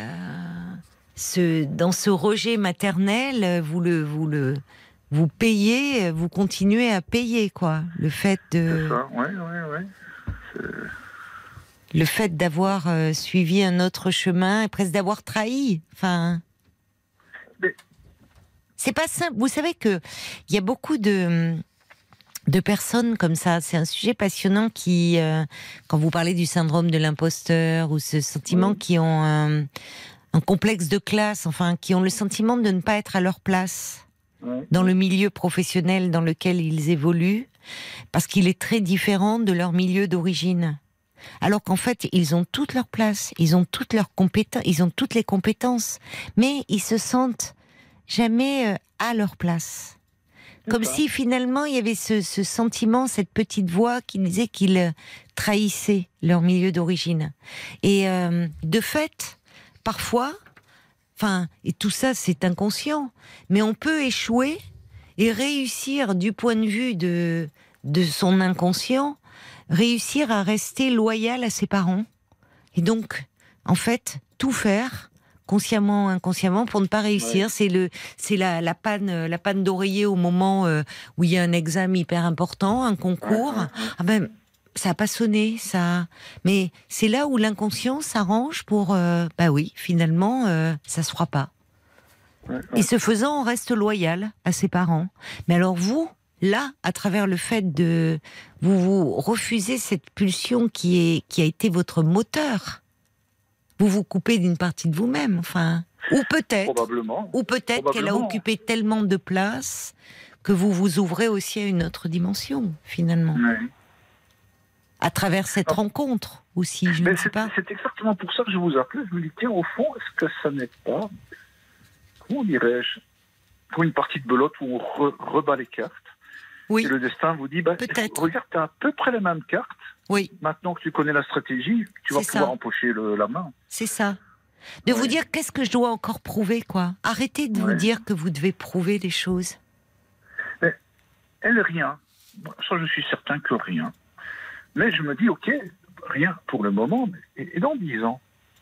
Speaker 3: ce, dans ce rejet maternel, vous le, vous le, vous payez, vous continuez à payer, quoi. Le fait de.
Speaker 8: C'est ça, oui, oui, oui.
Speaker 3: Le fait d'avoir euh, suivi un autre chemin et presque d'avoir trahi. Enfin,
Speaker 8: Mais...
Speaker 3: c'est pas simple. Vous savez que il y a beaucoup de de personnes comme ça. C'est un sujet passionnant qui, euh, quand vous parlez du syndrome de l'imposteur ou ce sentiment, oui. qui ont un, un complexe de classe, enfin, qui ont le sentiment de ne pas être à leur place oui. dans le milieu professionnel dans lequel ils évoluent, parce qu'il est très différent de leur milieu d'origine. Alors qu'en fait, ils ont toute leur place, ils ont toutes leurs compétences, ils ont toutes les compétences, mais ils se sentent jamais à leur place. Comme si finalement il y avait ce, ce sentiment, cette petite voix qui disait qu'ils trahissaient leur milieu d'origine. Et euh, de fait, parfois, enfin, et tout ça c'est inconscient, mais on peut échouer et réussir du point de vue de, de son inconscient, réussir à rester loyal à ses parents. Et donc, en fait, tout faire consciemment, inconsciemment, pour ne pas réussir. Ouais. C'est le, c'est la, la panne, la panne d'oreiller au moment euh, où il y a un examen hyper important, un concours. Ouais, ouais, ouais. Ah ben, ça a pas sonné, ça. Mais c'est là où l'inconscient s'arrange pour, euh, bah oui, finalement, euh, ça se fera pas. Ouais, ouais. Et ce faisant, on reste loyal à ses parents. Mais alors vous, là, à travers le fait de, vous vous refusez cette pulsion qui est, qui a été votre moteur. Vous vous coupez d'une partie de vous-même, enfin, ou peut-être,
Speaker 8: Probablement.
Speaker 3: ou peut-être
Speaker 8: Probablement.
Speaker 3: qu'elle a occupé tellement de place que vous vous ouvrez aussi à une autre dimension, finalement,
Speaker 8: oui.
Speaker 3: à travers cette ah. rencontre aussi. Je
Speaker 8: Mais
Speaker 3: ne sais
Speaker 8: c'est,
Speaker 3: pas.
Speaker 8: C'est exactement pour ça que je vous appelais. Je me dis tiens, au fond, est-ce que ça n'est pas, comment dirais-je, pour une partie de belote où on re, rebat les cartes. Oui. Et le destin vous dit, bah,
Speaker 3: peut-être.
Speaker 8: Regarde, tu as à peu près les mêmes cartes.
Speaker 3: Oui.
Speaker 8: Maintenant que tu connais la stratégie, tu vas
Speaker 3: c'est
Speaker 8: pouvoir
Speaker 3: ça.
Speaker 8: empocher le, la main.
Speaker 3: C'est ça. De ouais. vous dire, qu'est-ce que je dois encore prouver, quoi. Arrêtez de ouais. vous dire que vous devez prouver des choses.
Speaker 8: Mais, elle, rien. Ça, je suis certain que rien. Mais je me dis, ok, rien pour le moment, mais, et, et dans dix ans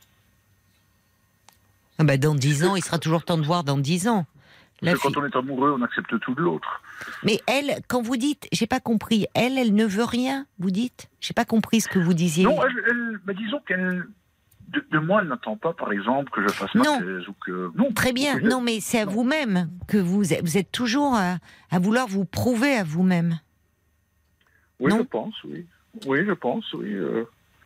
Speaker 3: ah bah dans dix ans, il sera toujours temps de voir dans dix ans.
Speaker 8: Parce que quand on est amoureux, on accepte tout de l'autre.
Speaker 3: Mais elle, quand vous dites, j'ai pas compris, elle, elle ne veut rien, vous dites ? J'ai pas compris ce que vous disiez.
Speaker 8: Non, elle, elle bah disons qu'elle, de, de moi, elle n'attend pas, par exemple, que je fasse ma
Speaker 3: non.
Speaker 8: thèse ou que... Non,
Speaker 3: très bien, non, mais c'est à non. vous-même que vous êtes, vous êtes toujours à, à vouloir vous prouver à vous-même.
Speaker 8: Oui,
Speaker 3: non
Speaker 8: je pense, oui. Oui, je pense, oui. Euh...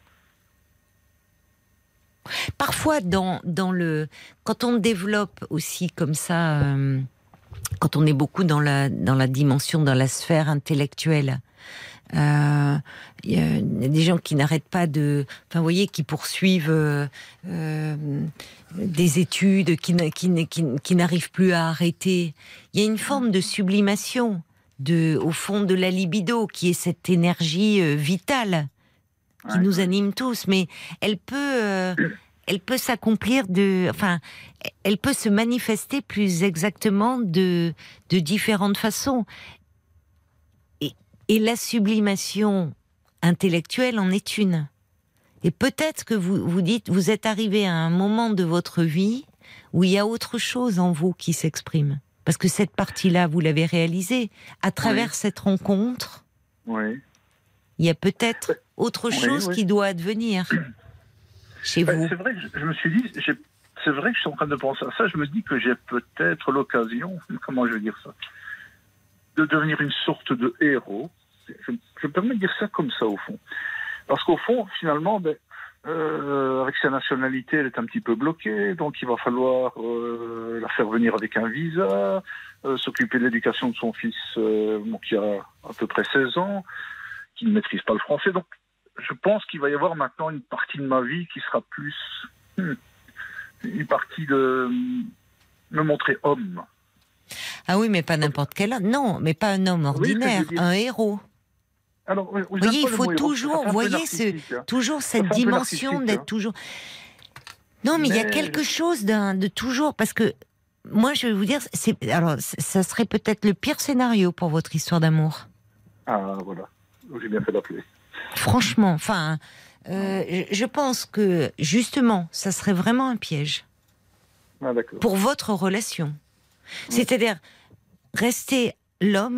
Speaker 3: Parfois, dans, dans le, quand on développe aussi comme ça, euh, quand on est beaucoup dans la, dans la dimension, dans la sphère intellectuelle, il euh, y, y a des gens qui n'arrêtent pas de, enfin, vous voyez, qui poursuivent euh, euh, des études, qui, qui, qui, qui n'arrivent plus à arrêter. Il y a une forme de sublimation, de, au fond de la libido, qui est cette énergie euh, vitale qui ouais, nous ouais. anime tous, mais elle peut, euh, elle peut s'accomplir de, enfin, elle peut se manifester plus exactement de, de différentes façons. Et, et la sublimation intellectuelle en est une. Et peut-être que vous vous dites, vous êtes arrivé à un moment de votre vie où il y a autre chose en vous qui s'exprime, parce que cette partie-là, vous l'avez réalisée à travers oui. cette rencontre.
Speaker 8: Oui.
Speaker 3: Il y a peut-être autre chose oui, oui. qui doit advenir chez
Speaker 8: ben,
Speaker 3: vous.
Speaker 8: C'est vrai que je, je me suis dit, j'ai, c'est vrai que je suis en train de penser à ça, je me dis que j'ai peut-être l'occasion, comment je vais dire ça, de devenir une sorte de héros. Je, je me permets de dire ça comme ça au fond. Parce qu'au fond, finalement, ben, euh, avec sa nationalité, elle est un petit peu bloquée, donc il va falloir euh, la faire venir avec un visa, euh, s'occuper de l'éducation de son fils euh, bon, qui a à peu près seize ans, qui ne maîtrise pas le français. Donc, je pense qu'il va y avoir maintenant une partie de ma vie qui sera plus hmm, une partie de me montrer homme.
Speaker 3: Ah oui, mais pas n'importe quel homme. Non, mais pas un homme ordinaire, oui, un héros.
Speaker 8: Alors, oui,
Speaker 3: vous voyez, il faut toujours, vous voyez, ce, hein. toujours cette dimension d'être hein. toujours. Non, mais, mais il y a quelque chose d'un, de toujours, parce que moi, je vais vous dire, c'est, alors, ça serait peut-être le pire scénario pour votre histoire d'amour.
Speaker 8: Ah, voilà. J'ai bien fait d'appeler.
Speaker 3: Franchement, enfin, euh, je pense que justement, ça serait vraiment un piège
Speaker 8: ah, d'accord.
Speaker 3: pour votre relation. Oui. C'est-à-dire rester l'homme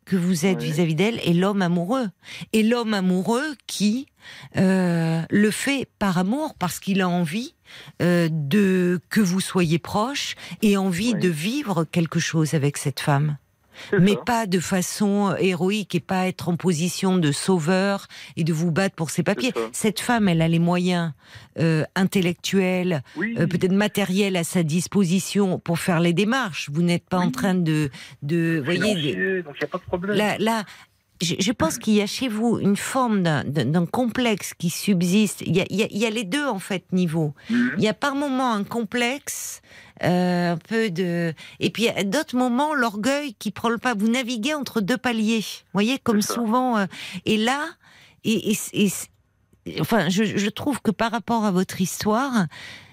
Speaker 3: que vous êtes
Speaker 8: Ouais.
Speaker 3: vis-à-vis d'elle est l'homme amoureux. Et l'homme amoureux qui euh, le fait par amour, parce qu'il a envie euh, de que vous soyez proches et envie
Speaker 8: Ouais.
Speaker 3: de vivre quelque chose avec cette femme.
Speaker 8: C'est
Speaker 3: Mais
Speaker 8: ça.
Speaker 3: pas de façon héroïque et pas être en position de sauveur et de vous battre pour ses papiers.
Speaker 8: C'est ça.
Speaker 3: Cette femme, elle a les moyens euh, intellectuels,
Speaker 8: Oui.
Speaker 3: euh, peut-être matériels à sa disposition pour faire les démarches. Vous n'êtes pas
Speaker 8: Oui.
Speaker 3: en train de, de, voyez, de-
Speaker 8: Financier, donc il n'y a pas de problème.
Speaker 3: là, là, je, je pense qu'il y a chez vous une forme d'un, d'un- d'un complexe qui subsiste. Il y, a, il, y a, il y a les deux en fait niveaux.
Speaker 8: Mhm.
Speaker 3: Il y a par moments un complexe, euh, un peu de, et puis à d'autres moments l'orgueil qui prend le pas. Vous naviguez entre deux paliers. Vous voyez, comme
Speaker 8: C'est ça.
Speaker 3: souvent. euh, et là, et, et, et- enfin, je, je trouve que par rapport à votre histoire,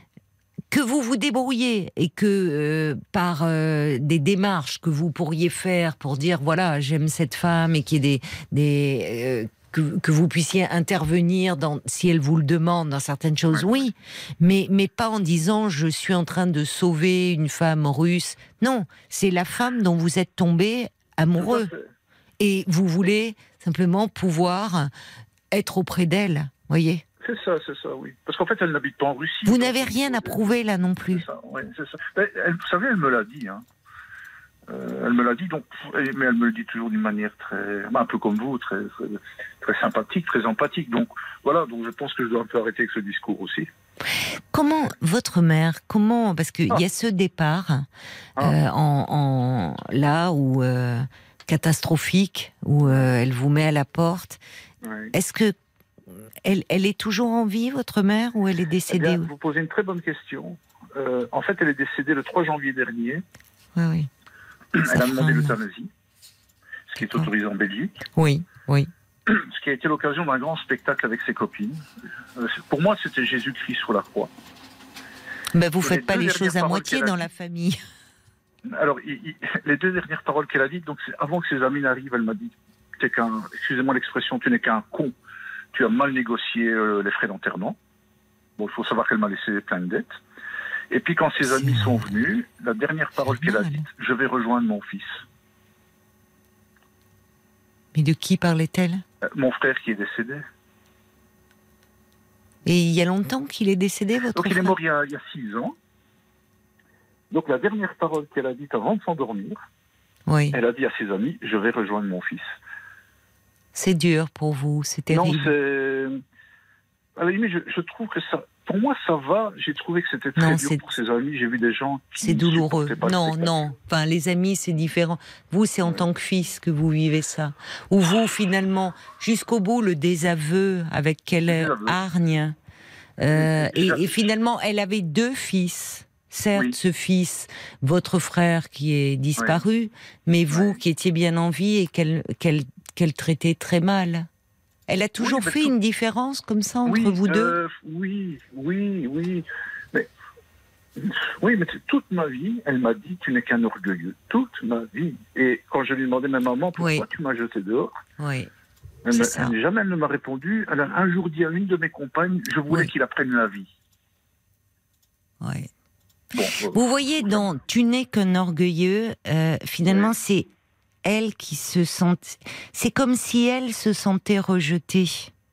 Speaker 3: que vous vous débrouillez et que euh, par euh, des démarches que vous pourriez faire pour dire voilà, j'aime cette femme, et qu'il y ait des, des euh, que, que vous puissiez intervenir dans, si elle vous le demande, dans certaines choses, oui, mais mais pas en disant je suis en train de sauver une femme russe. Non, c'est la femme dont vous êtes tombé amoureux
Speaker 8: Tout à fait.
Speaker 3: et vous voulez simplement pouvoir être auprès d'elle. Voyez,
Speaker 8: C'est ça, c'est ça, oui. Parce qu'en fait, elle n'habite pas en Russie.
Speaker 3: vous
Speaker 8: donc-
Speaker 3: n'avez rien à prouver là non plus.
Speaker 8: C'est ça, ouais, c'est ça. Mais elle, vous savez, elle me l'a dit. Hein. Euh, elle me l'a dit, donc, mais elle me le dit toujours d'une manière très, un peu comme vous, très, très, très sympathique, très empathique. Donc voilà, donc je pense que je dois un peu arrêter avec ce discours aussi.
Speaker 3: Comment votre mère, comment, parce qu'il
Speaker 8: Ah.
Speaker 3: y a ce départ
Speaker 8: Ah.
Speaker 3: euh, en, en là où euh, catastrophique, où euh, elle vous met à la porte.
Speaker 8: Ouais.
Speaker 3: Est-ce que elle, elle est toujours en vie, votre mère, ou elle est
Speaker 8: Eh
Speaker 3: décédée?
Speaker 8: bien, vous posez une très bonne question. Euh, en fait, elle est décédée le trois janvier dernier.
Speaker 3: Oui, oui.
Speaker 8: Elle
Speaker 3: Ça
Speaker 8: a demandé
Speaker 3: freine.
Speaker 8: l'euthanasie, ce qui est
Speaker 3: D'accord.
Speaker 8: autorisé en Belgique.
Speaker 3: Oui, oui.
Speaker 8: Ce qui a été l'occasion d'un grand spectacle avec ses copines. Euh, pour moi, c'était Jésus-Christ sur la croix.
Speaker 3: Ben, vous
Speaker 8: Et
Speaker 3: faites
Speaker 8: les
Speaker 3: pas
Speaker 8: deux
Speaker 3: les
Speaker 8: dernières
Speaker 3: choses à
Speaker 8: paroles
Speaker 3: moitié
Speaker 8: qu'elle a
Speaker 3: dans
Speaker 8: dites-
Speaker 3: la famille.
Speaker 8: Alors, il- il- les deux dernières paroles qu'elle a dites, donc c'est avant que ses amis n'arrivent, elle m'a dit, t'es qu'un, excusez-moi l'expression, tu n'es qu'un con. Tu as mal négocié euh, les frais d'enterrement. Bon, il faut savoir qu'elle m'a laissé plein de dettes. Et puis quand ses amis sont venus, la dernière parole qu'elle a
Speaker 3: mal.
Speaker 8: dite, je vais rejoindre mon fils.
Speaker 3: Mais de qui parlait-elle?
Speaker 8: Euh, mon frère qui est décédé.
Speaker 3: Et il y a longtemps qu'il est décédé, votre
Speaker 8: Donc il est
Speaker 3: frère?
Speaker 8: mort il y a, il y a six ans. Donc la dernière parole qu'elle a dite avant de s'endormir,
Speaker 3: Oui.
Speaker 8: elle a dit à ses amis, je vais rejoindre mon fils.
Speaker 3: C'est dur pour vous, c'est
Speaker 8: Non,
Speaker 3: terrible.
Speaker 8: c'est... À la limite, je, je trouve que ça... Pour moi, ça va. J'ai trouvé que c'était très
Speaker 3: Non,
Speaker 8: dur
Speaker 3: c'est-
Speaker 8: pour ses amis. J'ai vu des gens qui
Speaker 3: C'est douloureux.
Speaker 8: supportaient pas le
Speaker 3: Non,
Speaker 8: spectacle.
Speaker 3: non. Enfin, les amis, c'est différent. Vous, c'est en tant que fils que vous vivez ça. Ou vous, finalement, jusqu'au bout, le désaveu avec quelle
Speaker 8: Désaveu.
Speaker 3: hargne. Euh,
Speaker 8: Oui,
Speaker 3: et,
Speaker 8: oui.
Speaker 3: et finalement, elle avait deux fils. Certes,
Speaker 8: Oui.
Speaker 3: ce fils, votre frère qui est disparu, mais vous
Speaker 8: Oui.
Speaker 3: qui étiez bien en vie et qu'elle qu'elle qu'elle traitait très mal. Elle a toujours
Speaker 8: mais
Speaker 3: fait
Speaker 8: tout-
Speaker 3: une différence comme ça entre
Speaker 8: Oui,
Speaker 3: vous deux.
Speaker 8: euh, Oui, oui, oui. Mais... Oui, mais c'est toute ma vie, elle m'a dit, tu n'es qu'un orgueilleux. Toute ma vie. Et quand je lui demandais, ma maman, pourquoi
Speaker 3: Oui.
Speaker 8: tu m'as jeté dehors,
Speaker 3: Oui.
Speaker 8: elle
Speaker 3: C'est
Speaker 8: me-
Speaker 3: ça.
Speaker 8: elle- jamais elle ne m'a répondu. Elle a un jour dit à une de mes compagnes, je voulais
Speaker 3: Oui.
Speaker 8: qu'il apprenne la vie.
Speaker 3: Oui.
Speaker 8: Bon, euh,
Speaker 3: Vous voyez, dans Tu n'es qu'un orgueilleux, euh, finalement, c'est elle qui se sent. C'est comme si elle se sentait rejetée.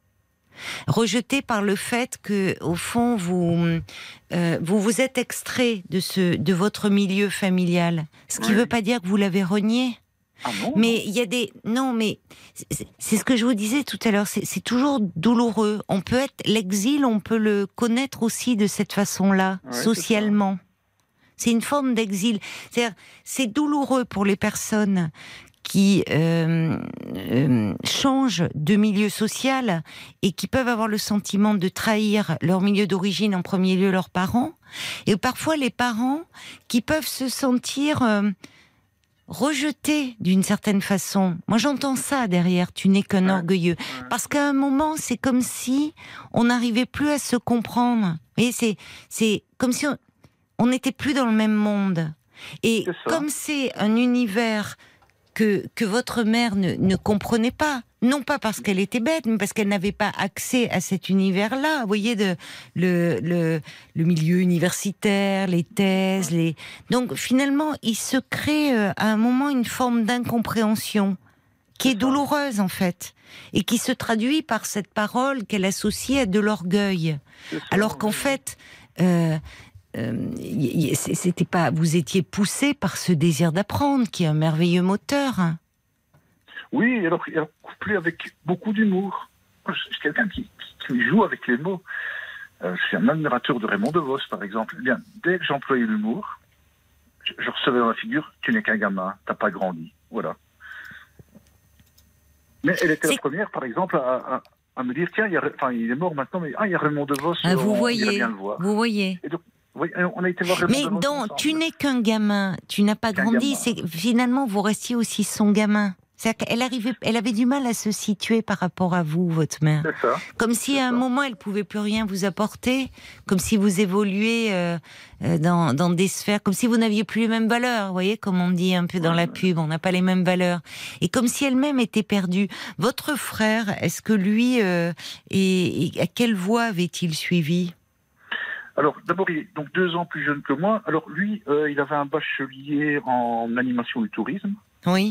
Speaker 3: Rejetée par le fait que, au fond, vous, euh, vous vous êtes extrait de, ce, de votre milieu familial. Ce qui ne
Speaker 8: Oui.
Speaker 3: veut pas dire que vous l'avez renié.
Speaker 8: ah non,
Speaker 3: Mais il y a des... Non, mais c'est- c'est ce que je vous disais tout à l'heure, c'est c'est toujours douloureux. On peut être... L'exil, on peut le connaître aussi de cette façon-là,
Speaker 8: Ouais, c'est
Speaker 3: socialement. C'est une forme d'exil. C'est-à-dire, c'est douloureux pour les personnes qui euh, euh, changent de milieu social et qui peuvent avoir le sentiment de trahir leur milieu d'origine, en premier lieu leurs parents, et parfois les parents qui peuvent se sentir... euh, rejeté d'une certaine façon. Moi, j'entends ça derrière. Tu n'es qu'un
Speaker 8: Ouais.
Speaker 3: orgueilleux. Parce qu'à un moment, c'est comme si on n'arrivait plus à se comprendre. Et c'est, c'est comme si on, on n'était plus dans le même monde. Et
Speaker 8: C'est ça.
Speaker 3: comme c'est un univers que, que votre mère ne, ne comprenait pas, non pas parce qu'elle était bête, mais parce qu'elle n'avait pas accès à cet univers-là. Vous voyez, de, le, le, le milieu universitaire, les thèses, les... Donc finalement, il se crée euh, à un moment une forme d'incompréhension. qui est douloureuse en fait, et qui se traduit par cette parole qu'elle associe à de l'orgueil. Alors qu'en fait, euh, euh, c'était pas, vous étiez poussé par ce désir d'apprendre, qui est un merveilleux moteur. Hein.
Speaker 8: Oui, alors, alors couplé avec beaucoup d'humour. Je suis quelqu'un qui, qui joue avec les mots. Euh, je suis un admirateur de Raymond DeVos, par exemple. Eh bien, dès que j'employais l'humour, je, je recevais dans la figure « tu n'es qu'un gamin, t'as pas grandi ». Voilà. Mais elle était la première, par exemple, à, à, à me dire, tiens, il, y a, enfin, il est mort maintenant, mais ah, il y a Raymond DeVos,
Speaker 3: ah, vous
Speaker 8: on
Speaker 3: voyez,
Speaker 8: irait bien le voir.
Speaker 3: Vous voyez.
Speaker 8: Et donc, oui, on a été voir Raymond
Speaker 3: mais
Speaker 8: DeVos
Speaker 3: dans
Speaker 8: ensemble.
Speaker 3: Tu n'es qu'un gamin, tu n'as pas grandi, c'est finalement vous restiez aussi son gamin. C'est-à-dire qu'elle arrivait, elle avait du mal à se situer par rapport à vous, votre mère.
Speaker 8: C'est ça.
Speaker 3: Comme si à un
Speaker 8: ça.
Speaker 3: moment elle pouvait plus rien vous apporter, comme si vous évoluiez euh, dans, dans des sphères, comme si vous n'aviez plus les mêmes valeurs. Vous voyez, comme on dit un peu dans la pub, on n'a pas les mêmes valeurs. Et comme si elle-même était perdue. Votre frère, est-ce que lui, euh, et, et à quelle voie avait-il suivi ?
Speaker 8: Alors, d'abord, il est donc deux ans plus jeune que moi. Alors, lui, euh, il avait un bachelier en animation du tourisme.
Speaker 3: Oui.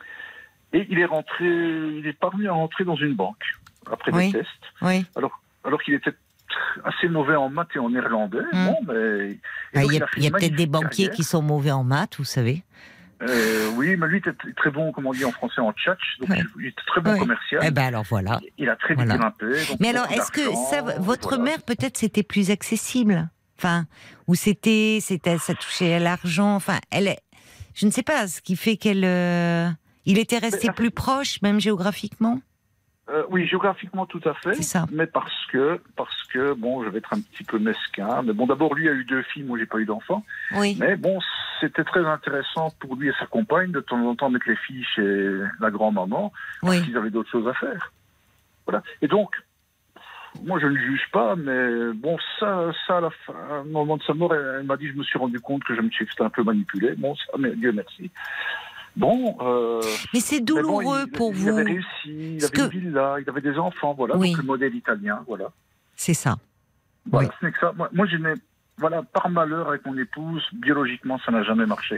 Speaker 8: Et il est rentré, il est parvenu à rentrer dans une banque après
Speaker 3: oui.
Speaker 8: des tests.
Speaker 3: Oui.
Speaker 8: Alors, alors qu'il était assez mauvais en maths et en néerlandais.
Speaker 3: Mmh.
Speaker 8: Bon, mais
Speaker 3: il y a, a, a peut-être des banquiers carrière. qui sont mauvais en maths, vous savez.
Speaker 8: Euh, oui, mais lui était très bon, comme on dit en français, en tchatch. Donc, ouais. il était très bon ouais. commercial.
Speaker 3: Eh ben alors voilà.
Speaker 8: Il a très vite
Speaker 3: voilà.
Speaker 8: grimpé.
Speaker 3: Mais alors, est-ce que ça, votre voilà. mère, peut-être, c'était plus accessible ? Enfin, ou c'était, c'était, ça touchait à l'argent. Enfin, elle, je ne sais pas, ce qui fait qu'elle. Euh... Il était resté mais, plus proche, même géographiquement ?
Speaker 8: euh, Oui, géographiquement tout à fait.
Speaker 3: C'est ça.
Speaker 8: Mais parce que, parce que, bon, je vais être un petit peu mesquin. Mais bon, d'abord, lui a eu deux filles, moi, j'ai pas eu d'enfants.
Speaker 3: Oui.
Speaker 8: Mais bon, c'était très intéressant pour lui et sa compagne de temps en temps mettre les filles chez la grand-maman, parce
Speaker 3: oui.
Speaker 8: qu'ils avaient d'autres choses à faire. Voilà. Et donc, moi, je ne juge pas, mais bon, ça, ça, à la fin, au moment de sa mort, elle, elle m'a dit, je me suis rendu compte que je me suis un peu manipulé. Bon, ça, mais Dieu merci. Bon, euh,
Speaker 3: mais c'est douloureux
Speaker 8: mais bon, il,
Speaker 3: pour
Speaker 8: il
Speaker 3: vous.
Speaker 8: Il avait réussi, il
Speaker 3: Parce
Speaker 8: avait
Speaker 3: que...
Speaker 8: une villa, il avait des enfants, voilà,
Speaker 3: oui.
Speaker 8: donc le modèle italien, voilà.
Speaker 3: C'est ça.
Speaker 8: Voilà,
Speaker 3: oui.
Speaker 8: ce n'est que ça. Moi, moi je n'ai, voilà, par malheur avec mon épouse, biologiquement, ça n'a jamais marché.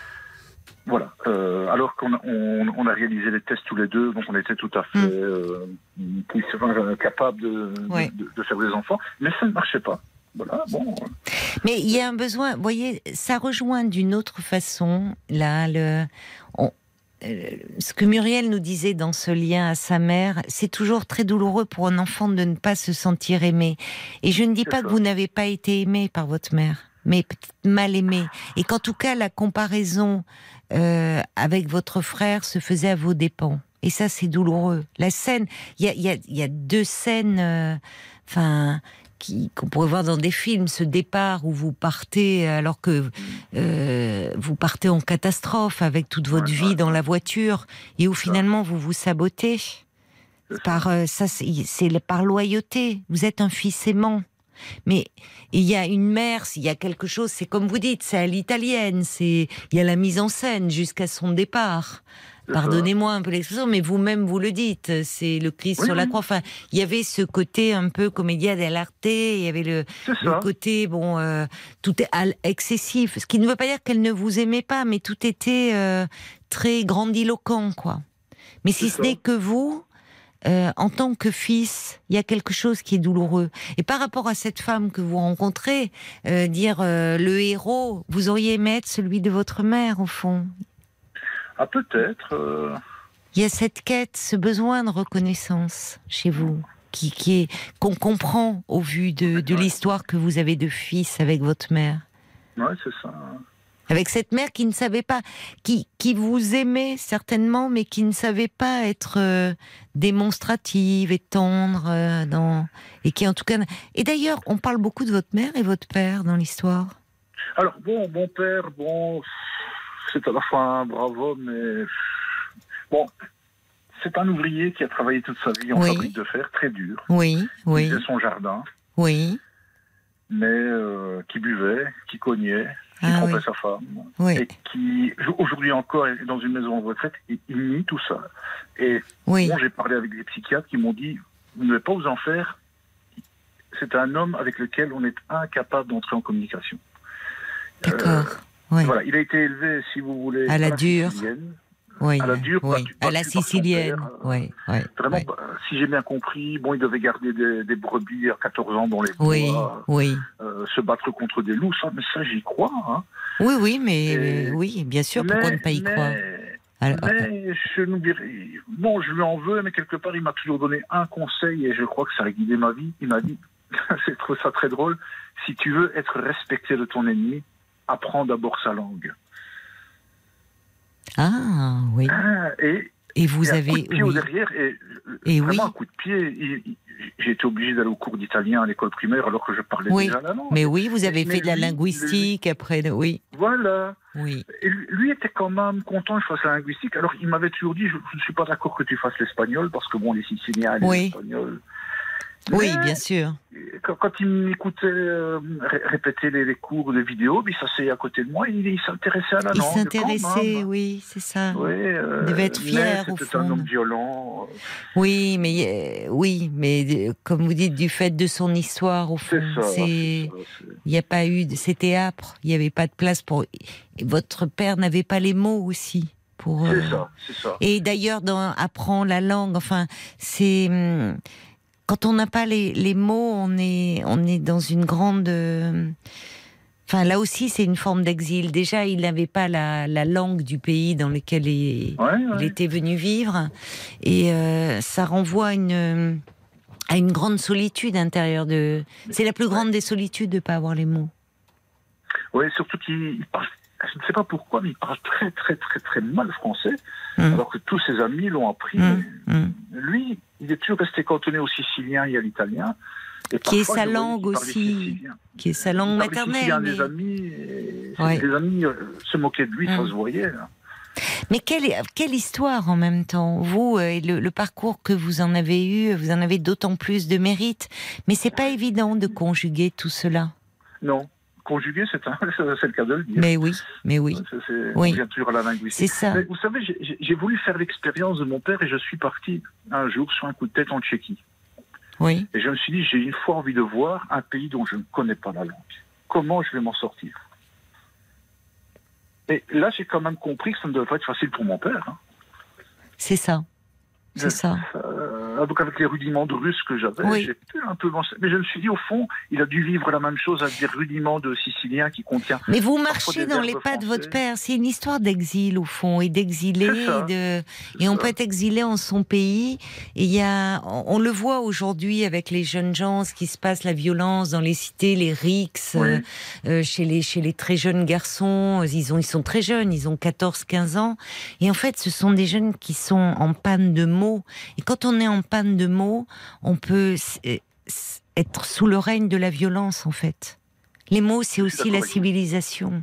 Speaker 8: Voilà. Euh, alors qu'on a, on, on a réalisé les tests tous les deux, donc on était tout à fait mm. euh, capables de, oui. de, de faire des enfants, mais ça ne marchait pas. Voilà, bon.
Speaker 3: Mais il y a un besoin, vous voyez, ça rejoint d'une autre façon, là, le, on, euh, ce que Muriel nous disait dans ce lien à sa mère, c'est toujours très douloureux pour un enfant de ne pas se sentir aimé. Et je ne dis c'est pas ça. Que vous n'avez pas été aimé par votre mère, mais peut-être mal aimé. Et qu'en tout cas, la comparaison euh, avec votre frère se faisait à vos dépens. Et ça, c'est douloureux. La scène, il y a, y a, y a deux scènes, enfin... Euh, Qui, qu'on pourrait voir dans des films, ce départ où vous partez alors que euh, vous partez en catastrophe avec toute votre vie dans la voiture et où finalement vous vous sabotez par euh, ça, c'est, c'est par loyauté. Vous êtes un fils aimant, mais il y a une mère, il y a quelque chose, c'est comme vous dites, c'est à l'italienne, c'est il y a la mise en scène jusqu'à son départ. Pardonnez-moi un peu l'expression, mais vous-même vous le dites, c'est le Christ oui, sur la croix. Enfin, il y avait ce côté un peu comédia dell'arte, il y avait le, le côté bon, euh, tout est excessif. Ce qui ne veut pas dire qu'elle ne vous aimait pas, mais tout était euh, très grandiloquent, quoi. Mais si c'est ce ça. N'est que vous, euh, en tant que fils, il y a quelque chose qui est douloureux. Et par rapport à cette femme que vous rencontrez, euh, dire euh, le héros, vous auriez aimé être celui de votre mère, au fond.
Speaker 8: Ah, peut-être. Euh...
Speaker 3: Il y a cette quête, ce besoin de reconnaissance chez vous, qui, qui est, qu'on comprend au vu de, de ouais. l'histoire que vous avez de fils avec votre mère.
Speaker 8: Oui, c'est ça.
Speaker 3: Avec cette mère qui ne savait pas, qui, qui vous aimait certainement, mais qui ne savait pas être euh, démonstrative et tendre, euh, dans, et qui en tout cas... Et d'ailleurs, on parle beaucoup de votre mère et votre père dans l'histoire.
Speaker 8: Alors, bon, mon père, bon... C'est à la fois un brave homme, mais bon, c'est un ouvrier qui a travaillé toute sa vie en oui. fabrique de fer, très dur.
Speaker 3: Oui, oui.
Speaker 8: Il faisait son jardin.
Speaker 3: Oui.
Speaker 8: Mais euh, qui buvait, qui cognait, qui ah, trompait oui. sa femme.
Speaker 3: Oui.
Speaker 8: Et qui, aujourd'hui encore, est dans une maison en retraite, et il nie tout ça. Et
Speaker 3: oui.
Speaker 8: bon, j'ai parlé avec des psychiatres qui m'ont dit, vous ne devez pas vous en faire. C'est un homme avec lequel on est incapable d'entrer en communication.
Speaker 3: D'accord. Euh,
Speaker 8: Oui. Voilà, il a été élevé, si vous voulez,
Speaker 3: à la
Speaker 8: à
Speaker 3: dure. oui,
Speaker 8: à la dure,
Speaker 3: oui.
Speaker 8: battu,
Speaker 3: à la
Speaker 8: battu par son
Speaker 3: sicilienne.
Speaker 8: père.
Speaker 3: Oui, oui,
Speaker 8: Vraiment,
Speaker 3: oui.
Speaker 8: bah, si j'ai bien compris, bon, il devait garder des, des brebis à quatorze ans dans les
Speaker 3: Oui,
Speaker 8: bois,
Speaker 3: oui.
Speaker 8: euh, se battre contre des loups, ça, mais ça, j'y crois. Hein.
Speaker 3: Oui, oui, mais
Speaker 8: Et-
Speaker 3: oui, bien sûr, pourquoi
Speaker 8: mais,
Speaker 3: ne pas y
Speaker 8: mais,
Speaker 3: croire? Alors,
Speaker 8: mais je n'oublierai. Bon, je lui en veux, mais quelque part, il m'a toujours donné un conseil et je crois que ça a guidé ma vie. Il m'a dit, j'ai trouvé ça très drôle, si tu veux être respecté de ton ennemi, apprends d'abord sa langue.
Speaker 3: Ah, oui.
Speaker 8: Ah, et
Speaker 3: Et vous
Speaker 8: et un
Speaker 3: avez...
Speaker 8: coup de pied au
Speaker 3: oui.
Speaker 8: derrière et,
Speaker 3: Et
Speaker 8: vraiment
Speaker 3: oui.
Speaker 8: un coup de pied. Il- il- j'ai été obligé d'aller au cours d'italien à l'école primaire alors que je parlais
Speaker 3: Oui.
Speaker 8: déjà la langue.
Speaker 3: Mais oui, vous avez
Speaker 8: Mais
Speaker 3: fait de la
Speaker 8: lui,
Speaker 3: linguistique après, de- oui,
Speaker 8: Voilà.
Speaker 3: oui.
Speaker 8: Et lui, lui était quand même content que je fasse la linguistique. Alors, il m'avait toujours dit, je ne suis pas d'accord que tu fasses l'espagnol, parce que bon, les Siciliens et les
Speaker 3: Oui.
Speaker 8: Espagnols...
Speaker 3: Oui,
Speaker 8: Mais
Speaker 3: bien sûr.
Speaker 8: Quand, quand il m'écoutait euh, ré- répéter les, les cours de vidéo, il s'asseyait à côté de moi, il, il s'intéressait à la
Speaker 3: Il
Speaker 8: langue. quand
Speaker 3: s'intéressait,
Speaker 8: même.
Speaker 3: oui, c'est ça.
Speaker 8: Oui, euh,
Speaker 3: Il devait être fier,
Speaker 8: mais
Speaker 3: au
Speaker 8: c'était
Speaker 3: fond.
Speaker 8: un homme violent.
Speaker 3: Oui, mais euh, oui, mais euh, comme vous dites, du fait de son histoire, au fond,
Speaker 8: C'est ça.
Speaker 3: c'est,
Speaker 8: c'est ça, c'est-
Speaker 3: il n'y a pas eu, de... c'était âpre. Il n'y avait pas de place pour. Et votre père n'avait pas les mots aussi pour.
Speaker 8: C'est
Speaker 3: euh,
Speaker 8: ça, c'est ça.
Speaker 3: Et d'ailleurs, dans apprend la langue, enfin, c'est hum, quand on n'a pas les, les mots, on est on est dans une grande. euh, Enfin, là aussi, c'est une forme d'exil. Déjà, il n'avait pas la, la langue du pays dans lequel il,
Speaker 8: Ouais, ouais.
Speaker 3: il était venu vivre, et euh, ça renvoie à une à une grande solitude intérieure de. C'est la plus grande des solitudes de ne pas avoir les mots.
Speaker 8: Oui, surtout qu'il il parle, je ne sais pas pourquoi, mais il parle très, très, très, très mal français,
Speaker 3: Mmh.
Speaker 8: alors que tous ses amis l'ont appris.
Speaker 3: Mmh, mmh.
Speaker 8: Lui, il est toujours resté cantonné au sicilien et à l'italien. Et
Speaker 3: Qui est
Speaker 8: parfois,
Speaker 3: sa
Speaker 8: je voyais
Speaker 3: langue
Speaker 8: qu'il parlait
Speaker 3: aussi,
Speaker 8: sicilien.
Speaker 3: qui est sa langue
Speaker 8: Il parlait sicilien
Speaker 3: maternelle.
Speaker 8: des
Speaker 3: Mais,
Speaker 8: amis, et
Speaker 3: Ouais.
Speaker 8: les amis euh, se moquaient de lui, ça
Speaker 3: Mmh.
Speaker 8: se voyait. hein.
Speaker 3: mais quelle, quelle histoire en même temps. Vous, euh, le, le parcours que vous en avez eu, vous en avez d'autant plus de mérite. Mais c'est pas évident de conjuguer tout cela.
Speaker 8: Non, conjugué, c'est un- c'est le cas de le dire.
Speaker 3: Mais oui, mais oui.
Speaker 8: Ça, c'est-
Speaker 3: Oui.
Speaker 8: On vient toujours à la linguistique.
Speaker 3: C'est ça.
Speaker 8: Mais vous savez, j'ai- j'ai j'ai voulu faire l'expérience de mon père et je suis parti un jour sur un coup de tête en Tchéquie.
Speaker 3: Oui.
Speaker 8: Et je me suis dit, j'ai une fois envie de voir un pays dont je ne connais pas la langue. Comment je vais m'en sortir? Et là, j'ai quand même compris que ça ne devait pas être facile pour mon père. hein.
Speaker 3: C'est ça. C'est ça.
Speaker 8: Euh, donc avec les rudiments de russe que j'avais,
Speaker 3: Oui.
Speaker 8: j'ai pu un peu m'en- Mais je me suis dit, au fond, il a dû vivre la même chose avec des rudiments de sicilien qui contient.
Speaker 3: Mais vous
Speaker 8: Parfois
Speaker 3: marchez
Speaker 8: des
Speaker 3: dans les
Speaker 8: verbes
Speaker 3: pas de votre
Speaker 8: français.
Speaker 3: père. C'est une histoire d'exil au fond, et d'exilé,
Speaker 8: C'est ça.
Speaker 3: et de
Speaker 8: C'est
Speaker 3: et on
Speaker 8: ça.
Speaker 3: peut être exilé en son pays. Et il y a, on, on le voit aujourd'hui avec les jeunes gens, ce qui se passe, la violence dans les cités, les rixes,
Speaker 8: Oui.
Speaker 3: euh, euh, chez les chez les très jeunes garçons. Ils ont ils sont très jeunes, ils ont quatorze quinze ans. Et en fait, ce sont des jeunes qui sont en panne de mots. Et quand on est en panne de mots, on peut s- s- être sous le règne de la violence, en fait. Les mots, c'est
Speaker 8: suis
Speaker 3: aussi
Speaker 8: d'accord
Speaker 3: la
Speaker 8: avec vous.
Speaker 3: civilisation.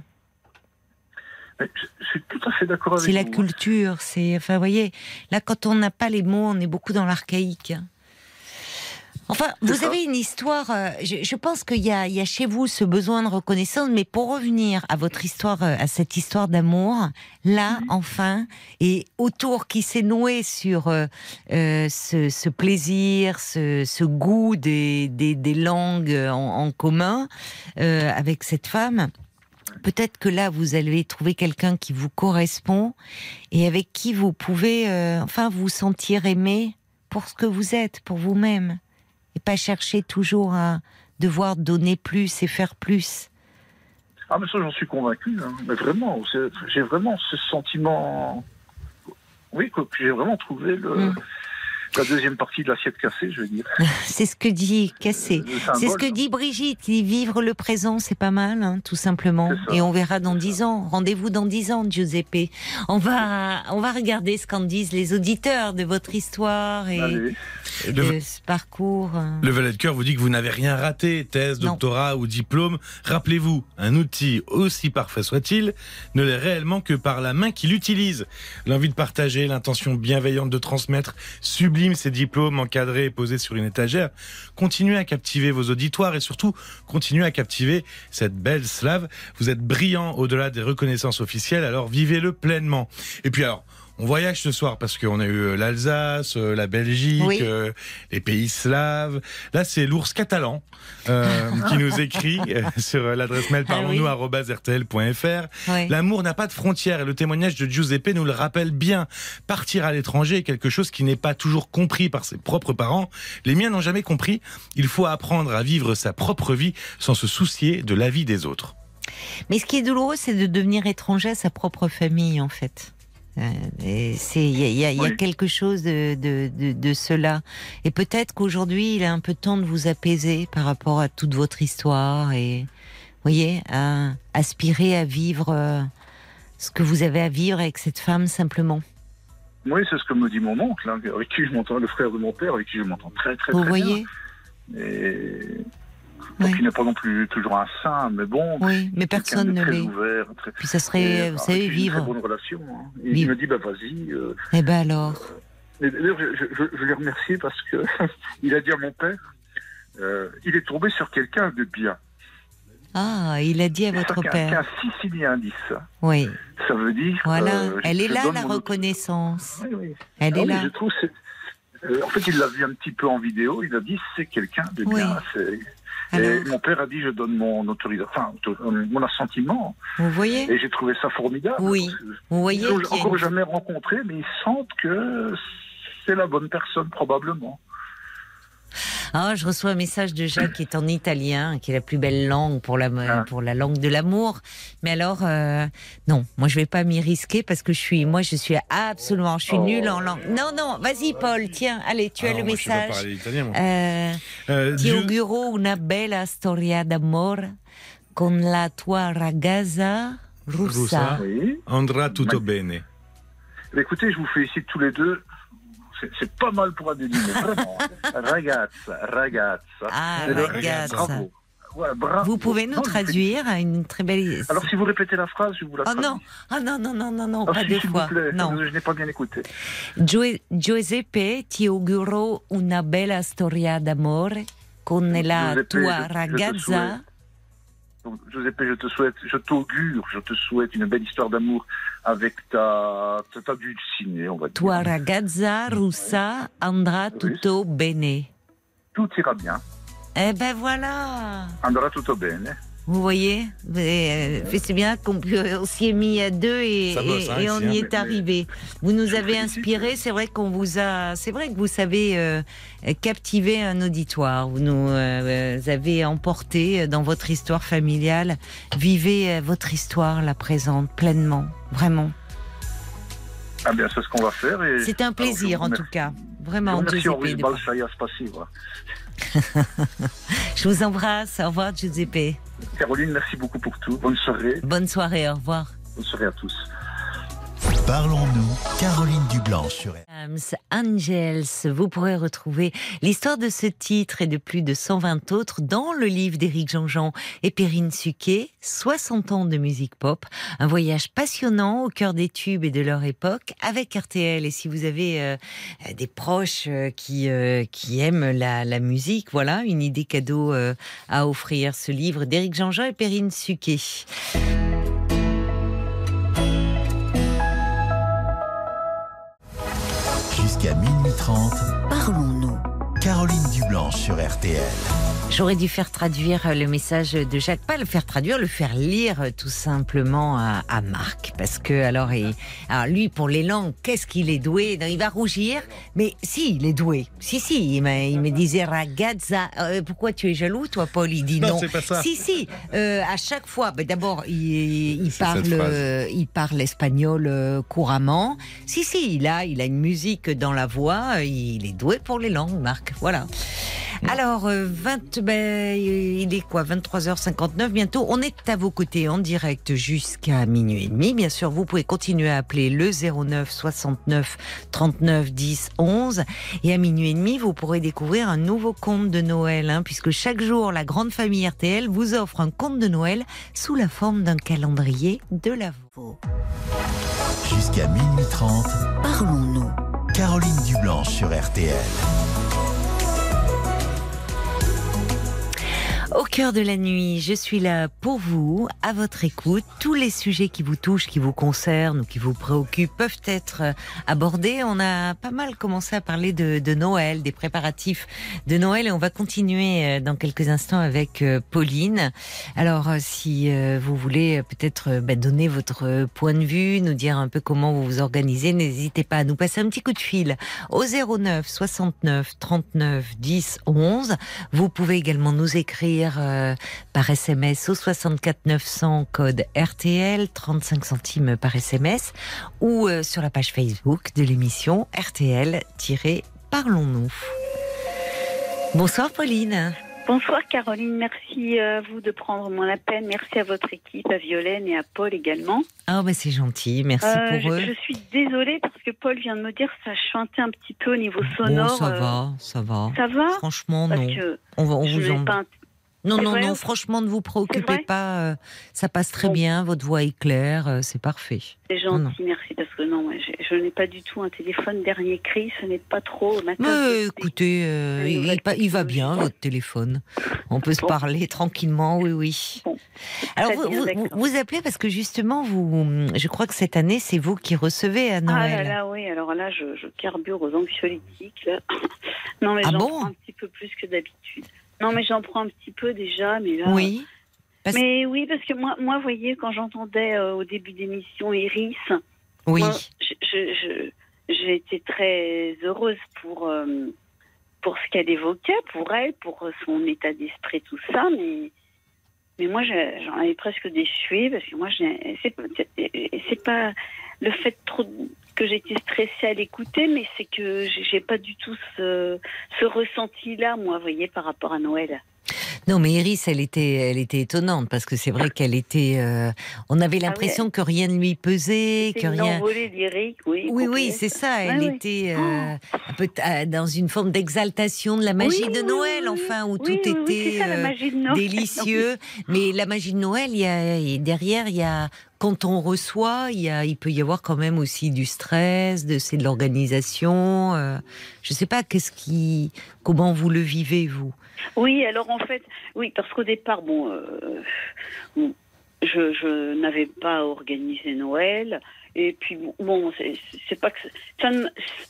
Speaker 8: Mais je, je suis tout à fait d'accord avec
Speaker 3: C'est la
Speaker 8: vous.
Speaker 3: culture, c'est, enfin, vous voyez, là, quand on n'a pas les mots, on est beaucoup dans l'archaïque. Enfin,
Speaker 8: C'est
Speaker 3: vous
Speaker 8: ça.
Speaker 3: avez une histoire, euh, je, je pense qu'il y a, il y a chez vous ce besoin de reconnaissance, mais pour revenir à votre histoire, euh, à cette histoire d'amour, là,
Speaker 8: Mhm.
Speaker 3: enfin, et autour qui s'est noué sur euh, euh, ce, ce plaisir, ce, ce goût des, des, des langues en, en commun euh, avec cette femme, peut-être que là, vous allez trouver quelqu'un qui vous correspond et avec qui vous pouvez, euh, enfin, vous sentir aimé pour ce que vous êtes, pour vous-même, et pas chercher toujours à devoir donner plus et faire plus.
Speaker 8: Ah, mais ça, j'en suis convaincu. hein. Mais vraiment, c'est- j'ai vraiment ce sentiment. Oui, que que j'ai vraiment trouvé le,
Speaker 3: Mm.
Speaker 8: la deuxième partie de l'assiette cassée, je veux dire.
Speaker 3: C'est ce que dit Cassé.
Speaker 8: Le symbole,
Speaker 3: C'est ce que
Speaker 8: hein.
Speaker 3: dit Brigitte, qui dit vivre le présent, c'est pas mal, hein, tout simplement.
Speaker 8: C'est ça.
Speaker 3: Et on verra dans
Speaker 8: C'est
Speaker 3: dix ans. Rendez-vous dans dix ans, Giuseppe. On va, on va regarder ce qu'en disent les auditeurs de votre histoire et,
Speaker 8: Allez.
Speaker 3: et
Speaker 5: Le-
Speaker 3: de ce parcours. euh.
Speaker 5: Le valet de cœur vous dit que vous n'avez rien raté, thèse,
Speaker 3: Non.
Speaker 5: doctorat ou diplôme. Rappelez-vous, un outil, aussi parfait soit-il, ne l'est réellement que par la main qui l'utilise. L'envie de partager, l'intention bienveillante de transmettre, sublime ces diplômes encadrés et posés sur une étagère. Continuez à captiver vos auditoires et surtout, continuez à captiver cette belle slave. Vous êtes brillant au-delà des reconnaissances officielles, alors vivez-le pleinement. Et puis alors, on voyage ce soir parce qu'on a eu l'Alsace, la Belgique,
Speaker 3: oui.
Speaker 5: euh, les pays slaves. Là, c'est l'ours catalan euh, qui nous écrit euh, sur l'adresse mail parlons-nous arobase r t l point f r.
Speaker 3: Oui.
Speaker 5: L'amour n'a pas de frontières et le témoignage de Giuseppe nous le rappelle bien. Partir à l'étranger est quelque chose qui n'est pas toujours compris par ses propres parents. Les miens n'ont jamais compris. Il faut apprendre à vivre sa propre vie sans se soucier de la vie des autres.
Speaker 3: Mais ce qui est douloureux, c'est de devenir étranger à sa propre famille, en fait. Il euh, y, y, y a
Speaker 8: oui.
Speaker 3: quelque chose de, de, de, de cela. Et peut-être qu'aujourd'hui, il est un peu temps de vous apaiser par rapport à toute votre histoire et, vous voyez, à aspirer à vivre euh, ce que vous avez à vivre avec cette femme, simplement.
Speaker 8: Oui, c'est ce que me dit mon oncle, hein, avec qui je m'entends, le frère de mon père, avec qui je m'entends très, très,
Speaker 3: vous
Speaker 8: très
Speaker 3: voyez
Speaker 8: bien. Et... Donc
Speaker 3: ouais.
Speaker 8: il n'est pas non plus toujours un saint, mais bon.
Speaker 3: Oui, mais personne ne l'est.
Speaker 8: Ouvert, très...
Speaker 3: Puis ça serait,
Speaker 8: et,
Speaker 3: vous
Speaker 8: bah,
Speaker 3: savez, vivre.
Speaker 8: Une très bonne relation. Hein. Et
Speaker 3: Vivre.
Speaker 8: il me dit, bah vas-y. Euh,
Speaker 3: Eh ben alors.
Speaker 8: Euh, d'ailleurs, je, je, je l'ai remercié parce que il a dit à mon père, euh, il est tombé sur quelqu'un de bien.
Speaker 3: Ah, il a dit à
Speaker 8: et
Speaker 3: votre
Speaker 8: ça,
Speaker 3: père.
Speaker 8: Qu'un Sicilien dit ça.
Speaker 3: Oui.
Speaker 8: Ça veut dire.
Speaker 3: Voilà,
Speaker 8: euh,
Speaker 3: elle
Speaker 8: je,
Speaker 3: est
Speaker 8: je
Speaker 3: là,
Speaker 8: donne
Speaker 3: la
Speaker 8: mon
Speaker 3: reconnaissance.
Speaker 8: autre... oui, oui.
Speaker 3: Elle
Speaker 8: ah,
Speaker 3: est
Speaker 8: oui,
Speaker 3: là.
Speaker 8: Je trouve c'est... Euh, en fait, il l'a vu un petit peu en vidéo. Il a dit, c'est quelqu'un de
Speaker 3: Oui.
Speaker 8: bien. C'est...
Speaker 3: Alors,
Speaker 8: et mon père a dit, je donne mon autorisation, enfin, mon assentiment.
Speaker 3: vous voyez
Speaker 8: Et j'ai trouvé ça formidable.
Speaker 3: Oui. Vous voyez
Speaker 8: Ils n'ont
Speaker 3: qu'il y a
Speaker 8: encore
Speaker 3: une-
Speaker 8: jamais rencontré, mais ils sentent que c'est la bonne personne, probablement.
Speaker 3: Ah, je reçois un message de Jacques qui est en italien, qui est la plus belle langue pour la,
Speaker 8: Ah.
Speaker 3: pour la langue de l'amour. Mais alors, euh, non, moi je vais pas m'y risquer parce que je suis, moi je suis absolument, je suis
Speaker 8: Oh.
Speaker 3: nulle en langue. Non, non, vas-y Paul, tiens, allez, tu as
Speaker 5: Alors,
Speaker 3: le
Speaker 5: moi, je sais pas
Speaker 3: message.
Speaker 5: parler italien, moi.
Speaker 3: Euh,
Speaker 5: Euh,
Speaker 3: Ti
Speaker 5: Giu-
Speaker 3: auguro una bella storia d'amore con la tua ragazza russa.
Speaker 5: Russa.
Speaker 8: Oui.
Speaker 5: Andra tutto bene.
Speaker 8: Mais écoutez, je vous félicite tous les deux. C'est, c'est pas mal pour un début, mais vraiment. Ragazza, ragazza.
Speaker 3: Ah,
Speaker 8: Et le-
Speaker 3: ragazza.
Speaker 8: Bravo. Ouais, bravo.
Speaker 3: Vous pouvez nous
Speaker 8: Non, je vous
Speaker 3: traduire à une très belle.
Speaker 8: félicite. Alors, si vous répétez la phrase, je vous la
Speaker 3: Oh
Speaker 8: traduis.
Speaker 3: non, oh non, non, non, non, non,
Speaker 8: Ah,
Speaker 3: pas
Speaker 8: si,
Speaker 3: deux
Speaker 8: s'il
Speaker 3: fois.
Speaker 8: vous plaît.
Speaker 3: Non.
Speaker 8: Je n'ai pas bien écouté.
Speaker 3: Gio- Giuseppe, ti auguro una bella storia d'amore con la
Speaker 8: Giuseppe,
Speaker 3: tua
Speaker 8: je- je te
Speaker 3: ragazza.
Speaker 8: souhaite- Donc, Giuseppe, je te souhaite, je t'augure, je te souhaite une belle histoire d'amour avec ta, ta, ta dulcinée, on va dire.
Speaker 3: Tua ragazza russa andrà tutto bene.
Speaker 8: Tout ira bien.
Speaker 3: Eh ben voilà.
Speaker 8: Andrà tutto bene.
Speaker 3: Vous voyez, euh, c'est bien qu'on peut- on s'y est mis à deux et,
Speaker 5: Ça bosse, hein,
Speaker 3: et- et on
Speaker 5: ici,
Speaker 3: y
Speaker 5: hein.
Speaker 3: est arrivé. Vous nous
Speaker 8: Je vous
Speaker 3: avez
Speaker 8: félicite.
Speaker 3: inspiré, c'est vrai qu'on vous a, c'est vrai que vous savez euh, captiver un auditoire. Vous nous euh, avez emporté dans votre histoire familiale. Vivez euh, votre histoire, la présente, pleinement, vraiment.
Speaker 8: Ah bien, c'est ce qu'on va faire. Et...
Speaker 3: C'est un plaisir
Speaker 8: Alors,
Speaker 3: en
Speaker 8: je vous
Speaker 3: tout cas,
Speaker 8: remercie.
Speaker 3: vraiment.
Speaker 8: Je vous
Speaker 3: Giuseppe,
Speaker 8: remercie,
Speaker 3: de-
Speaker 8: Balshaya Spasiba.
Speaker 3: Je vous embrasse. Au revoir, Giuseppe.
Speaker 8: Caroline, merci beaucoup pour tout. Bonne soirée.
Speaker 3: Bonne soirée. Au revoir.
Speaker 8: Bonne soirée à tous.
Speaker 1: Parlons-nous, Caroline Dublanche sur R T L.
Speaker 3: Angels, vous pourrez retrouver l'histoire de ce titre et de plus de cent vingt autres dans le livre d'Éric Jean-Jean et Perrine Suquet, soixante ans de musique pop, un voyage passionnant au cœur des tubes et de leur époque avec R T L. Et si vous avez euh, des proches euh, qui, euh, qui aiment la, la musique, voilà, une idée cadeau euh, à offrir, ce livre d'Éric Jean-Jean et Perrine Suquet.
Speaker 1: Jusqu'à minuit trente,
Speaker 2: Parlons-nous.
Speaker 1: Caroline Dublanche sur R T L.
Speaker 3: J'aurais dû faire traduire le message de Jacques, pas le faire traduire, le faire lire tout simplement à, à Marc. Parce que, alors, il, alors, lui, pour les langues, qu'est-ce qu'il est doué? Il va rougir, mais si, il est doué. Si, si, il, m'a, il me disait ragazza. Euh, pourquoi tu es jaloux, toi, Paul? Il dit non.
Speaker 5: Non, c'est pas ça.
Speaker 3: Si, si, euh, à chaque fois, ben, d'abord, il, il,
Speaker 5: C'est
Speaker 3: parle,
Speaker 5: cette phrase.
Speaker 3: euh, il parle espagnol euh, couramment. Si, si, il a, il a une musique dans la voix, il est doué pour les langues, Marc. Voilà. Alors, euh, vingt, ben, il est quoi, vingt-trois heures cinquante-neuf bientôt. On est à vos côtés en direct jusqu'à minuit et demi. Bien sûr, vous pouvez continuer à appeler le zéro neuf soixante-neuf trente-neuf dix onze. Et à minuit et demi, vous pourrez découvrir un nouveau conte de Noël, hein, puisque chaque jour, la grande famille R T L vous offre un conte de Noël sous la forme d'un calendrier de l'Avent.
Speaker 1: Jusqu'à minuit trente,
Speaker 2: Parlons-nous.
Speaker 1: Caroline Dublanche sur R T L.
Speaker 3: Au cœur de la nuit, je suis là pour vous, à votre écoute. Tous les sujets qui vous touchent, qui vous concernent ou qui vous préoccupent peuvent être abordés. On a pas mal commencé à parler de, de Noël, des préparatifs de Noël, et on va continuer dans quelques instants avec Pauline. Alors, si vous voulez peut-être bah, donner votre point de vue, nous dire un peu comment vous vous organisez, n'hésitez pas à nous passer un petit coup de fil au zéro neuf soixante-neuf trente-neuf dix onze. Vous pouvez également nous écrire Euh, par S M S au soixante-quatre neuf cents code R T L, trente-cinq centimes par S M S, ou euh, sur la page Facebook de l'émission R T L-Parlons-nous. Bonsoir Pauline.
Speaker 9: Bonsoir Caroline, merci à vous de prendre mon appel, merci à votre équipe, à Violaine et à Paul également.
Speaker 3: Ah oh, bah c'est gentil, merci
Speaker 9: euh,
Speaker 3: pour
Speaker 9: je,
Speaker 3: eux.
Speaker 9: Je suis désolée parce que Paul vient de me dire que ça chantait un petit peu au niveau sonore.
Speaker 3: Bon, ça
Speaker 9: euh,
Speaker 3: va, ça va.
Speaker 9: Ça va ?
Speaker 3: Franchement,
Speaker 9: parce
Speaker 3: non.
Speaker 9: Que
Speaker 3: on va, on
Speaker 9: je
Speaker 3: vous en...
Speaker 9: pas un...
Speaker 3: Non,
Speaker 9: c'est
Speaker 3: non,
Speaker 9: vrai,
Speaker 3: non,
Speaker 9: ou...
Speaker 3: franchement, ne vous préoccupez pas, euh, ça passe très bon. bien, votre voix est claire, euh, c'est parfait.
Speaker 9: C'est gentil,
Speaker 3: non, non.
Speaker 9: merci, parce que non, moi, je, je n'ai pas du tout un téléphone dernier cri, ce n'est pas trop...
Speaker 3: Mais écoutez, euh, il, il, il va bien, votre téléphone. On peut bon. se parler tranquillement, oui, oui. Bon. Alors, vous, bien, vous, vous appelez parce que justement, vous, je crois que cette année, c'est vous qui recevez à Noël.
Speaker 9: Ah là là, oui, alors là, je, je carbure aux anxiolytiques, là. Non, mais
Speaker 3: ah
Speaker 9: j'en
Speaker 3: bon
Speaker 9: prends un petit peu plus que d'habitude. Non, mais j'en prends un petit peu déjà, mais là...
Speaker 3: Oui.
Speaker 9: Parce... Mais oui, parce que moi, moi, vous voyez, quand j'entendais euh, au début d'émission Iris,
Speaker 3: oui.
Speaker 9: moi, je, je, je, j'ai été très heureuse pour, euh, pour ce qu'elle évoquait, pour elle, pour son état d'esprit, tout ça, mais, mais moi, j'en avais presque des suées, parce que moi, j'ai, c'est, c'est, c'est pas le fait trop... que j'étais stressée à l'écouter, mais c'est que j'ai pas du tout ce, ce ressenti-là, moi, vous voyez, par rapport à Noël.
Speaker 3: Non, mais Iris, elle était, elle était étonnante parce que c'est vrai qu'elle était. Euh, on avait l'impression ah ouais. que rien ne lui pesait,
Speaker 9: c'était
Speaker 3: que
Speaker 9: une
Speaker 3: rien.
Speaker 9: envolée lyrique, oui.
Speaker 3: Oui, oui, c'est ça. Elle
Speaker 9: ouais,
Speaker 3: était
Speaker 9: oui.
Speaker 3: euh, un peu t- dans une forme d'exaltation de la magie
Speaker 9: oui,
Speaker 3: de Noël,
Speaker 9: oui,
Speaker 3: enfin, où
Speaker 9: oui,
Speaker 3: tout
Speaker 9: oui,
Speaker 3: était
Speaker 9: oui, ça,
Speaker 3: euh, délicieux. Mais la magie de Noël, il y a derrière, il y a. Quand on reçoit, il, y a, il peut y avoir quand même aussi du stress, de, c'est de l'organisation. Euh, je ne sais pas, qu'est-ce qui, comment vous le vivez, vous ?
Speaker 9: Oui, alors en fait, oui, parce qu'au départ, bon, euh, bon je, je n'avais pas organisé Noël. Et puis, bon, c'est, c'est pas que... Ça me,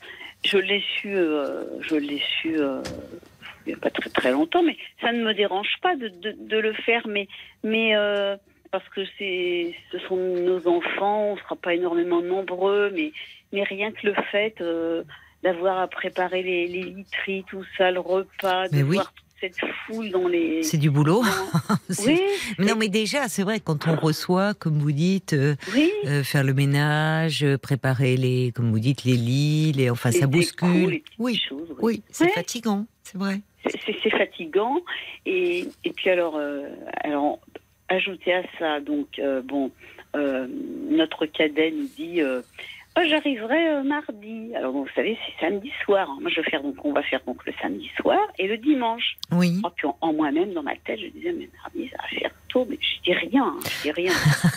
Speaker 9: je l'ai su, euh, je l'ai su... Euh, il n'y a pas très très longtemps, mais ça ne me dérange pas de, de, de le faire, mais... mais euh, parce que c'est, ce sont nos enfants, on ne sera pas énormément nombreux, mais, mais rien que le fait euh, d'avoir à préparer les, les literies, tout ça, le repas, de
Speaker 3: mais oui.
Speaker 9: voir toute cette foule dans les...
Speaker 3: C'est du boulot.
Speaker 9: Dans...
Speaker 3: c'est...
Speaker 9: Oui.
Speaker 3: Mais non, mais déjà, c'est vrai, quand on reçoit, comme vous dites, euh,
Speaker 9: oui.
Speaker 3: euh, faire le ménage, préparer les, comme vous dites, les lits, les, enfin,
Speaker 9: les
Speaker 3: ça bouscule.
Speaker 9: Les
Speaker 3: oui.
Speaker 9: Choses, oui.
Speaker 3: oui, c'est
Speaker 9: ouais.
Speaker 3: fatigant, c'est vrai.
Speaker 9: C'est, c'est, c'est fatigant. Et, et puis alors, euh, alors... Ajouter à ça, donc, euh, bon, euh, notre cadet nous dit euh, oh, j'arriverai euh, mardi. Alors, bon, vous savez, c'est samedi soir. Moi, je vais faire, donc, on va faire donc, le samedi soir et le dimanche.
Speaker 3: Oui.
Speaker 9: Oh, puis, en, en moi-même, dans ma tête, je disais, mais mardi, ça va faire tôt, mais je dis rien, hein, je dis rien.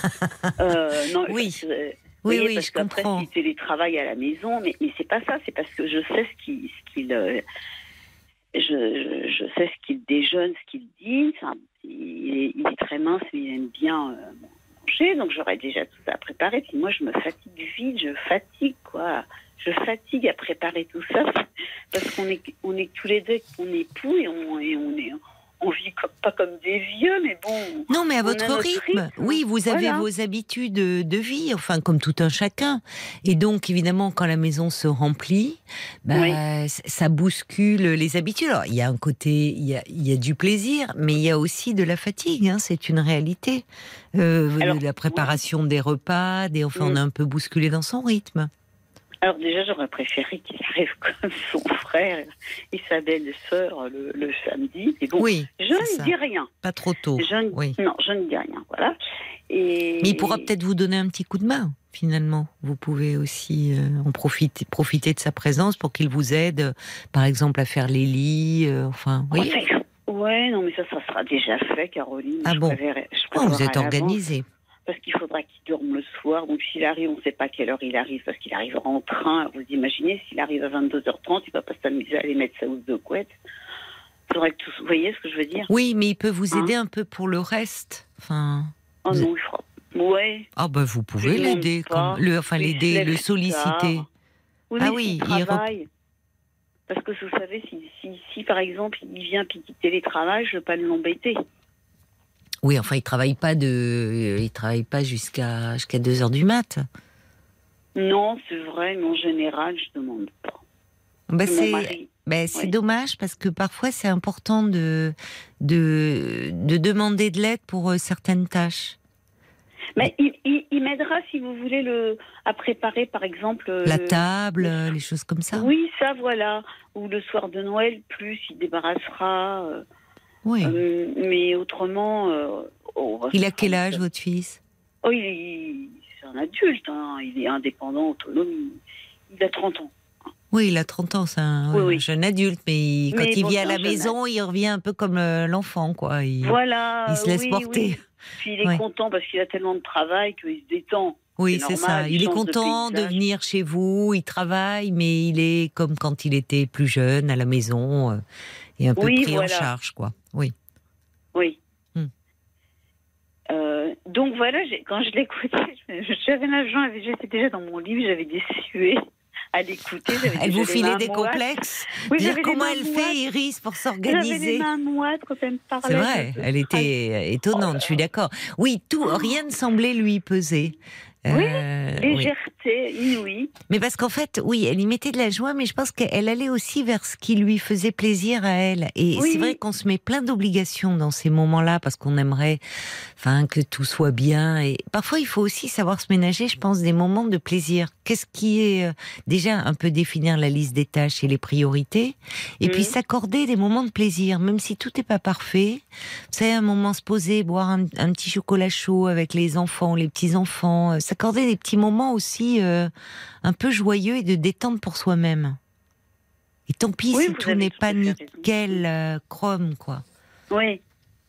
Speaker 9: euh, non,
Speaker 3: oui.
Speaker 9: Parce, euh,
Speaker 3: oui,
Speaker 9: voyez,
Speaker 3: oui,
Speaker 9: parce
Speaker 3: je
Speaker 9: qu'après,
Speaker 3: comprends.
Speaker 9: si télétravail à la maison, mais, mais c'est pas ça, c'est parce que je sais ce qu'il. Ce qu'il euh, je, je, je sais ce qu'il déjeune, ce qu'il dîne. Ça, il, est, il est très mince, mais il aime bien euh, manger, donc j'aurais déjà tout ça à préparer. Puis moi, je me fatigue vite, je fatigue, quoi. Je fatigue à préparer tout ça, parce qu'on est, on est tous les deux, on est époux, et on, et on est... On vit comme, pas comme des vieux, mais bon...
Speaker 3: Non, mais à votre rythme. rythme. Oui, vous avez voilà. vos habitudes de vie, enfin, comme tout un chacun. Et donc, évidemment, quand la maison se remplit, bah, oui. ça bouscule les habitudes. Alors, il y a un côté, il y a, il y a du plaisir, mais il y a aussi de la fatigue, hein, c'est une réalité. Euh, Alors, la préparation oui. des repas, des, enfin, oui. on est un peu bousculé dans son rythme.
Speaker 9: Alors déjà, j'aurais préféré qu'il arrive comme son frère et sa belle-sœur le, le samedi. Et bon,
Speaker 3: oui,
Speaker 9: je ne
Speaker 3: ça.
Speaker 9: dis rien.
Speaker 3: Pas trop tôt.
Speaker 9: Je ne,
Speaker 3: oui.
Speaker 9: Non, je ne dis rien. Voilà. Et...
Speaker 3: Mais il pourra peut-être vous donner un petit coup de main, finalement. Vous pouvez aussi euh, en profiter, profiter de sa présence pour qu'il vous aide, euh, par exemple, à faire les lits. Euh, enfin, oui.
Speaker 9: Ouais, non, mais ça, ça sera déjà fait, Caroline.
Speaker 3: Ah
Speaker 9: je
Speaker 3: bon
Speaker 9: préfère, je
Speaker 3: oh, Vous êtes organisée.
Speaker 9: Parce qu'il faudra qu'il dorme le soir. Donc, s'il arrive, on ne sait pas à quelle heure il arrive, parce qu'il arrivera en train. Vous imaginez, s'il arrive à vingt-deux heures trente, il ne va pas s'amuser à aller mettre sa housse de couette. faudrait que tout... Vous voyez ce que je veux dire?
Speaker 3: Oui, mais il peut vous
Speaker 9: Hein
Speaker 3: aider un peu pour le reste. Enfin.
Speaker 9: Oh
Speaker 3: vous-
Speaker 9: non, il fera... Ouais.
Speaker 3: Ah bah vous pouvez
Speaker 9: Je demande
Speaker 3: l'aider,
Speaker 9: pas.
Speaker 3: comme le, enfin
Speaker 9: Mais il se
Speaker 3: l'aider,
Speaker 9: lève
Speaker 3: le
Speaker 9: tard.
Speaker 3: solliciter.
Speaker 9: Oui,
Speaker 3: Ah
Speaker 9: mais
Speaker 3: oui,
Speaker 9: s'il
Speaker 3: il rep-
Speaker 9: travaille. Parce que vous savez, si, si, si par exemple il vient puis qu'il télétravaille, je ne veux pas l'embêter.
Speaker 3: Oui, enfin il travaille pas de, il travaille pas jusqu'à jusqu'à deux heures du mat.
Speaker 9: Non, c'est vrai, mais en général, je ne demande pas.
Speaker 3: Bah
Speaker 9: Mon
Speaker 3: c'est,
Speaker 9: mari.
Speaker 3: bah, c'est
Speaker 9: Oui.
Speaker 3: dommage parce que parfois c'est important de de de demander de l'aide pour euh, certaines tâches.
Speaker 9: Mais il, il, il m'aidera, si vous voulez, le, à préparer, par exemple... euh,
Speaker 3: La
Speaker 9: le-
Speaker 3: table, euh, les choses comme ça.
Speaker 9: Oui, ça, voilà. Ou le soir de Noël, plus, il débarrassera. euh,
Speaker 3: Oui.
Speaker 9: euh, mais autrement... euh, oh,
Speaker 3: Il
Speaker 9: ça
Speaker 3: a quel
Speaker 9: sera-
Speaker 3: âge votre fils?
Speaker 9: Oh, il est, c'est un adulte, hein. Il est indépendant, autonome. Il, il a trente ans.
Speaker 3: Oui, il a trente ans, c'est un,
Speaker 9: Oui,
Speaker 3: ouais,
Speaker 9: oui.
Speaker 3: un jeune adulte, mais il- quand
Speaker 9: Mais
Speaker 3: il
Speaker 9: bon,
Speaker 3: vient à
Speaker 9: c'est
Speaker 3: la
Speaker 9: un jeune
Speaker 3: maison, il revient un peu comme euh, l'enfant, quoi. Il,
Speaker 9: Voilà.
Speaker 3: il se laisse
Speaker 9: oui,
Speaker 3: porter.
Speaker 9: oui. Puis il est
Speaker 3: Ouais.
Speaker 9: content parce qu'il a tellement de travail qu'il se détend.
Speaker 3: Oui,
Speaker 9: C'est
Speaker 3: c'est
Speaker 9: normal,
Speaker 3: ça.
Speaker 9: il
Speaker 3: Il est
Speaker 9: change de
Speaker 3: content de,
Speaker 9: paysage.
Speaker 3: venir chez vous, il travaille, mais il est comme quand il était plus jeune à la maison euh, et un peu
Speaker 9: Oui,
Speaker 3: pris
Speaker 9: voilà.
Speaker 3: en charge, quoi. Oui.
Speaker 9: Oui.
Speaker 3: Hmm.
Speaker 9: Euh, donc voilà, j'ai- quand je l'écoutais, je- j'avais la jambe, j'étais déjà dans mon livre, j'avais des suées à l'écouter. j'avais
Speaker 3: Elle
Speaker 9: déjà
Speaker 3: vous
Speaker 9: les
Speaker 3: filait
Speaker 9: mains
Speaker 3: des
Speaker 9: moites.
Speaker 3: complexes.
Speaker 9: Oui,
Speaker 3: Dire
Speaker 9: j'avais les
Speaker 3: comment
Speaker 9: mains
Speaker 3: elle
Speaker 9: moites.
Speaker 3: fait, Iris, pour
Speaker 9: J'avais les
Speaker 3: s'organiser.
Speaker 9: mains moites quand elle me parlait.
Speaker 3: C'est vrai,
Speaker 9: je-
Speaker 3: elle était étonnante, je suis d'accord. Oui, tout, rien ne semblait lui peser.
Speaker 9: Oui,
Speaker 3: Euh, oui.
Speaker 9: Légèreté, inouïe.
Speaker 3: Mais parce qu'en fait, oui, elle y mettait de la joie, mais je pense qu'elle allait aussi vers ce qui lui faisait plaisir à elle. Et
Speaker 9: Oui.
Speaker 3: c'est vrai qu'on se met plein d'obligations dans ces moments-là parce qu'on aimerait, enfin, que tout soit bien. Et parfois, il faut aussi savoir se ménager, je pense, des moments de plaisir. Qu'est-ce qui est euh, déjà un peu définir la liste des tâches et les priorités, et
Speaker 9: Mhm.
Speaker 3: puis s'accorder des moments de plaisir, même si tout n'est pas parfait. Vous savez, un moment se poser, boire un, un petit chocolat chaud avec les enfants, les petits enfants, euh, s'accorder des petits moments aussi euh, un peu joyeux et de détente pour soi-même. Et tant pis
Speaker 9: Oui,
Speaker 3: si
Speaker 9: vous
Speaker 3: tout
Speaker 9: avez
Speaker 3: n'est
Speaker 9: tout
Speaker 3: pas
Speaker 9: à fait raison.
Speaker 3: nickel, euh, chrome, quoi.
Speaker 9: Oui.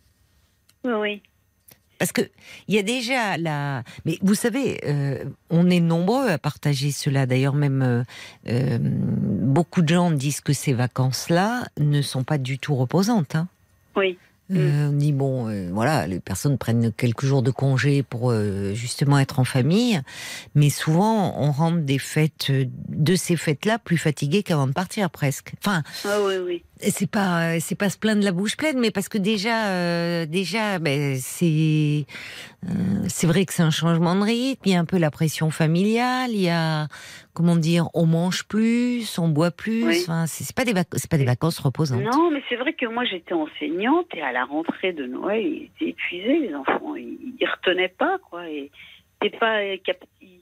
Speaker 9: Oui, oui.
Speaker 3: Parce que il y a déjà la. Mais vous savez, euh, on est nombreux à partager cela. D'ailleurs, même euh, euh, beaucoup de gens disent que ces vacances-là ne sont pas du tout reposantes. Hein.
Speaker 9: Oui.
Speaker 3: Euh, on dit bon, euh, voilà, les personnes prennent quelques jours de congé pour euh, justement être en famille, mais souvent on rentre des fêtes, euh, de ces fêtes-là, plus fatigués qu'avant de partir presque. Enfin,
Speaker 9: Ah oui, oui.
Speaker 3: et c'est pas, c'est pas se plaindre de la bouche pleine, mais parce que déjà, euh, déjà, ben c'est, euh, c'est vrai que c'est un changement de rythme. Il y a un peu la pression familiale. Il y a, comment dire, on mange plus, on boit plus.
Speaker 9: Oui.
Speaker 3: Enfin, c'est, c'est pas des vacances, c'est pas des vacances reposantes.
Speaker 9: Non, mais c'est vrai que moi j'étais enseignante et à la rentrée de Noël, ils étaient épuisés, les enfants. Ils, ils retenaient pas, quoi. Et c'est pas cap- ils-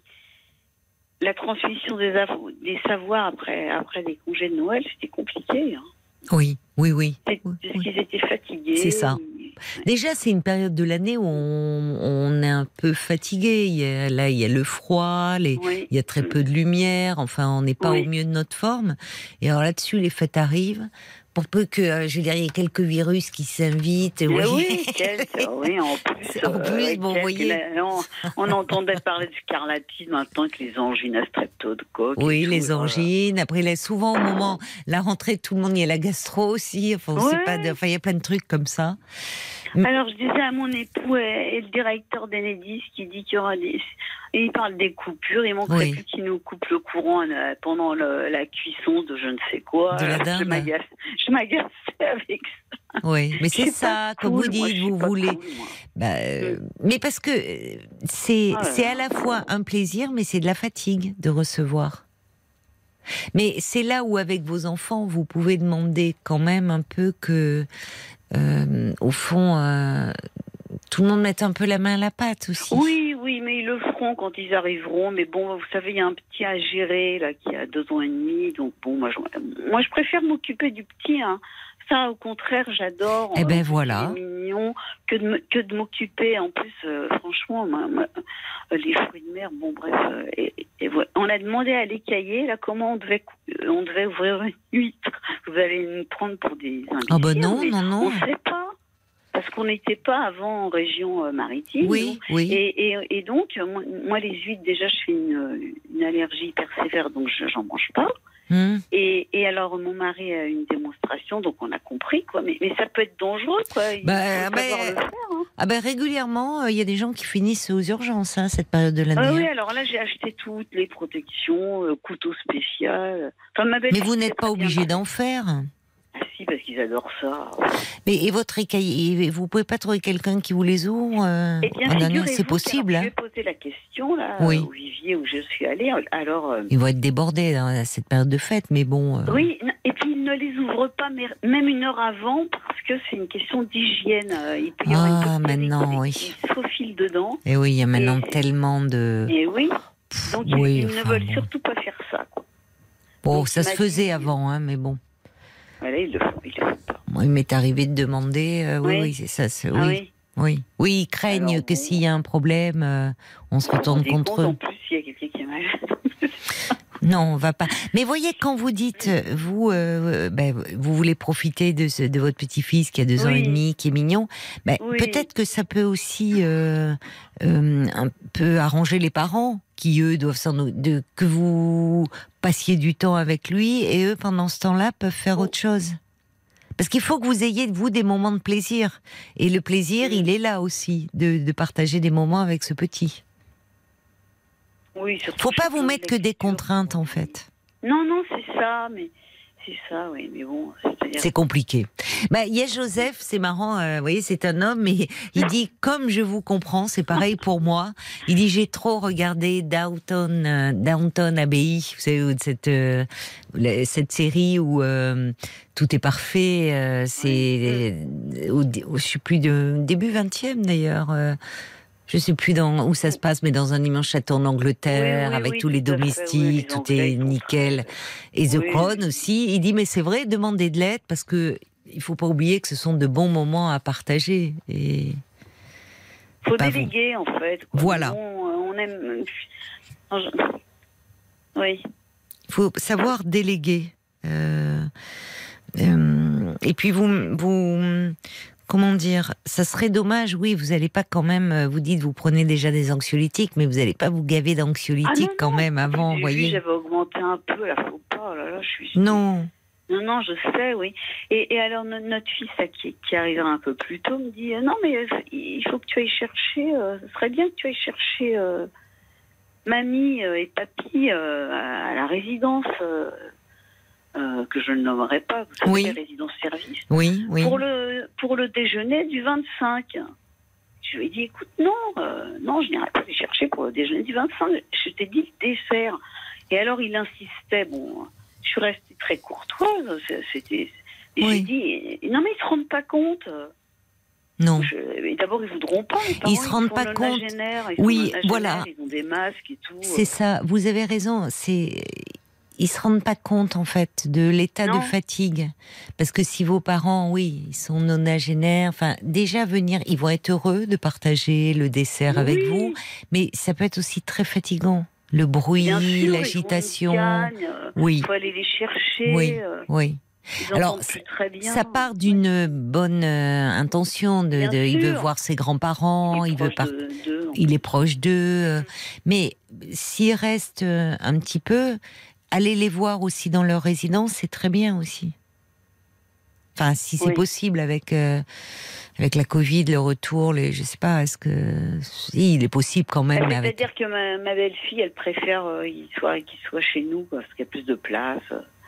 Speaker 9: la transmission des, av- des savoirs après, après les congés de Noël, c'était compliqué. Hein.
Speaker 3: Oui, oui, oui.
Speaker 9: C'est-
Speaker 3: Oui,
Speaker 9: Parce
Speaker 3: oui.
Speaker 9: qu'ils étaient fatigués.
Speaker 3: C'est ça. Déjà, c'est une période de l'année où on, on est un peu fatigué. Il y a, là, il y a le froid, les,
Speaker 9: Oui.
Speaker 3: il y a très peu de lumière. Enfin, on n'est pas
Speaker 9: Oui.
Speaker 3: au mieux de notre forme. Et alors là-dessus, les fêtes arrivent. Pour peu que, euh, je veux dire, il y ait quelques virus qui s'invitent.
Speaker 9: Mais
Speaker 3: oui.
Speaker 9: oui, quel- oui, en plus.
Speaker 3: En plus,
Speaker 9: euh,
Speaker 3: bon,
Speaker 9: quel-
Speaker 3: voyez.
Speaker 9: On, on entendait parler de scarlatine maintenant que les angines à streptocoque.
Speaker 3: Oui,
Speaker 9: et
Speaker 3: les
Speaker 9: tout, voilà.
Speaker 3: angines. Après, là, souvent, au moment, la rentrée, tout le monde, il y a la gastro aussi. Enfin, on sait
Speaker 9: Ouais.
Speaker 3: pas de- enfin, il y a plein de trucs comme ça.
Speaker 9: Alors, je disais à mon époux et, et le directeur d'Enedis qui dit qu'il y aura des... Et il parle des coupures, il manquerait
Speaker 3: Oui.
Speaker 9: plus qu'il nous coupe le courant euh, pendant le- la cuisson de je ne sais quoi.
Speaker 3: De la
Speaker 9: Alors,
Speaker 3: dinde.
Speaker 9: Je m'agace- je m'agaçais avec ça.
Speaker 3: Oui, mais
Speaker 9: Je
Speaker 3: c'est
Speaker 9: suis
Speaker 3: ça,
Speaker 9: pas
Speaker 3: comme vous
Speaker 9: cool, moi,
Speaker 3: dites,
Speaker 9: je suis
Speaker 3: vous
Speaker 9: pas
Speaker 3: voulez.
Speaker 9: cool, moi.
Speaker 3: Bah, euh, mais parce que euh, c'est
Speaker 9: Ah là
Speaker 3: c'est
Speaker 9: là.
Speaker 3: à la fois un plaisir, mais c'est de la fatigue de recevoir. Mais c'est là où, avec vos enfants, vous pouvez demander quand même un peu que, euh, au fond, euh, tout le monde mette un peu la main à la pâte aussi.
Speaker 9: Oui, oui, mais ils le feront quand ils arriveront. Mais bon, vous savez, il y a un petit à gérer là qui a deux ans et demi. Donc bon, moi, je, moi, je préfère m'occuper du petit. Hein. Ça, au contraire, j'adore.
Speaker 3: Eh ben
Speaker 9: Euh,
Speaker 3: voilà.
Speaker 9: Il est mignon que de, me- que de m'occuper. En plus, euh, franchement, moi, moi, euh, les fruits de mer, bon, bref. euh, et, et voilà. On a demandé à l'écailler, là, comment on devait, cou- euh, on devait ouvrir une huître. Vous allez nous prendre pour des imbéciles.
Speaker 3: Ah bah non,
Speaker 9: mais
Speaker 3: non, non.
Speaker 9: On ne sait pas. Parce qu'on n'était pas avant en région euh, maritime.
Speaker 3: Oui,
Speaker 9: nous.
Speaker 3: oui.
Speaker 9: Et, et, et donc, euh, moi, moi, les huîtres, déjà, je fais une, une allergie hyper sévère, donc je j'en mange pas.
Speaker 3: Mmh.
Speaker 9: Et, et alors, mon mari a une démonstration, donc on a compris, quoi. Mais, mais ça peut être dangereux, quoi. Il
Speaker 3: Bah,
Speaker 9: faut
Speaker 3: bah,
Speaker 9: savoir le faire, hein.
Speaker 3: Ah ben régulièrement, il y a des gens qui finissent aux urgences, hein, cette période de l'année.
Speaker 9: Ah oui,
Speaker 3: hein.
Speaker 9: alors là, j'ai acheté toutes les protections, euh, couteau spécial. Enfin, ma
Speaker 3: Mais
Speaker 9: belle-fille,
Speaker 3: vous n'êtes
Speaker 9: c'est
Speaker 3: pas
Speaker 9: très
Speaker 3: obligé
Speaker 9: bien.
Speaker 3: d'en faire.
Speaker 9: Ah, si, parce qu'ils adorent ça.
Speaker 3: Mais et votre écaille, et vous pouvez pas trouver quelqu'un qui vous les ouvre euh,
Speaker 9: Eh bien,
Speaker 3: en année,
Speaker 9: figurez-vous
Speaker 3: c'est possible.
Speaker 9: qu'alors,
Speaker 3: Hein.
Speaker 9: je vais poser la question, là,
Speaker 3: Oui.
Speaker 9: au Vivier où je suis allée. Alors, euh,
Speaker 3: Ils vont être débordés hein, à cette période de fête, mais bon. euh,
Speaker 9: oui, n- et puis ils ne les ouvrent pas, mais même une heure avant, parce que c'est une question d'hygiène. Euh, Il peut y avoir
Speaker 3: Ah,
Speaker 9: une bactérie
Speaker 3: maintenant,
Speaker 9: qui,
Speaker 3: oui.
Speaker 9: qui se faufile dedans.
Speaker 3: Et oui, il y a maintenant
Speaker 9: Et-
Speaker 3: tellement de.
Speaker 9: Et oui,
Speaker 3: Pff,
Speaker 9: donc ils-
Speaker 3: oui,
Speaker 9: ils,
Speaker 3: enfin,
Speaker 9: ne veulent
Speaker 3: bon.
Speaker 9: surtout pas faire ça, quoi.
Speaker 3: Bon,
Speaker 9: donc,
Speaker 3: ça
Speaker 9: il
Speaker 3: se
Speaker 9: m'a
Speaker 3: faisait
Speaker 9: dit-
Speaker 3: avant, hein, mais bon.
Speaker 9: Voilà, ils le font, ils le font pas.
Speaker 3: Moi, il m'est arrivé de demander. euh, oui,
Speaker 9: Oui.
Speaker 3: oui, c'est ça. c'est-
Speaker 9: Ah
Speaker 3: oui,
Speaker 9: oui.
Speaker 3: oui, oui, ils craignent
Speaker 9: Alors,
Speaker 3: que
Speaker 9: bon.
Speaker 3: s'il y a un problème, euh, on se
Speaker 9: Vous vous
Speaker 3: retourne
Speaker 9: rendez
Speaker 3: contre
Speaker 9: compte,
Speaker 3: eux.
Speaker 9: en plus, il y a quelqu'un qui est malade.
Speaker 3: Non, on va pas. Mais voyez, quand vous dites, vous, euh, ben, vous voulez profiter de, ce- de votre petit-fils qui a deux ans
Speaker 9: Oui.
Speaker 3: et demi, qui est mignon, ben,
Speaker 9: Oui.
Speaker 3: peut-être que ça peut aussi euh, euh, un peu arranger les parents qui, eux, doivent s'en o- de que vous passiez du temps avec lui et eux, pendant ce temps-là, peuvent faire autre chose. Parce qu'il faut que vous ayez, vous, des moments de plaisir. Et le plaisir, il est là aussi, de, de partager des moments avec ce petit.
Speaker 9: Oui, surtout.
Speaker 3: Faut pas
Speaker 9: sur
Speaker 3: vous
Speaker 9: plein de
Speaker 3: mettre que des
Speaker 9: lectures.
Speaker 3: contraintes, en fait.
Speaker 9: Non, non, c'est ça, mais c'est ça, oui, mais bon, c'est-à-dire.
Speaker 3: C'est compliqué. Bah, il y a Joseph, c'est marrant, euh, vous voyez, c'est un homme, mais il dit, comme je vous comprends, c'est pareil pour moi. Il dit, j'ai trop regardé Downton, euh, Downton Abbey, vous savez, cette, euh, la- cette série où euh, tout est parfait, euh, c'est, euh, au, au- je suis plus de, début vingtième d'ailleurs, euh, je sais plus dans où ça se passe, mais dans un immense château en Angleterre,
Speaker 9: Oui, oui,
Speaker 3: avec
Speaker 9: oui,
Speaker 3: tous les
Speaker 9: tout à fait, oui,
Speaker 3: domestiques,
Speaker 9: les
Speaker 3: tout
Speaker 9: Anglais,
Speaker 3: est
Speaker 9: ils sont
Speaker 3: nickel.
Speaker 9: très-
Speaker 3: Et The
Speaker 9: Oui,
Speaker 3: Crown
Speaker 9: oui.
Speaker 3: aussi, il dit, mais c'est vrai, demandez de l'aide parce que il faut pas oublier que ce sont de bons moments à partager. Et
Speaker 9: Faut
Speaker 3: pas
Speaker 9: déléguer, en fait. quoi.
Speaker 3: Voilà.
Speaker 9: On, on aime. Non, je- Oui.
Speaker 3: il faut savoir déléguer. Euh, euh, et puis vous, vous, comment dire, ça serait dommage. Oui, vous allez pas quand même. Vous dites, vous prenez déjà des anxiolytiques, mais vous allez pas vous gaver d'anxiolytiques
Speaker 9: Ah, non,
Speaker 3: quand
Speaker 9: non.
Speaker 3: même avant,
Speaker 9: J'ai
Speaker 3: vous
Speaker 9: vu,
Speaker 3: voyez.
Speaker 9: J'avais augmenté un peu, là, faut pas, oh là là, je suis.
Speaker 3: Non.
Speaker 9: Non, non, je sais, oui. Et, et alors, no- notre fils, là, qui, qui arrivera un peu plus tôt, me dit euh, non, mais euh, il faut que tu ailles chercher, euh, ce serait bien que tu ailles chercher euh, mamie euh, et papy euh, à, à la résidence, euh, euh, que je ne nommerai pas, vous savez,
Speaker 3: Oui.
Speaker 9: la résidence service,
Speaker 3: Oui, oui.
Speaker 9: pour, le, pour le déjeuner du vingt-cinq. Je lui ai dit, écoute, non, euh, non, je n'irai pas les chercher pour le déjeuner du vingt-cinq. Je t'ai dit le dessert. Et alors, il insistait, bon. Je suis restée très courtoise. C'était. Et
Speaker 3: Oui.
Speaker 9: j'ai dit, non mais ils se rendent pas compte.
Speaker 3: Non.
Speaker 9: Je- et D'abord ils voudront pas. Les parents,
Speaker 3: Ils se rendent
Speaker 9: sont
Speaker 3: pas compte.
Speaker 9: nonagénaires, ils
Speaker 3: Oui,
Speaker 9: sont nonagénaires,
Speaker 3: voilà.
Speaker 9: Ils ont des masques et tout.
Speaker 3: C'est ça. Vous avez raison. C'est ils se rendent pas compte en fait de l'état de
Speaker 9: Non.
Speaker 3: fatigue, parce que si vos parents, oui, ils sont nonagénaires, enfin déjà venir, ils vont être heureux de partager le dessert avec
Speaker 9: Oui.
Speaker 3: vous, mais ça peut être aussi très fatigant. Le bruit,
Speaker 9: Bien sûr, ils ont une
Speaker 3: l'agitation.
Speaker 9: gagne, euh,
Speaker 3: Oui.
Speaker 9: faut aller les chercher.
Speaker 3: Oui,
Speaker 9: euh,
Speaker 3: oui.
Speaker 9: Ils
Speaker 3: Alors,
Speaker 9: entendent plus très bien.
Speaker 3: Ça part d'une bonne euh, intention. De,
Speaker 9: Bien
Speaker 3: de- il veut
Speaker 9: sûr.
Speaker 3: voir ses grands-parents,
Speaker 9: Il est
Speaker 3: il veut
Speaker 9: proche
Speaker 3: par-
Speaker 9: de- d'eux, en
Speaker 3: il est proche d'eux. euh, Mais s'il reste euh, un petit peu, aller les voir aussi dans leur résidence, c'est très bien aussi. Enfin, si c'est
Speaker 9: Oui.
Speaker 3: possible avec euh, avec la Covid, le retour, les, je sais pas, est-ce que si, il est possible quand même. mais avec...
Speaker 9: C'est-à-dire que ma, ma belle-fille, elle préfère euh, qu'il soit, qu'il soit chez nous, quoi, parce qu'il y a plus de place.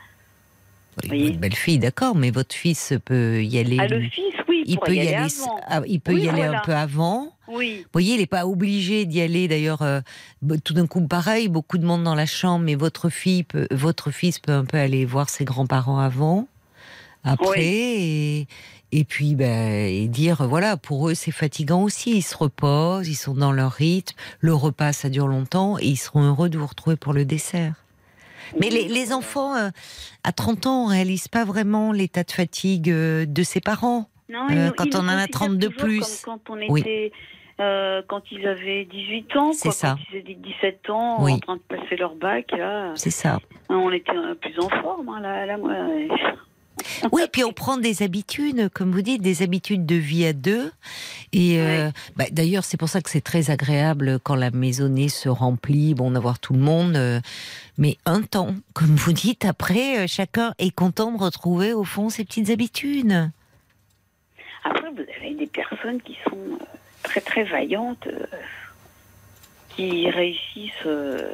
Speaker 3: Oui,
Speaker 9: voyez.
Speaker 3: votre belle-fille, d'accord, mais votre fils peut y aller.
Speaker 9: Ah, le
Speaker 3: lui.
Speaker 9: fils, oui, il
Speaker 3: il
Speaker 9: pourrait
Speaker 3: peut
Speaker 9: y,
Speaker 3: y
Speaker 9: aller
Speaker 3: aller,
Speaker 9: avant.
Speaker 3: ah, il peut
Speaker 9: Oui,
Speaker 3: y aller
Speaker 9: voilà.
Speaker 3: un peu avant.
Speaker 9: Oui.
Speaker 3: Vous voyez, il n'est pas obligé d'y aller. D'ailleurs, euh, bah, tout d'un coup, pareil, beaucoup de monde dans la chambre, mais votre fille, peut, votre fils peut un peu aller voir ses grands-parents avant, après, et, et puis ben, et dire, voilà, pour eux, c'est fatigant aussi. Ils se reposent, ils sont dans leur rythme. Le repas, ça dure longtemps, et ils seront heureux de vous retrouver pour le dessert. Mais les, les enfants, euh, à trente ans, on réalise pas vraiment l'état de fatigue euh, de ses parents.
Speaker 9: Non,
Speaker 3: Euh,
Speaker 9: ils nous-
Speaker 3: quand
Speaker 9: ils
Speaker 3: on
Speaker 9: nous
Speaker 3: en a
Speaker 9: considèrent
Speaker 3: trente de
Speaker 9: toujours
Speaker 3: plus.
Speaker 9: Comme quand on
Speaker 3: Oui.
Speaker 9: était, euh, quand ils avaient dix-huit ans,
Speaker 3: C'est
Speaker 9: quoi,
Speaker 3: ça.
Speaker 9: quand ils étaient dix-sept ans,
Speaker 3: Oui.
Speaker 9: en train de passer leur bac, là,
Speaker 3: C'est ça.
Speaker 9: on était euh, plus en forme, hein, là, là, moi, euh,
Speaker 3: Oui, puis on prend des habitudes, comme vous dites, des habitudes de vie à deux. Et euh,
Speaker 9: Ouais.
Speaker 3: bah, d'ailleurs, c'est pour ça que c'est très agréable quand la maisonnée se remplit, bon, d'avoir tout le monde. euh, mais un temps, comme vous dites, après, euh, chacun est content de retrouver au fond ses petites habitudes.
Speaker 9: Après, vous avez des personnes qui sont euh, très très vaillantes, euh, qui réussissent euh,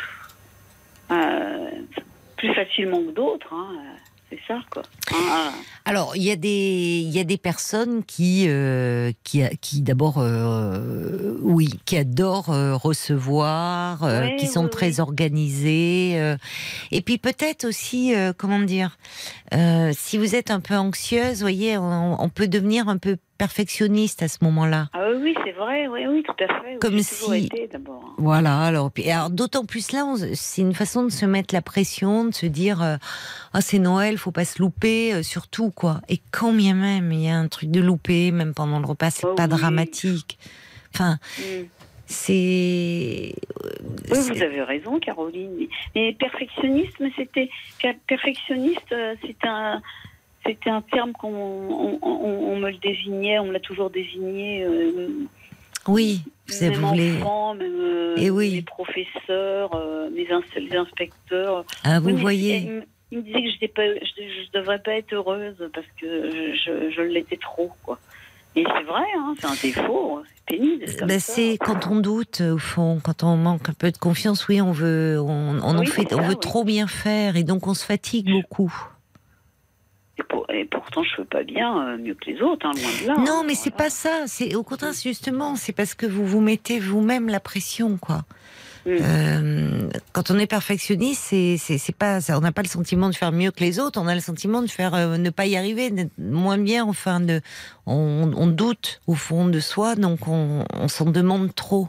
Speaker 9: euh, plus facilement que d'autres. Hein, euh, c'est ça, quoi. Hein,
Speaker 3: Alors, il y a des, il y a des personnes qui, euh, qui, qui d'abord, euh, oui, qui adorent euh, recevoir, euh,
Speaker 9: Ouais,
Speaker 3: qui sont
Speaker 9: oui,
Speaker 3: très
Speaker 9: oui. organisées,
Speaker 3: organisées, euh, et puis peut-être aussi, euh, comment dire, euh, si vous êtes un peu anxieuse, voyez, on, on peut devenir un peu perfectionniste à ce moment-là.
Speaker 9: Ah oui, oui, c'est vrai, oui, oui, tout à fait. Oui,
Speaker 3: Comme
Speaker 9: j'ai toujours
Speaker 3: si-
Speaker 9: été, d'abord. hein.
Speaker 3: Voilà, alors, puis- alors d'autant plus là, on- c'est une façon de se mettre la pression, de se dire euh, ah c'est Noël, faut pas se louper, euh, surtout quoi. Et quand bien même il y a un truc de loupé, même pendant le repas, c'est
Speaker 9: Oh
Speaker 3: pas
Speaker 9: oui.
Speaker 3: dramatique. Enfin,
Speaker 9: Mm.
Speaker 3: c'est.
Speaker 9: Oui,
Speaker 3: c'est-
Speaker 9: vous avez raison, Caroline. Mais, mais perfectionnisme, c'était perfectionniste, euh, c'est un, c'était un terme qu'on, on, on- on me le désignait, on me l'a toujours désigné. Euh,
Speaker 3: Oui, c'est
Speaker 9: même
Speaker 3: vous voulez.
Speaker 9: enfants, même euh,
Speaker 3: Eh oui.
Speaker 9: mes professeurs, euh, mes ins- les inspecteurs.
Speaker 3: Ah, vous
Speaker 9: Oui, mais
Speaker 3: voyez.
Speaker 9: il me- Il me disait que je ne je, je devrais pas être heureuse parce que je, je, je l'étais trop, quoi. Et c'est vrai, hein, c'est un défaut, c'est pénible. c'est comme
Speaker 3: Ben,
Speaker 9: ça.
Speaker 3: c'est quand on doute au fond, quand on manque un peu de confiance, oui, on veut, on, on en
Speaker 9: Oui,
Speaker 3: fait,
Speaker 9: c'est
Speaker 3: on
Speaker 9: ça,
Speaker 3: veut
Speaker 9: oui.
Speaker 3: trop bien faire et donc on se fatigue beaucoup.
Speaker 9: Et, pour- et pourtant, je fais pas bien euh, mieux que les autres, hein, loin de là.
Speaker 3: Non,
Speaker 9: hein,
Speaker 3: mais c'est
Speaker 9: voilà.
Speaker 3: pas ça. C'est au contraire, c'est justement, c'est parce que vous vous mettez vous-même la pression, quoi.
Speaker 9: Mm.
Speaker 3: Euh, quand on est perfectionniste, c'est c'est c'est pas, ça, on n'a pas le sentiment de faire mieux que les autres. On a le sentiment de faire euh, ne pas y arriver, d'être moins bien. Enfin, de, on, on doute au fond de soi, donc on, on s'en demande trop.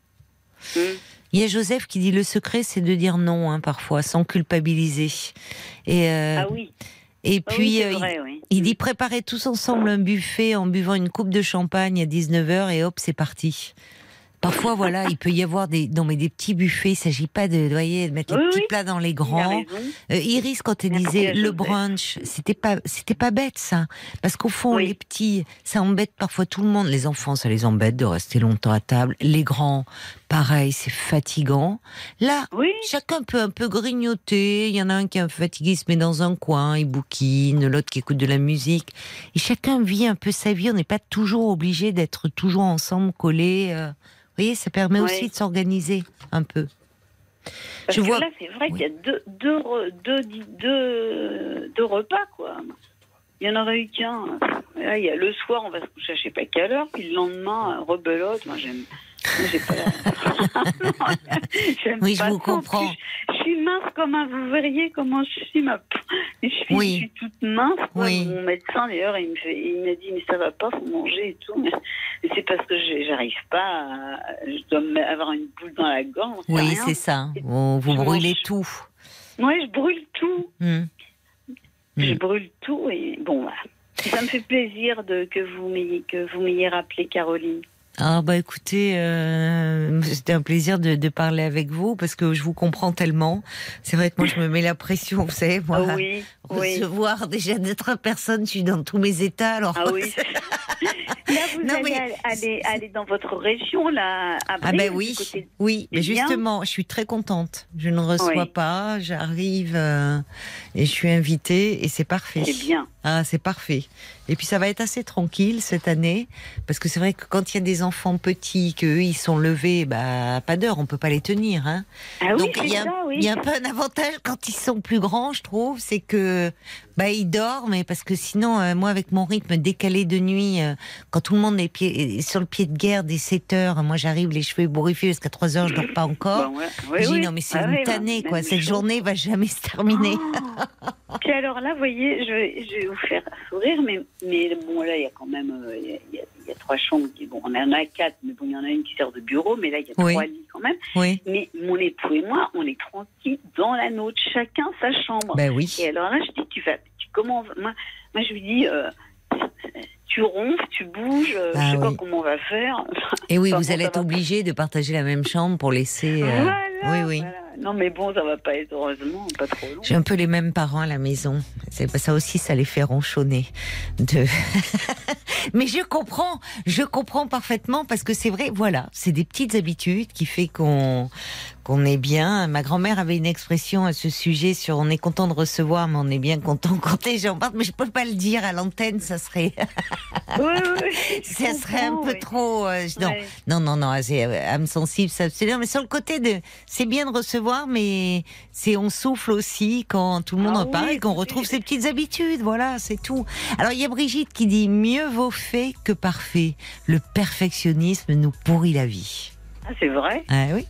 Speaker 9: Mm.
Speaker 3: Il y a Joseph qui dit le secret, c'est de dire non, hein, parfois, sans culpabiliser. Et euh,
Speaker 9: Ah oui,
Speaker 3: et
Speaker 9: Ah oui,
Speaker 3: puis
Speaker 9: c'est
Speaker 3: euh,
Speaker 9: vrai, oui.
Speaker 3: il dit préparez tous ensemble un buffet en buvant une coupe de champagne à dix-neuf heures et hop, c'est parti. Parfois, voilà, il peut y avoir des, non, mais des petits buffets. Il s'agit pas de, vous voyez, de mettre les
Speaker 9: Oui,
Speaker 3: petits
Speaker 9: oui.
Speaker 3: plats dans les
Speaker 9: Il a
Speaker 3: grands.
Speaker 9: raison.
Speaker 3: Euh, Iris, quand elle
Speaker 9: Merci
Speaker 3: disait
Speaker 9: à
Speaker 3: le
Speaker 9: Joseph.
Speaker 3: brunch, c'était pas, c'était pas bête ça, parce qu'au fond,
Speaker 9: Oui.
Speaker 3: les petits, ça embête parfois tout le monde. Les enfants, ça les embête de rester longtemps à table. Les grands, pareil, c'est fatigant. Là,
Speaker 9: Oui,
Speaker 3: chacun peut un peu grignoter. Il y en a un qui est un peu fatigué, il se met dans un coin, il bouquine, l'autre qui écoute de la musique. Et chacun vit un peu sa vie. On n'est pas toujours obligé d'être toujours ensemble, collés. euh. Vous voyez, ça permet
Speaker 9: Ouais.
Speaker 3: aussi de s'organiser un peu.
Speaker 9: parce
Speaker 3: Je
Speaker 9: que
Speaker 3: vois-
Speaker 9: là, c'est vrai
Speaker 3: Oui.
Speaker 9: qu'il y a deux, deux, re- deux, deux, deux, deux repas, quoi. Il y en aurait eu qu'un. Là, il y a le soir, on va se coucher à je sais pas quelle heure, puis le lendemain, euh, rebelote. Moi, j'aime. Moi, j'ai pas. J'aime
Speaker 3: Oui, je
Speaker 9: pas
Speaker 3: vous
Speaker 9: ça.
Speaker 3: comprends.
Speaker 9: En plus, Je, je suis mince comme un. Vous verriez comment je suis, ma. Je suis,
Speaker 3: Oui.
Speaker 9: je suis toute mince. Quoi.
Speaker 3: Oui.
Speaker 9: Mon médecin, d'ailleurs, il me fait, il m'a dit mais ça va pas, faut manger et tout. Mais mais c'est parce que j'ai- j'arrive pas. À, je dois me- avoir une boule dans la gorge. j'en sais
Speaker 3: Oui,
Speaker 9: rien.
Speaker 3: c'est ça. Vous, vous
Speaker 9: Je
Speaker 3: brûlez
Speaker 9: mange.
Speaker 3: tout.
Speaker 9: Moi, je brûle tout.
Speaker 3: Hmm.
Speaker 9: Je
Speaker 3: Mm.
Speaker 9: brûle tout et bon, voilà. Ça me fait plaisir de, que vous m'ayez que vous m'ayez rappelé, Caroline.
Speaker 3: Ah bah écoutez, euh, c'était un plaisir de, de parler avec vous parce que je vous comprends tellement. C'est vrai que moi je me mets la pression, vous savez, moi,
Speaker 9: Ah oui, oui.
Speaker 3: recevoir déjà d'autres personnes, je suis dans tous mes états. Alors
Speaker 9: Ah oui. Là, vous
Speaker 3: Non,
Speaker 9: allez
Speaker 3: mais-
Speaker 9: aller, aller dans votre région, là, à
Speaker 3: ah
Speaker 9: Brive,
Speaker 3: ben
Speaker 9: du
Speaker 3: oui,
Speaker 9: côté de-
Speaker 3: oui, mais
Speaker 9: C'est bien.
Speaker 3: justement, je suis très contente. Je ne reçois
Speaker 9: Oui.
Speaker 3: pas, j'arrive euh, et je suis invitée et c'est parfait.
Speaker 9: C'est bien.
Speaker 3: Ah, c'est parfait. Et puis ça va être assez tranquille cette année, parce que c'est vrai que quand il y a des enfants petits, qu'eux ils sont levés, bah pas d'heure, on peut pas les tenir. Hein.
Speaker 9: Ah oui,
Speaker 3: Donc
Speaker 9: c'est
Speaker 3: il y, a,
Speaker 9: ça, oui.
Speaker 3: il y a un peu un avantage quand ils sont plus grands, je trouve, c'est que bah ils dorment, mais parce que sinon, euh, moi avec mon rythme décalé de nuit, euh, quand tout le monde est, pied, est sur le pied de guerre dès sept heures, moi j'arrive les cheveux ébouriffés jusqu'à trois heures, je dors pas encore.
Speaker 9: Bon, ouais. Oui,
Speaker 3: je dis
Speaker 9: oui.
Speaker 3: non mais c'est
Speaker 9: Ah
Speaker 3: une
Speaker 9: oui,
Speaker 3: tannée
Speaker 9: même
Speaker 3: quoi, cette
Speaker 9: chose.
Speaker 3: journée va jamais se terminer.
Speaker 9: Oh. Puis alors là, vous voyez, je vais, je vais vous faire sourire, mais, mais bon, là, il y a quand même euh, il y, a, il y a- il y a trois chambres. Qui, bon, on en a quatre, mais bon, il y en a une qui sert de bureau, mais là, il y a
Speaker 3: Oui.
Speaker 9: trois lits quand même.
Speaker 3: Oui,
Speaker 9: Mais mon époux et moi, on est tranquilles dans la nôtre, chacun sa chambre.
Speaker 3: ben oui.
Speaker 9: Et alors là, je dis, tu vas, tu, comment, on va- moi, moi, je lui dis, euh, tu ronfles, tu bouges, euh,
Speaker 3: Ah
Speaker 9: je sais
Speaker 3: oui.
Speaker 9: pas comment on va faire.
Speaker 3: Et oui,
Speaker 9: Enfin,
Speaker 3: vous
Speaker 9: bon,
Speaker 3: allez
Speaker 9: ça
Speaker 3: être
Speaker 9: va
Speaker 3: obligé de partager la même chambre pour laisser...
Speaker 9: pas-
Speaker 3: euh,
Speaker 9: Voilà,
Speaker 3: oui, oui.
Speaker 9: voilà. Non, mais bon, ça va pas être, heureusement, pas trop long.
Speaker 3: J'ai un peu les mêmes parents à la maison. C'est ça aussi, ça les fait ronchonner. De... Mais je comprends, je comprends parfaitement parce que c'est vrai, voilà, c'est des petites habitudes qui fait qu'on qu'on est bien. Ma grand-mère avait une expression à ce sujet sur on est content de recevoir, mais on est bien content quand les gens partent. Mais je peux pas le dire à l'antenne, ça serait,
Speaker 9: Oui, oui, je
Speaker 3: ça serait un
Speaker 9: comprends,
Speaker 3: peu
Speaker 9: oui.
Speaker 3: trop. euh, non,
Speaker 9: Ouais.
Speaker 3: non, non, non, c'est euh, âme sensible, ça. C'est mais sur le côté de, c'est bien de recevoir, mais c'est on souffle aussi quand tout le monde
Speaker 9: Ah
Speaker 3: en parle
Speaker 9: oui,
Speaker 3: et qu'on
Speaker 9: oui.
Speaker 3: retrouve ses petites habitudes. Voilà, c'est tout. Alors il y a Brigitte qui dit mieux vaut fait que parfait. Le perfectionnisme nous pourrit la vie.
Speaker 9: Ah, c'est vrai.
Speaker 3: Ah oui.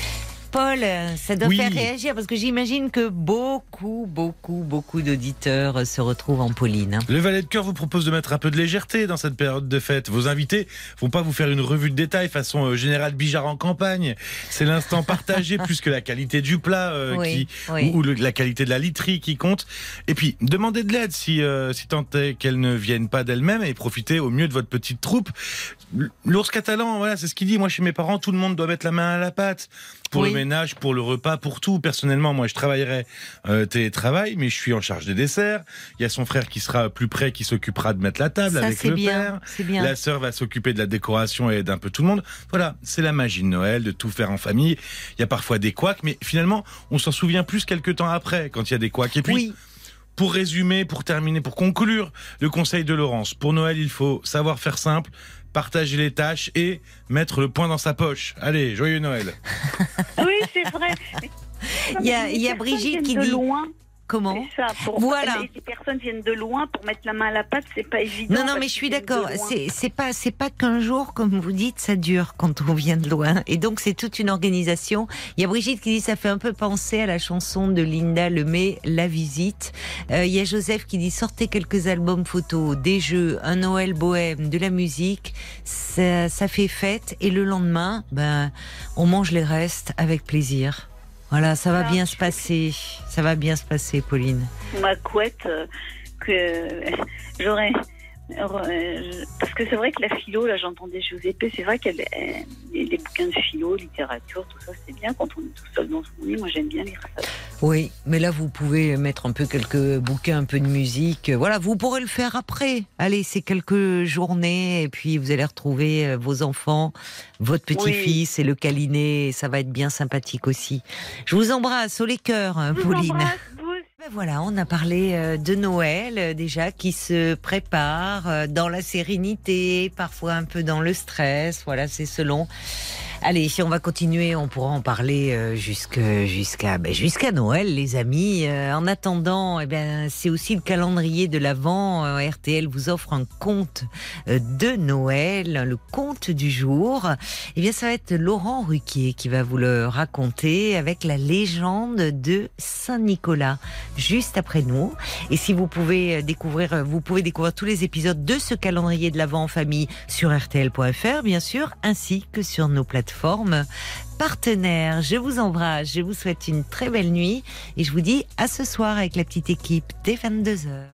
Speaker 3: Paul, euh, ça doit
Speaker 5: Oui.
Speaker 3: faire réagir parce que j'imagine que beaucoup, beaucoup, beaucoup d'auditeurs euh, se retrouvent en Pauline. hein.
Speaker 5: Le Valet de Cœur vous propose de mettre un peu de légèreté dans cette période de fête. Vos invités vont pas vous faire une revue de détails façon euh, Général Bijard en campagne. C'est l'instant partagé plus que la qualité du plat euh,
Speaker 3: Oui,
Speaker 5: qui,
Speaker 3: oui.
Speaker 5: ou, ou le- la qualité de la literie qui compte. Et puis, demandez de l'aide si, euh, si tant est qu'elles ne viennent pas d'elles-mêmes et profitez au mieux de votre petite troupe. L'ours catalan, voilà, c'est ce qu'il dit. Moi, chez mes parents, tout le monde doit mettre la main à la pâte. Pour
Speaker 3: Oui.
Speaker 5: le ménage, pour le repas, pour tout. Personnellement, moi, je travaillerai euh, télétravail, mais je suis en charge des desserts. Il y a son frère qui sera plus près, qui s'occupera de mettre la table
Speaker 3: Ça,
Speaker 5: avec
Speaker 3: c'est
Speaker 5: le
Speaker 3: bien.
Speaker 5: père.
Speaker 3: C'est bien.
Speaker 5: La sœur va s'occuper de la décoration et d'un peu tout le monde. Voilà, c'est la magie de Noël, de tout faire en famille. Il y a parfois des couacs, mais finalement, on s'en souvient plus quelques temps après, quand il y a des couacs. Et puis,
Speaker 3: Oui.
Speaker 5: pour résumer, pour terminer, pour conclure, le conseil de Laurence. Pour Noël, il faut savoir faire simple, partager les tâches et mettre le poing dans sa poche. Allez, joyeux Noël.
Speaker 9: Oui, c'est vrai.
Speaker 3: Il y a-
Speaker 9: Les
Speaker 3: il y a
Speaker 9: personnes
Speaker 3: Brigitte
Speaker 9: viennent
Speaker 3: qui
Speaker 9: de
Speaker 3: dit-
Speaker 9: loin.
Speaker 3: Comment
Speaker 9: C'est ça. Pour
Speaker 3: Voilà.
Speaker 9: Les, les personnes viennent de loin pour mettre la main à la pâte, c'est pas évident.
Speaker 3: Non, non,
Speaker 9: parce
Speaker 3: mais je suis
Speaker 9: qu'ils viennent de
Speaker 3: d'accord.
Speaker 9: loin.
Speaker 3: C'est, c'est pas, c'est pas qu'un jour, comme vous dites, ça dure quand on vient de loin. Et donc, c'est toute une organisation. Il y a Brigitte qui dit, ça fait un peu penser à la chanson de Linda Lemay, La Visite. Euh, il y a Joseph qui dit, sortez quelques albums photos, des jeux, un Noël bohème, de la musique. Ça, ça fait fête. Et le lendemain, ben, on mange les restes avec plaisir. Voilà, ça va
Speaker 9: Voilà.
Speaker 3: bien se passer. Ça va bien se passer, Pauline.
Speaker 9: Ma couette, euh, que j'aurais. euh, Parce que c'est vrai que la philo, là j'entendais Giuseppe, c'est vrai qu'elle elle- les, les bouquins de philo, littérature, tout ça c'est bien quand on est tout seul dans son lit. Moi j'aime bien lire ça.
Speaker 3: Oui, mais là, vous pouvez mettre un peu quelques bouquins, un peu de musique. Voilà, vous pourrez le faire après. Allez, c'est quelques journées et puis vous allez retrouver euh, vos enfants, votre petit-fils et le câliner. Et ça va être bien sympathique aussi. Je vous embrasse, au les cœurs, hein,
Speaker 9: Je vous
Speaker 3: Pauline.
Speaker 9: embrasse, vous.
Speaker 3: Ben voilà, on a parlé euh, de Noël euh, déjà qui se prépare euh, dans la sérénité, parfois un peu dans le stress. Voilà, c'est selon. Allez, si on va continuer, on pourra en parler euh, jusque- jusqu'à ben, jusqu'à Noël, les amis. Euh, en attendant, eh ben, c'est aussi le calendrier de l'Avent. Euh, R T L vous offre un conte euh, de Noël, le conte du jour. Eh bien, ça va être Laurent Ruquier qui va vous le raconter avec la légende de Saint-Nicolas, juste après nous. Et si vous pouvez découvrir, vous pouvez découvrir tous les épisodes de ce calendrier de l'Avent en famille sur R T L point F R, bien sûr, ainsi que sur nos plateformes partenaires. Je vous embrasse, je vous souhaite une très belle nuit et je vous dis à ce soir avec la petite équipe dès vingt-deux heures.